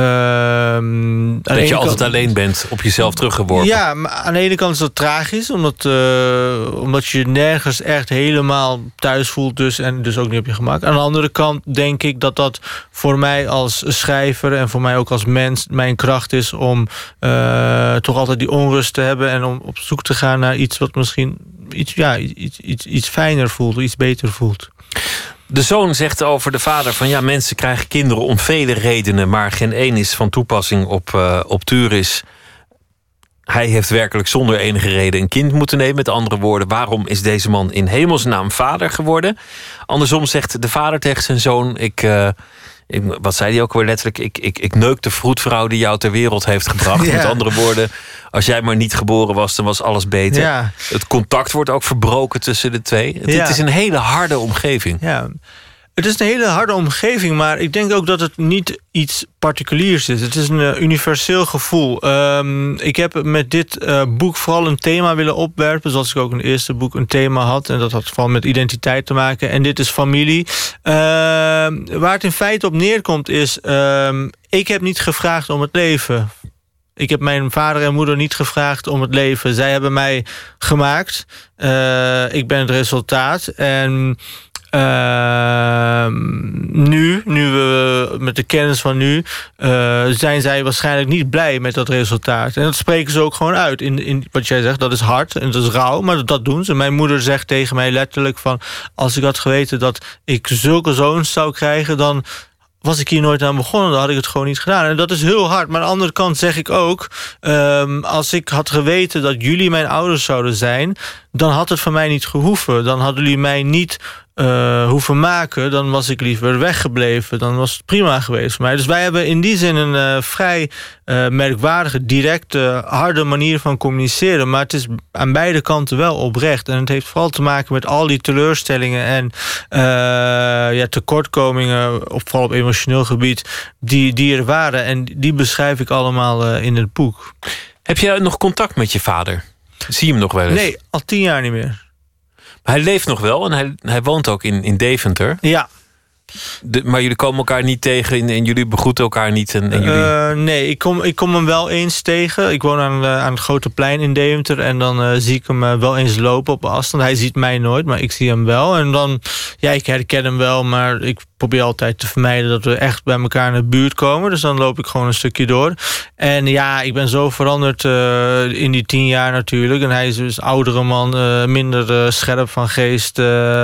dat je altijd kant, alleen bent, op jezelf teruggeworpen. Ja, maar aan de ene kant is dat tragisch, omdat, uh, omdat je nergens echt helemaal thuis voelt dus, en dus ook niet op je gemak. Aan de andere kant denk ik dat dat voor mij als schrijver en voor mij ook als mens mijn kracht is om uh, toch altijd die onrust te hebben en om op zoek te gaan naar iets wat misschien iets, ja, iets, iets, iets fijner voelt, iets beter voelt. De zoon zegt over de vader van ja, mensen krijgen kinderen om vele redenen, maar geen één is van toepassing op, uh, op Turis. Hij heeft werkelijk zonder enige reden een kind moeten nemen. Met andere woorden, waarom is deze man in hemelsnaam vader geworden? Andersom zegt de vader tegen zijn zoon, ik, uh, ik wat zei hij ook weer letterlijk, ik, ik, ik neuk de vroedvrouw die jou ter wereld heeft gebracht. Ja. Met andere woorden, als jij maar niet geboren was, dan was alles beter. Ja. Het contact wordt ook verbroken tussen de twee. Het, ja. het is een hele harde omgeving. Ja. Het is een hele harde omgeving, maar ik denk ook dat het niet iets particuliers is. Het is een uh, universeel gevoel. Um, ik heb met dit uh, boek vooral een thema willen opwerpen, zoals ik ook in het eerste boek een thema had. En dat had vooral met identiteit te maken. En dit is familie. Uh, waar het in feite op neerkomt is, um, ik heb niet gevraagd om het leven. Ik heb mijn vader en moeder niet gevraagd om het leven. Zij hebben mij gemaakt. Uh, ik ben het resultaat. En Uh, nu, nu we met de kennis van nu, uh, zijn zij waarschijnlijk niet blij met dat resultaat. En dat spreken ze ook gewoon uit. In, in wat jij zegt, dat is hard en dat is rauw, maar dat doen ze. Mijn moeder zegt tegen mij letterlijk van, als ik had geweten dat ik zulke zoons zou krijgen, dan was ik hier nooit aan begonnen, dan had ik het gewoon niet gedaan. En dat is heel hard. Maar aan de andere kant zeg ik ook, um, als ik had geweten dat jullie mijn ouders zouden zijn, dan had het van mij niet gehoeven. Dan hadden jullie mij niet uh, hoeven maken. Dan was ik liever weggebleven. Dan was het prima geweest voor mij. Dus wij hebben in die zin een uh, vrij uh, merkwaardige, directe, harde manier van communiceren. Maar het is aan beide kanten wel oprecht. En het heeft vooral te maken met al die teleurstellingen en uh, ja, tekortkomingen, op, vooral op emotioneel gebied, die, die er waren. En die beschrijf ik allemaal uh, in het boek. Heb je nog contact met je vader? Zie je hem nog wel eens? Nee, al tien jaar niet meer. Maar hij leeft nog wel en hij, hij woont ook in, in Deventer. Ja. De, maar jullie komen elkaar niet tegen en, en jullie begroeten elkaar niet? En, en jullie... uh, nee, ik kom, ik kom hem wel eens tegen. Ik woon aan, uh, aan het Grote Plein in Deventer. En dan uh, zie ik hem uh, wel eens lopen op afstand. Hij ziet mij nooit, maar ik zie hem wel. En dan, ja, ik herken hem wel, maar ik probeer altijd te vermijden dat we echt bij elkaar in de buurt komen. Dus dan loop ik gewoon een stukje door. En ja, ik ben zo veranderd uh, in die tien jaar natuurlijk. En hij is dus oudere man, uh, minder uh, scherp van geest, uh,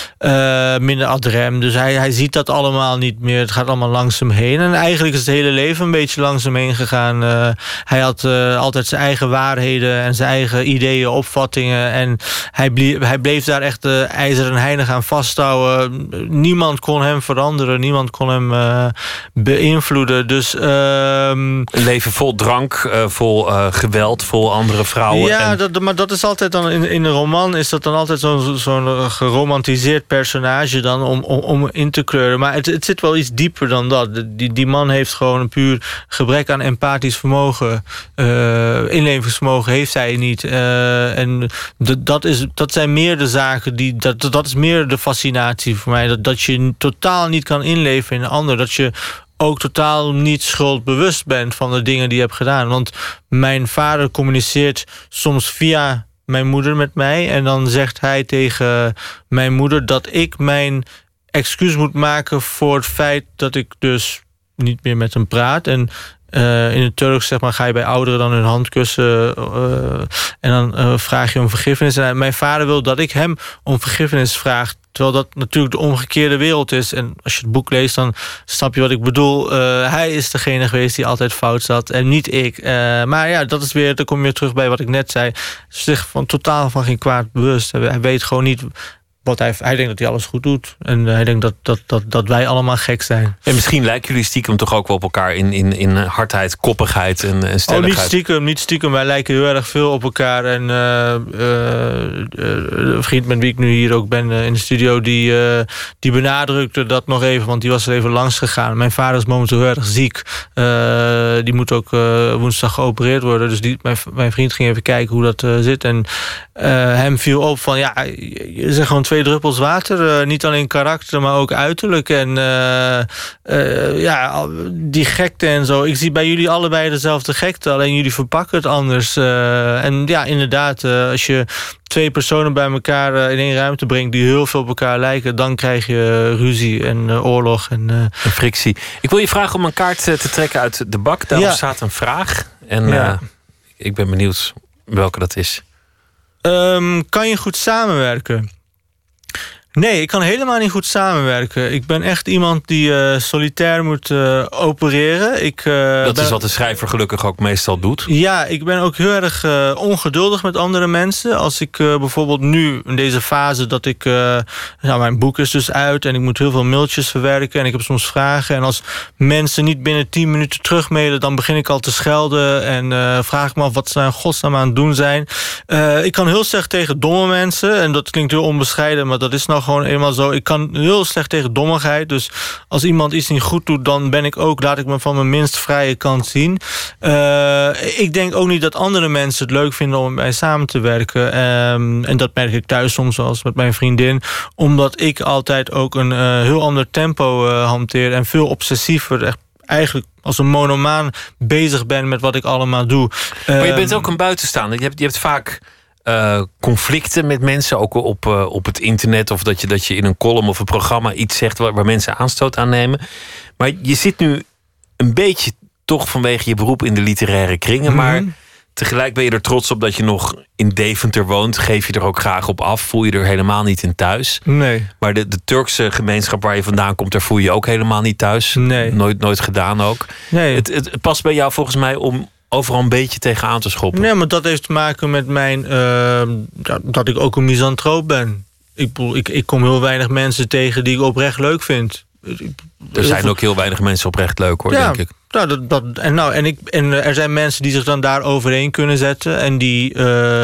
uh, minder adrem. Dus hij, hij ziet dat allemaal niet meer. Het gaat allemaal langs hem heen. En eigenlijk is het hele leven een beetje langs hem heen gegaan. Uh, hij had uh, altijd zijn eigen waarheden en zijn eigen ideeën, opvattingen. En hij bleef, hij bleef daar echt uh, ijzer en heinig aan vasthouden. Niemand kon hem veranderen. Niemand kon hem uh, beïnvloeden. Dus, uh, een leven vol drank, uh, vol uh, geweld, vol andere vrouwen. Ja, en... dat, maar dat is altijd dan in, in een roman is dat dan altijd zo'n zo'n geromantiseerd personage dan om, om, om in te kleuren. Maar het, het zit wel iets dieper dan dat. Die, die man heeft gewoon een puur gebrek aan empathisch vermogen. Uh, inlevingsvermogen heeft hij niet. Uh, en de, dat, is, dat zijn meer de zaken die. Dat, dat is meer de fascinatie voor mij. Dat, dat je totaal niet kan inleven in een ander. Dat je ook totaal niet schuldbewust bent van de dingen die je hebt gedaan. Want mijn vader communiceert soms via mijn moeder met mij. En dan zegt hij tegen mijn moeder dat ik mijn excuus moet maken voor het feit dat ik dus niet meer met hem praat. En uh, in het Turks zeg maar, ga je bij ouderen dan hun hand kussen. Uh, en dan uh, vraag je om vergiffenis. En mijn vader wil dat ik hem om vergiffenis vraag. Terwijl dat natuurlijk de omgekeerde wereld is. En als je het boek leest, dan snap je wat ik bedoel. Uh, hij is degene geweest die altijd fout zat en niet ik. Uh, maar ja, dat is weer, dan kom je weer terug bij wat ik net zei. Zich van totaal van geen kwaad bewust. Hij weet gewoon niet wat hij, hij denkt dat hij alles goed doet. En hij denkt dat, dat, dat, dat wij allemaal gek zijn. En misschien lijken jullie stiekem toch ook wel op elkaar in, in, in hardheid, koppigheid en, en stelligheid. Oh, niet stiekem, niet stiekem. Wij lijken heel erg veel op elkaar. En uh, uh, een vriend met wie ik nu hier ook ben uh, in de studio, die, uh, die benadrukte dat nog even, want die was er even langs gegaan. Mijn vader is momenteel heel erg ziek. Uh, die moet ook uh, woensdag geopereerd worden. Dus die, mijn, mijn vriend ging even kijken hoe dat uh, zit. En uh, hem viel op van, ja, je zegt gewoon twee druppels water. Uh, niet alleen karakter, maar ook uiterlijk. En uh, uh, ja, die gekte en zo. Ik zie bij jullie allebei dezelfde gekte, alleen jullie verpakken het anders. Uh, en ja, inderdaad, uh, als je twee personen bij elkaar uh, in één ruimte brengt die heel veel op elkaar lijken, dan krijg je uh, ruzie en uh, oorlog. En, uh... en frictie. Ik wil je vragen om een kaart uh, te trekken uit de bak. Daarop ja. staat een vraag. En ja. uh, ik ben benieuwd welke dat is. Um, kan je goed samenwerken? Nee, ik kan helemaal niet goed samenwerken. Ik ben echt iemand die uh, solitair moet uh, opereren. Ik, uh, dat ben... is wat de schrijver gelukkig ook meestal doet. Ja, ik ben ook heel erg uh, ongeduldig met andere mensen. Als ik uh, bijvoorbeeld nu, in deze fase, dat ik... Uh, nou, mijn boek is dus uit en ik moet heel veel mailtjes verwerken en ik heb soms vragen. En als mensen niet binnen tien minuten terugmailen, dan begin ik al te schelden en uh, vraag ik me af wat ze nou in godsnaam aan het doen zijn. Uh, ik kan heel slecht tegen domme mensen en dat klinkt heel onbescheiden, maar dat is nou gewoon eenmaal zo. Ik kan heel slecht tegen dommigheid. Dus als iemand iets niet goed doet, dan ben ik ook, laat ik me van mijn minst vrije kant zien. Uh, ik denk ook niet dat andere mensen het leuk vinden om met mij samen te werken. Um, en dat merk ik thuis soms, zoals met mijn vriendin. Omdat ik altijd ook een uh, heel ander tempo uh, hanteer en veel obsessiever, echt eigenlijk als een monomaan bezig ben met wat ik allemaal doe. Maar je bent ook een buitenstaander. Je hebt, je hebt vaak Uh, conflicten met mensen, ook op, uh, op het internet, of dat je, dat je in een column of een programma iets zegt waar, waar mensen aanstoot aan nemen. Maar je zit nu een beetje toch vanwege je beroep in de literaire kringen, mm-hmm. maar tegelijk ben je er trots op dat je nog in Deventer woont. Geef je er ook graag op af. Voel je er helemaal niet in thuis. Nee. Maar de, de Turkse gemeenschap waar je vandaan komt, daar voel je je ook helemaal niet thuis. Nee. Nooit, nooit gedaan ook. Nee. Het, het, het past bij jou volgens mij om overal een beetje tegenaan te schoppen. Nee, maar dat heeft te maken met mijn Uh, dat ik ook een misantroop ben. Ik, ik, ik kom heel weinig mensen tegen die ik oprecht leuk vind. Er zijn ook heel weinig mensen oprecht leuk, hoor, ja, denk ik. Nou, dat, dat, en, nou, en, ik, en er zijn mensen die zich dan daar overheen kunnen zetten en die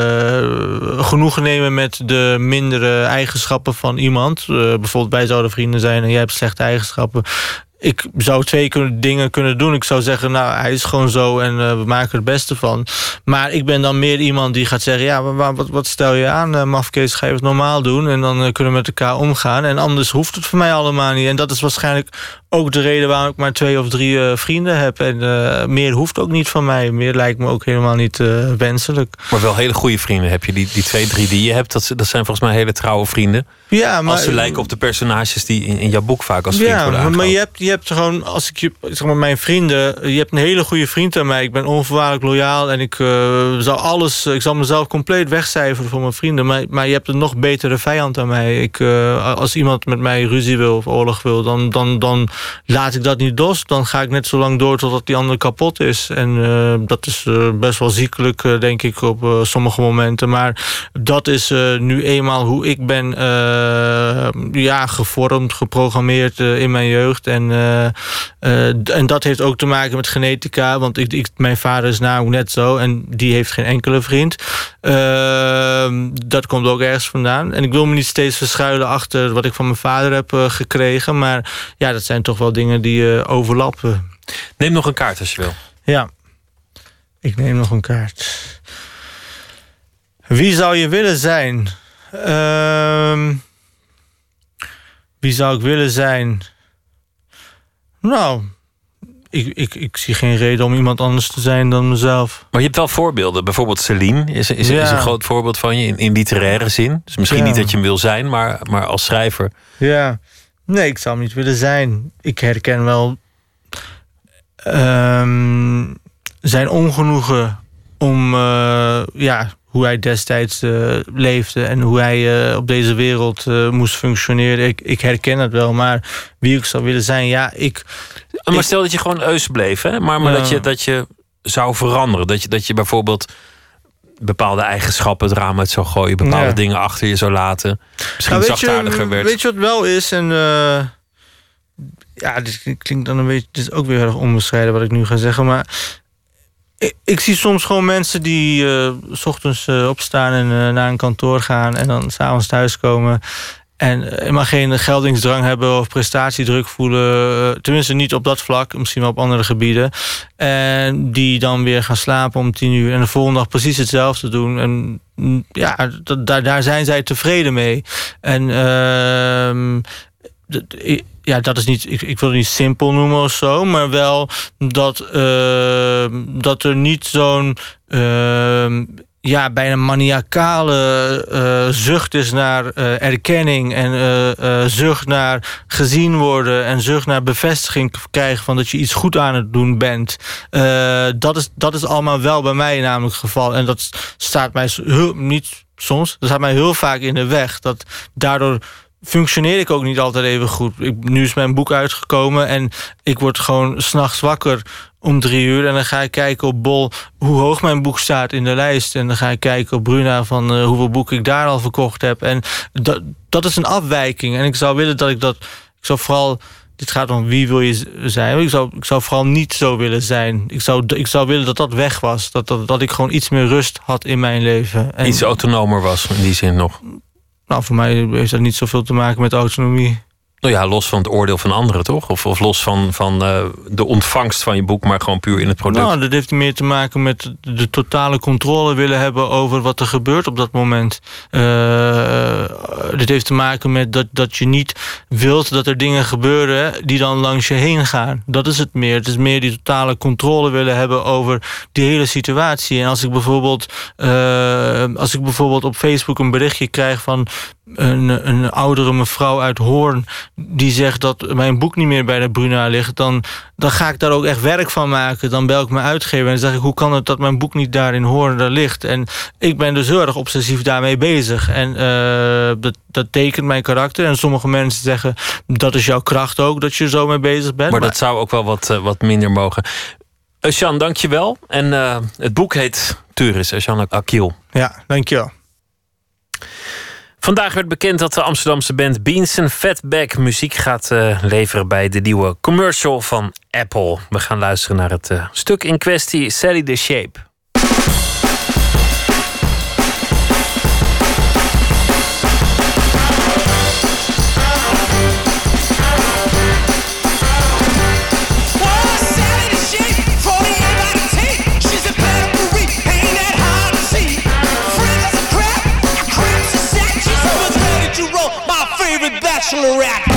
uh, genoegen nemen met de mindere eigenschappen van iemand. Uh, bijvoorbeeld, wij zouden vrienden zijn en jij hebt slechte eigenschappen. ik zou twee kunnen, dingen kunnen doen. Ik zou zeggen, nou, hij is gewoon zo en uh, we maken er het beste van. Maar ik ben dan meer iemand die gaat zeggen... ja, wat, wat, wat stel je aan, uh, mafkees, ga je het normaal doen... en dan uh, kunnen we met elkaar omgaan. En anders hoeft het voor mij allemaal niet. En dat is waarschijnlijk ook de reden waarom ik maar twee of drie uh, vrienden heb. En uh, meer hoeft ook niet van mij. Meer lijkt me ook helemaal niet uh, wenselijk. Maar wel hele goede vrienden heb je. Die, die twee, drie die je hebt, dat, dat zijn volgens mij hele trouwe vrienden. Ja, maar, als ze lijken op de personages die in, in jouw boek vaak als vriend ja, worden aangehouden. Maar je hebt, je hebt gewoon, als ik je, zeg maar, mijn vrienden... je hebt een hele goede vriend aan mij. Ik ben onvoorwaardelijk loyaal en ik uh, zou alles... ik zal mezelf compleet wegcijferen voor mijn vrienden. Maar, maar je hebt een nog betere vijand aan mij. Ik, uh, als iemand met mij ruzie wil of oorlog wil... dan, dan, dan laat ik dat niet los. Dan ga ik net zo lang door totdat die ander kapot is. En uh, dat is uh, best wel ziekelijk, uh, denk ik, op uh, sommige momenten. Maar dat is uh, nu eenmaal hoe ik ben... Uh, ja, gevormd, geprogrammeerd uh, in mijn jeugd. En, uh, uh, en dat heeft ook te maken met genetica. Want ik, ik, mijn vader is nou net zo. En die heeft geen enkele vriend. Uh, dat komt ook ergens vandaan. En ik wil me niet steeds verschuilen achter wat ik van mijn vader heb uh, gekregen. Maar ja, dat zijn toch wel dingen die uh, overlappen. Neem nog een kaart als je wil. Ja, ik neem nog een kaart. Wie zou je willen zijn? Uh, wie zou ik willen zijn? Nou, ik, ik, ik zie geen reden om iemand anders te zijn dan mezelf. Maar je hebt wel voorbeelden. Bijvoorbeeld Celine is, is, ja. is een groot voorbeeld van je in, in literaire zin. Dus misschien ja. niet dat je hem wil zijn, maar, maar als schrijver. Ja, nee, ik zou hem niet willen zijn. Ik herken wel um, zijn ongenoegen om uh, ja, hoe hij destijds uh, leefde en hoe hij uh, op deze wereld uh, moest functioneren. Ik, ik herken het wel, maar wie ik zou willen zijn, ja, ik... Maar ik, stel dat je gewoon Eus bleef, hè? maar, maar uh, dat, je, dat je zou veranderen. Dat je, dat je bijvoorbeeld bepaalde eigenschappen het raam uit zou gooien, bepaalde ja. dingen achter je zou laten. Misschien nou, zachtaardiger je, werd. Weet je wat wel is? En, uh, ja, dit klinkt dan een beetje... Dit is ook weer erg onbescheiden wat ik nu ga zeggen, maar... Ik, ik zie soms gewoon mensen die uh, 's ochtends uh, opstaan en uh, naar een kantoor gaan en dan 's avonds thuiskomen en helemaal geen geldingsdrang hebben of prestatiedruk voelen. Uh, tenminste niet op dat vlak, misschien wel op andere gebieden. En die dan weer gaan slapen om tien uur en de volgende dag precies hetzelfde doen. En ja, dat, daar, daar zijn zij tevreden mee. En uh, ja, dat is niet, ik, ik wil het niet simpel noemen of zo, maar wel dat, uh, dat er niet zo'n uh, ja, bijna maniacale uh, zucht is naar uh, erkenning en uh, uh, zucht naar gezien worden en zucht naar bevestiging krijgen van dat je iets goed aan het doen bent. Uh, dat is, dat is allemaal wel bij mij namelijk het geval. En dat staat mij heel, niet soms, dat staat mij heel vaak in de weg. Dat daardoor functioneer ik ook niet altijd even goed. Ik, nu is mijn boek uitgekomen en ik word gewoon 's nachts wakker om drie uur. En dan ga ik kijken op Bol hoe hoog mijn boek staat in de lijst. En dan ga ik kijken op Bruna van uh, hoeveel boeken ik daar al verkocht heb. En dat, dat is een afwijking. En ik zou willen dat ik dat... Ik zou vooral... Dit gaat om wie wil je zijn. Ik zou, ik zou vooral niet zo willen zijn. Ik zou, ik zou willen dat dat weg was. Dat, dat, dat ik gewoon iets meer rust had in mijn leven. En iets autonomer was in die zin nog. Nou, voor mij heeft dat niet zoveel te maken met autonomie. Nou ja, los van het oordeel van anderen, toch? Of, of los van, van uh, de ontvangst van je boek, maar gewoon puur in het product. Nou, dat heeft meer te maken met de totale controle willen hebben over wat er gebeurt op dat moment. Uh, dit heeft te maken met dat, dat je niet wilt dat er dingen gebeuren die dan langs je heen gaan. Dat is het meer. Het is meer die totale controle willen hebben over die hele situatie. En als ik bijvoorbeeld, uh, als ik bijvoorbeeld op Facebook een berichtje krijg van Een, een oudere mevrouw uit Hoorn die zegt dat mijn boek niet meer bij de Bruna ligt, dan, dan ga ik daar ook echt werk van maken. Dan bel ik mijn uitgever en dan zeg ik, hoe kan het dat mijn boek niet daar in Hoorn daar ligt? En ik ben dus heel erg obsessief daarmee bezig. En uh, dat, dat tekent mijn karakter. En sommige mensen zeggen, dat is jouw kracht ook, dat je zo mee bezig bent. Maar, maar dat zou ook wel wat, uh, wat minder mogen. Özcan, dank je wel. En uh, het boek heet Turis, Özcan Akil. Ja, dank je wel. Vandaag werd bekend dat de Amsterdamse band Beans and Fatback muziek gaat uh, leveren bij de nieuwe commercial van Apple. We gaan luisteren naar het uh, stuk in kwestie, Sally the Shape. bachelorette.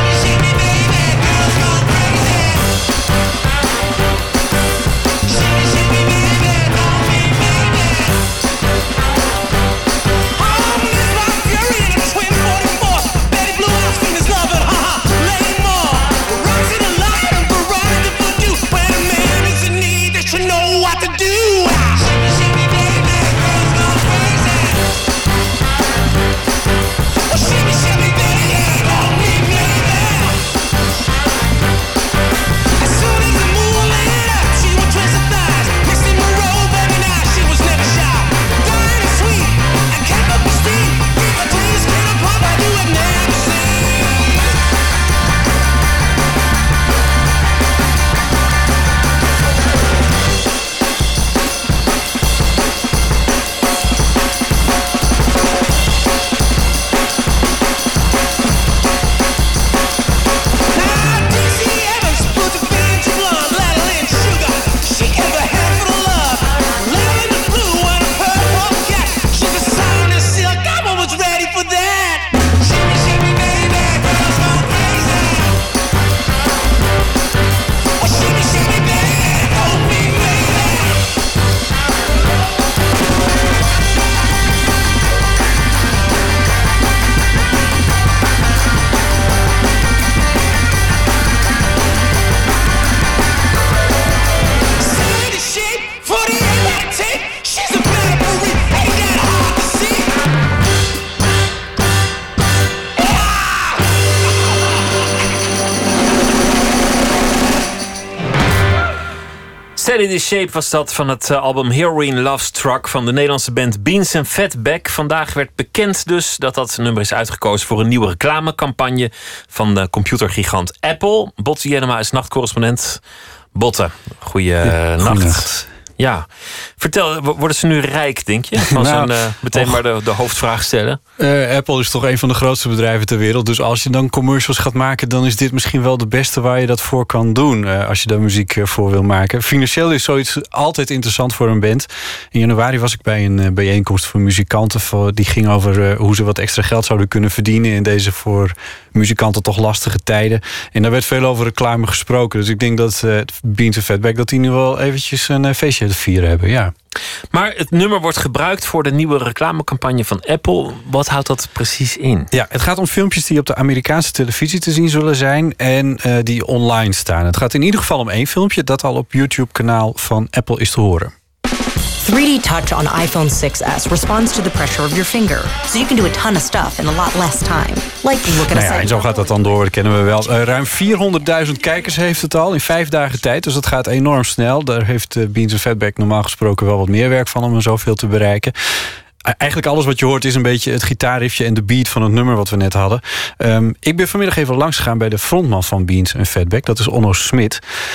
Sally the Shape was dat van het album Heroin Love Struck van de Nederlandse band Beans and Fatback. Vandaag werd bekend dus dat dat nummer is uitgekozen voor een nieuwe reclamecampagne van de computergigant Apple. Botte Jellema is nachtcorrespondent. Botte, goeie ja, nacht. nacht. Ja, vertel, worden ze nu rijk, denk je? Als nou, we uh, meteen och, maar de, de hoofdvraag stellen. Uh, Apple is toch een van de grootste bedrijven ter wereld. Dus als je dan commercials gaat maken, dan is dit misschien wel de beste waar je dat voor kan doen. Uh, als je daar muziek uh, voor wil maken. Financieel is zoiets altijd interessant voor een band. In januari was ik bij een uh, bijeenkomst voor muzikanten. Voor, die ging over uh, hoe ze wat extra geld zouden kunnen verdienen in deze voor muzikanten toch lastige tijden. En daar werd veel over reclame gesproken. Dus ik denk dat uh, Beans and Fatback dat die nu wel eventjes een uh, feestje te vieren hebben, ja. Maar het nummer wordt gebruikt voor de nieuwe reclamecampagne van Apple. Wat houdt dat precies in? Ja, het gaat om filmpjes die op de Amerikaanse televisie te zien zullen zijn en uh, die online staan. Het gaat in ieder geval om één filmpje dat al op YouTube-kanaal van Apple is te horen. three D Touch on iPhone six S responds to the pressure of your finger. So you can do a ton of stuff in a lot less time. Like look at nou a ja, en zo gaat dat dan door, dat kennen we wel. Uh, ruim vierhonderdduizend kijkers heeft het al in vijf dagen tijd. Dus dat gaat enorm snel. Daar heeft uh, Beans and Fatback normaal gesproken wel wat meer werk van om er zoveel te bereiken. Eigenlijk alles wat je hoort is een beetje het gitaarriffje en de beat van het nummer wat we net hadden. Um, ik ben vanmiddag even langs gegaan bij de frontman van Beans and Fatback. Dat is Onno Smit.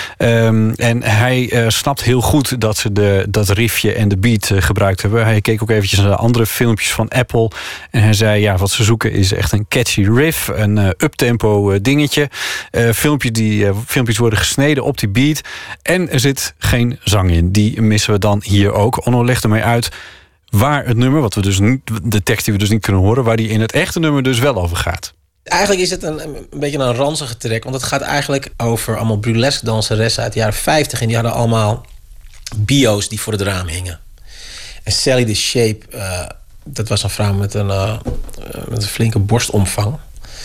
Um, en hij uh, snapt heel goed dat ze de, dat riffje en de beat uh, gebruikt hebben. Hij keek ook eventjes naar de andere filmpjes van Apple. En hij zei, ja, wat ze zoeken is echt een catchy riff. Een uh, uptempo uh, dingetje. Uh, filmpjes, die, uh, filmpjes worden gesneden op die beat. En er zit geen zang in. Die missen we dan hier ook. Onno legt ermee uit waar het nummer, wat we dus niet, de tekst die we dus niet kunnen horen, waar die in het echte nummer dus wel over gaat. Eigenlijk is het een, een beetje een ranzige track, want het gaat eigenlijk over allemaal burlesque danseressen uit de jaren vijftig en die hadden allemaal bio's die voor het raam hingen. En Sally the Shape, uh, dat was een vrouw met een, uh, met een flinke borstomvang.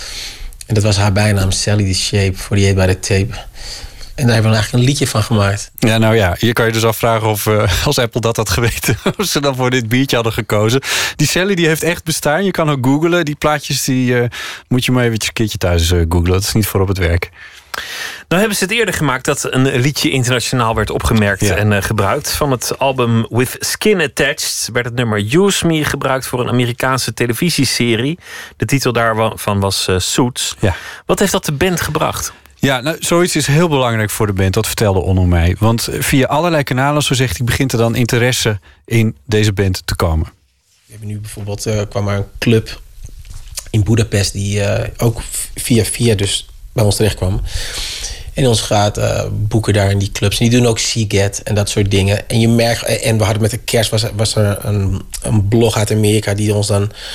En dat was haar bijnaam, Sally the Shape, voor die by the tape. En daar hebben we eigenlijk een liedje van gemaakt. Ja, nou ja, hier kan je dus afvragen of uh, als Apple dat had geweten, of ze dan voor dit biertje hadden gekozen. Die Sally die heeft echt bestaan. Je kan ook googlen. Die plaatjes die uh, moet je maar eventjes een keertje thuis uh, googlen. Dat is niet voor op het werk. Nou hebben ze het eerder gemaakt dat een liedje internationaal werd opgemerkt ja. en uh, gebruikt. Van het album With Skin Attached werd het nummer Use Me gebruikt voor een Amerikaanse televisieserie. De titel daarvan was uh, Suits. Ja. Wat heeft dat de band gebracht? Ja, nou, zoiets is heel belangrijk voor de band. Dat vertelde Onno mij. Want via allerlei kanalen, zo zegt hij, begint er dan interesse in deze band te komen. We hebben nu bijvoorbeeld, uh, kwam er een club in Budapest die uh, ook via via dus bij ons terecht kwam. En ons gaat uh, boeken daar in die clubs. En die doen ook Seagate en dat soort dingen. En je merkt, en we hadden met de kerst was, was er een, een blog uit Amerika die ons dan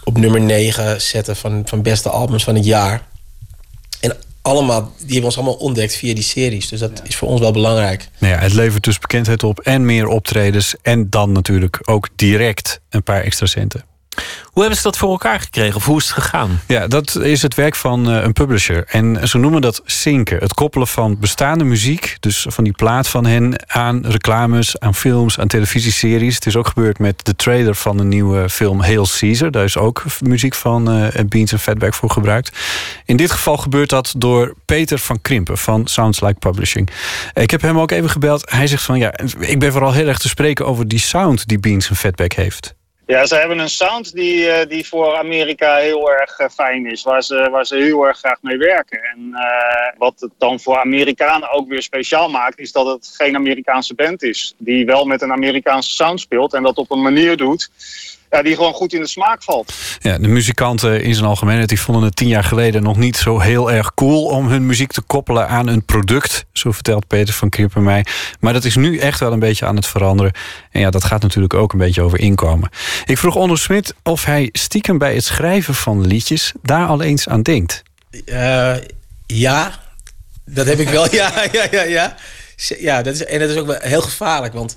op nummer negen zetten van, van beste albums van het jaar. En allemaal, die hebben ons allemaal ontdekt via die series. Dus dat ja. is voor ons wel belangrijk. Nou ja, het levert dus bekendheid op en meer optredens. En dan natuurlijk ook direct een paar extra centen. Hoe hebben ze dat voor elkaar gekregen? Of hoe is het gegaan? Ja, dat is het werk van uh, een publisher. En ze noemen dat zinken. Het koppelen van bestaande muziek, dus van die plaat van hen, aan reclames, aan films, aan televisieseries. Het is ook gebeurd met de trailer van de nieuwe film Hail Caesar. Daar is ook muziek van uh, Beans en Fatback voor gebruikt. In dit geval gebeurt dat door Peter van Krimpen van Sounds Like Publishing. Ik heb hem ook even gebeld. Hij zegt van ja, ik ben vooral heel erg te spreken over die sound die Beans en Fatback heeft. Ja, ze hebben een sound die, uh, die voor Amerika heel erg uh, fijn is. Waar ze, waar ze heel erg graag mee werken. En uh, wat het dan voor Amerikanen ook weer speciaal maakt, is dat het geen Amerikaanse band is. Die wel met een Amerikaanse sound speelt en dat op een manier doet ja, die gewoon goed in de smaak valt. Ja, de muzikanten in zijn algemeenheid die vonden het tien jaar geleden nog niet zo heel erg cool om hun muziek te koppelen aan een product. Zo vertelt Peter van Krimpen mij. Maar dat is nu echt wel een beetje aan het veranderen. En ja, dat gaat natuurlijk ook een beetje over inkomen. Ik vroeg Onno Smit of hij stiekem bij het schrijven van liedjes daar al eens aan denkt. Uh, ja, dat heb ik wel. Ja, ja, ja, ja. Ja, dat is, en dat is ook wel heel gevaarlijk, want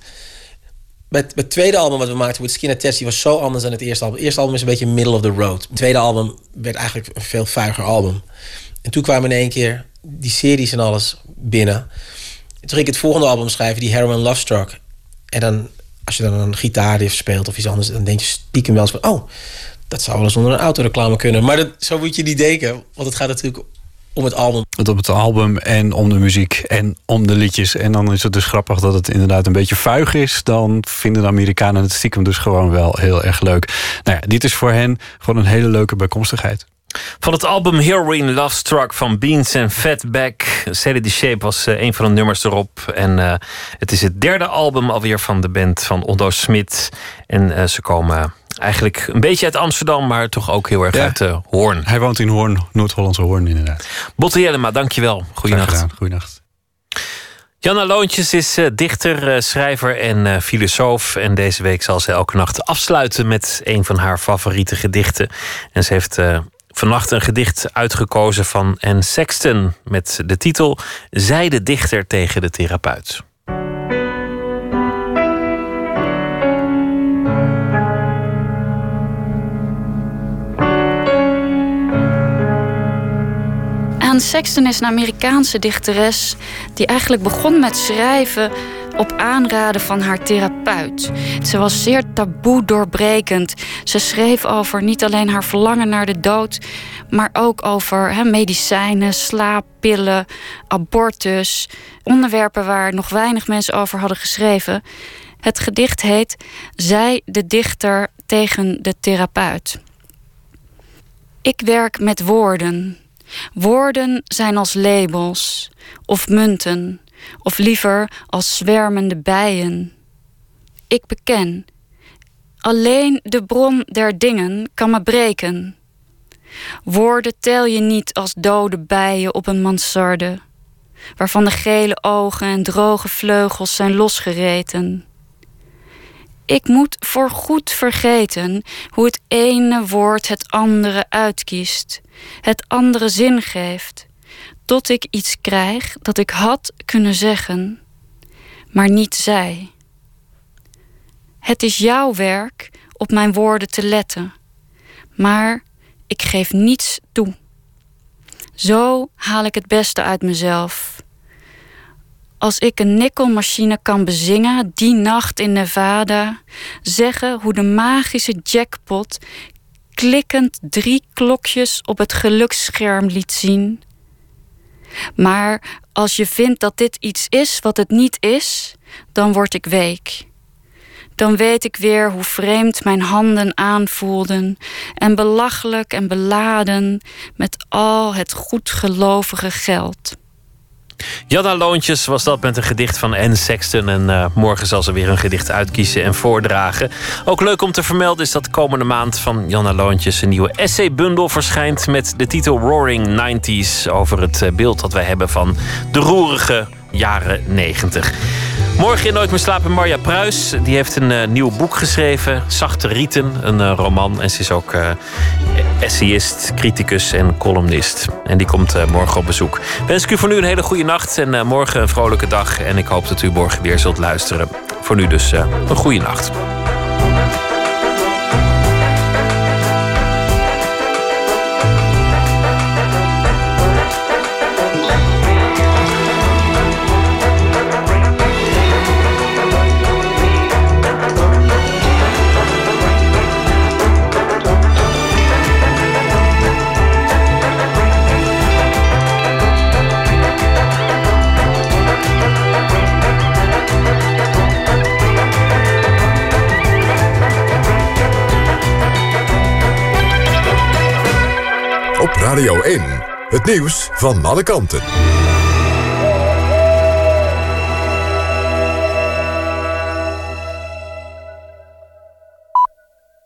Bij het tweede album wat we maakten, With Skin Attached, die was zo anders dan het eerste album. Het eerste album is een beetje middle of the road. Het tweede album werd eigenlijk een veel vuiger album. En toen kwamen in één keer die series en alles binnen. En toen ging ik het volgende album schrijven, die Heroin Love Struck. En dan, als je dan een gitaarriff speelt of iets anders, dan denk je stiekem wel eens van, oh, dat zou wel eens onder een autoreclame kunnen. Maar dat, zo moet je niet denken, want het gaat natuurlijk om het album. Het om het album en om de muziek en om de liedjes. En dan is het dus grappig dat het inderdaad een beetje vuig is. Dan vinden de Amerikanen het stiekem dus gewoon wel heel erg leuk. Nou ja, dit is voor hen gewoon een hele leuke bijkomstigheid. Van het album Heroin Love Struck van Beans en Fatback. Sally the Shape was uh, een van de nummers erop. En uh, het is het derde album alweer van de band van Onno Smit. En uh, ze komen eigenlijk een beetje uit Amsterdam, maar toch ook heel erg ja. uit uh, Hoorn. Hij woont in Hoorn, Noord-Hollandse Hoorn inderdaad. Botte Jellema, dankjewel. Goeienacht. Goeienacht. Janna Loontjes is uh, dichter, uh, schrijver en uh, filosoof. En deze week zal ze elke nacht afsluiten met een van haar favoriete gedichten. En ze heeft uh, vannacht een gedicht uitgekozen van Anne Sexton met de titel Zij de dichter tegen de therapeut. Anne Sexton is een Amerikaanse dichteres die eigenlijk begon met schrijven op aanraden van haar therapeut. Ze was zeer taboe doorbrekend. Ze schreef over niet alleen haar verlangen naar de dood, maar ook over he, medicijnen, slaappillen, abortus. Onderwerpen waar nog weinig mensen over hadden geschreven. Het gedicht heet Zij de dichter tegen de therapeut. Ik werk met woorden. Woorden zijn als labels, of munten, of liever als zwermende bijen. Ik beken, alleen de bron der dingen kan me breken. Woorden tel je niet als dode bijen op een mansarde, waarvan de gele ogen en droge vleugels zijn losgereten. Ik moet voorgoed vergeten hoe het ene woord het andere uitkiest, het andere zin geeft, tot ik iets krijg dat ik had kunnen zeggen, maar niet zei. Het is jouw werk op mijn woorden te letten, maar ik geef niets toe. Zo haal ik het beste uit mezelf. Als ik een nikkelmachine kan bezingen, die nacht in Nevada, zeggen hoe de magische jackpot klikkend drie klokjes op het geluksscherm liet zien. Maar als je vindt dat dit iets is wat het niet is, dan word ik week. Dan weet ik weer hoe vreemd mijn handen aanvoelden en belachelijk en beladen met al het goedgelovige geld. Janna Loontjes was dat met een gedicht van Anne Sexton. En uh, morgen zal ze weer een gedicht uitkiezen en voordragen. Ook leuk om te vermelden is dat komende maand van Janna Loontjes een nieuwe essaybundel verschijnt met de titel Roaring nineties over het beeld dat wij hebben van de roerige jaren negentig. Morgen in Nooit meer slapen Marja Pruis. Die heeft een uh, nieuw boek geschreven. Zachte Rieten, een uh, roman. En ze is ook uh, essayist, criticus en columnist. En die komt uh, morgen op bezoek. Wens ik u voor nu een hele goede nacht. En uh, morgen een vrolijke dag. En ik hoop dat u morgen weer zult luisteren. Voor nu dus uh, een goede nacht. Radio één, het nieuws van alle kanten.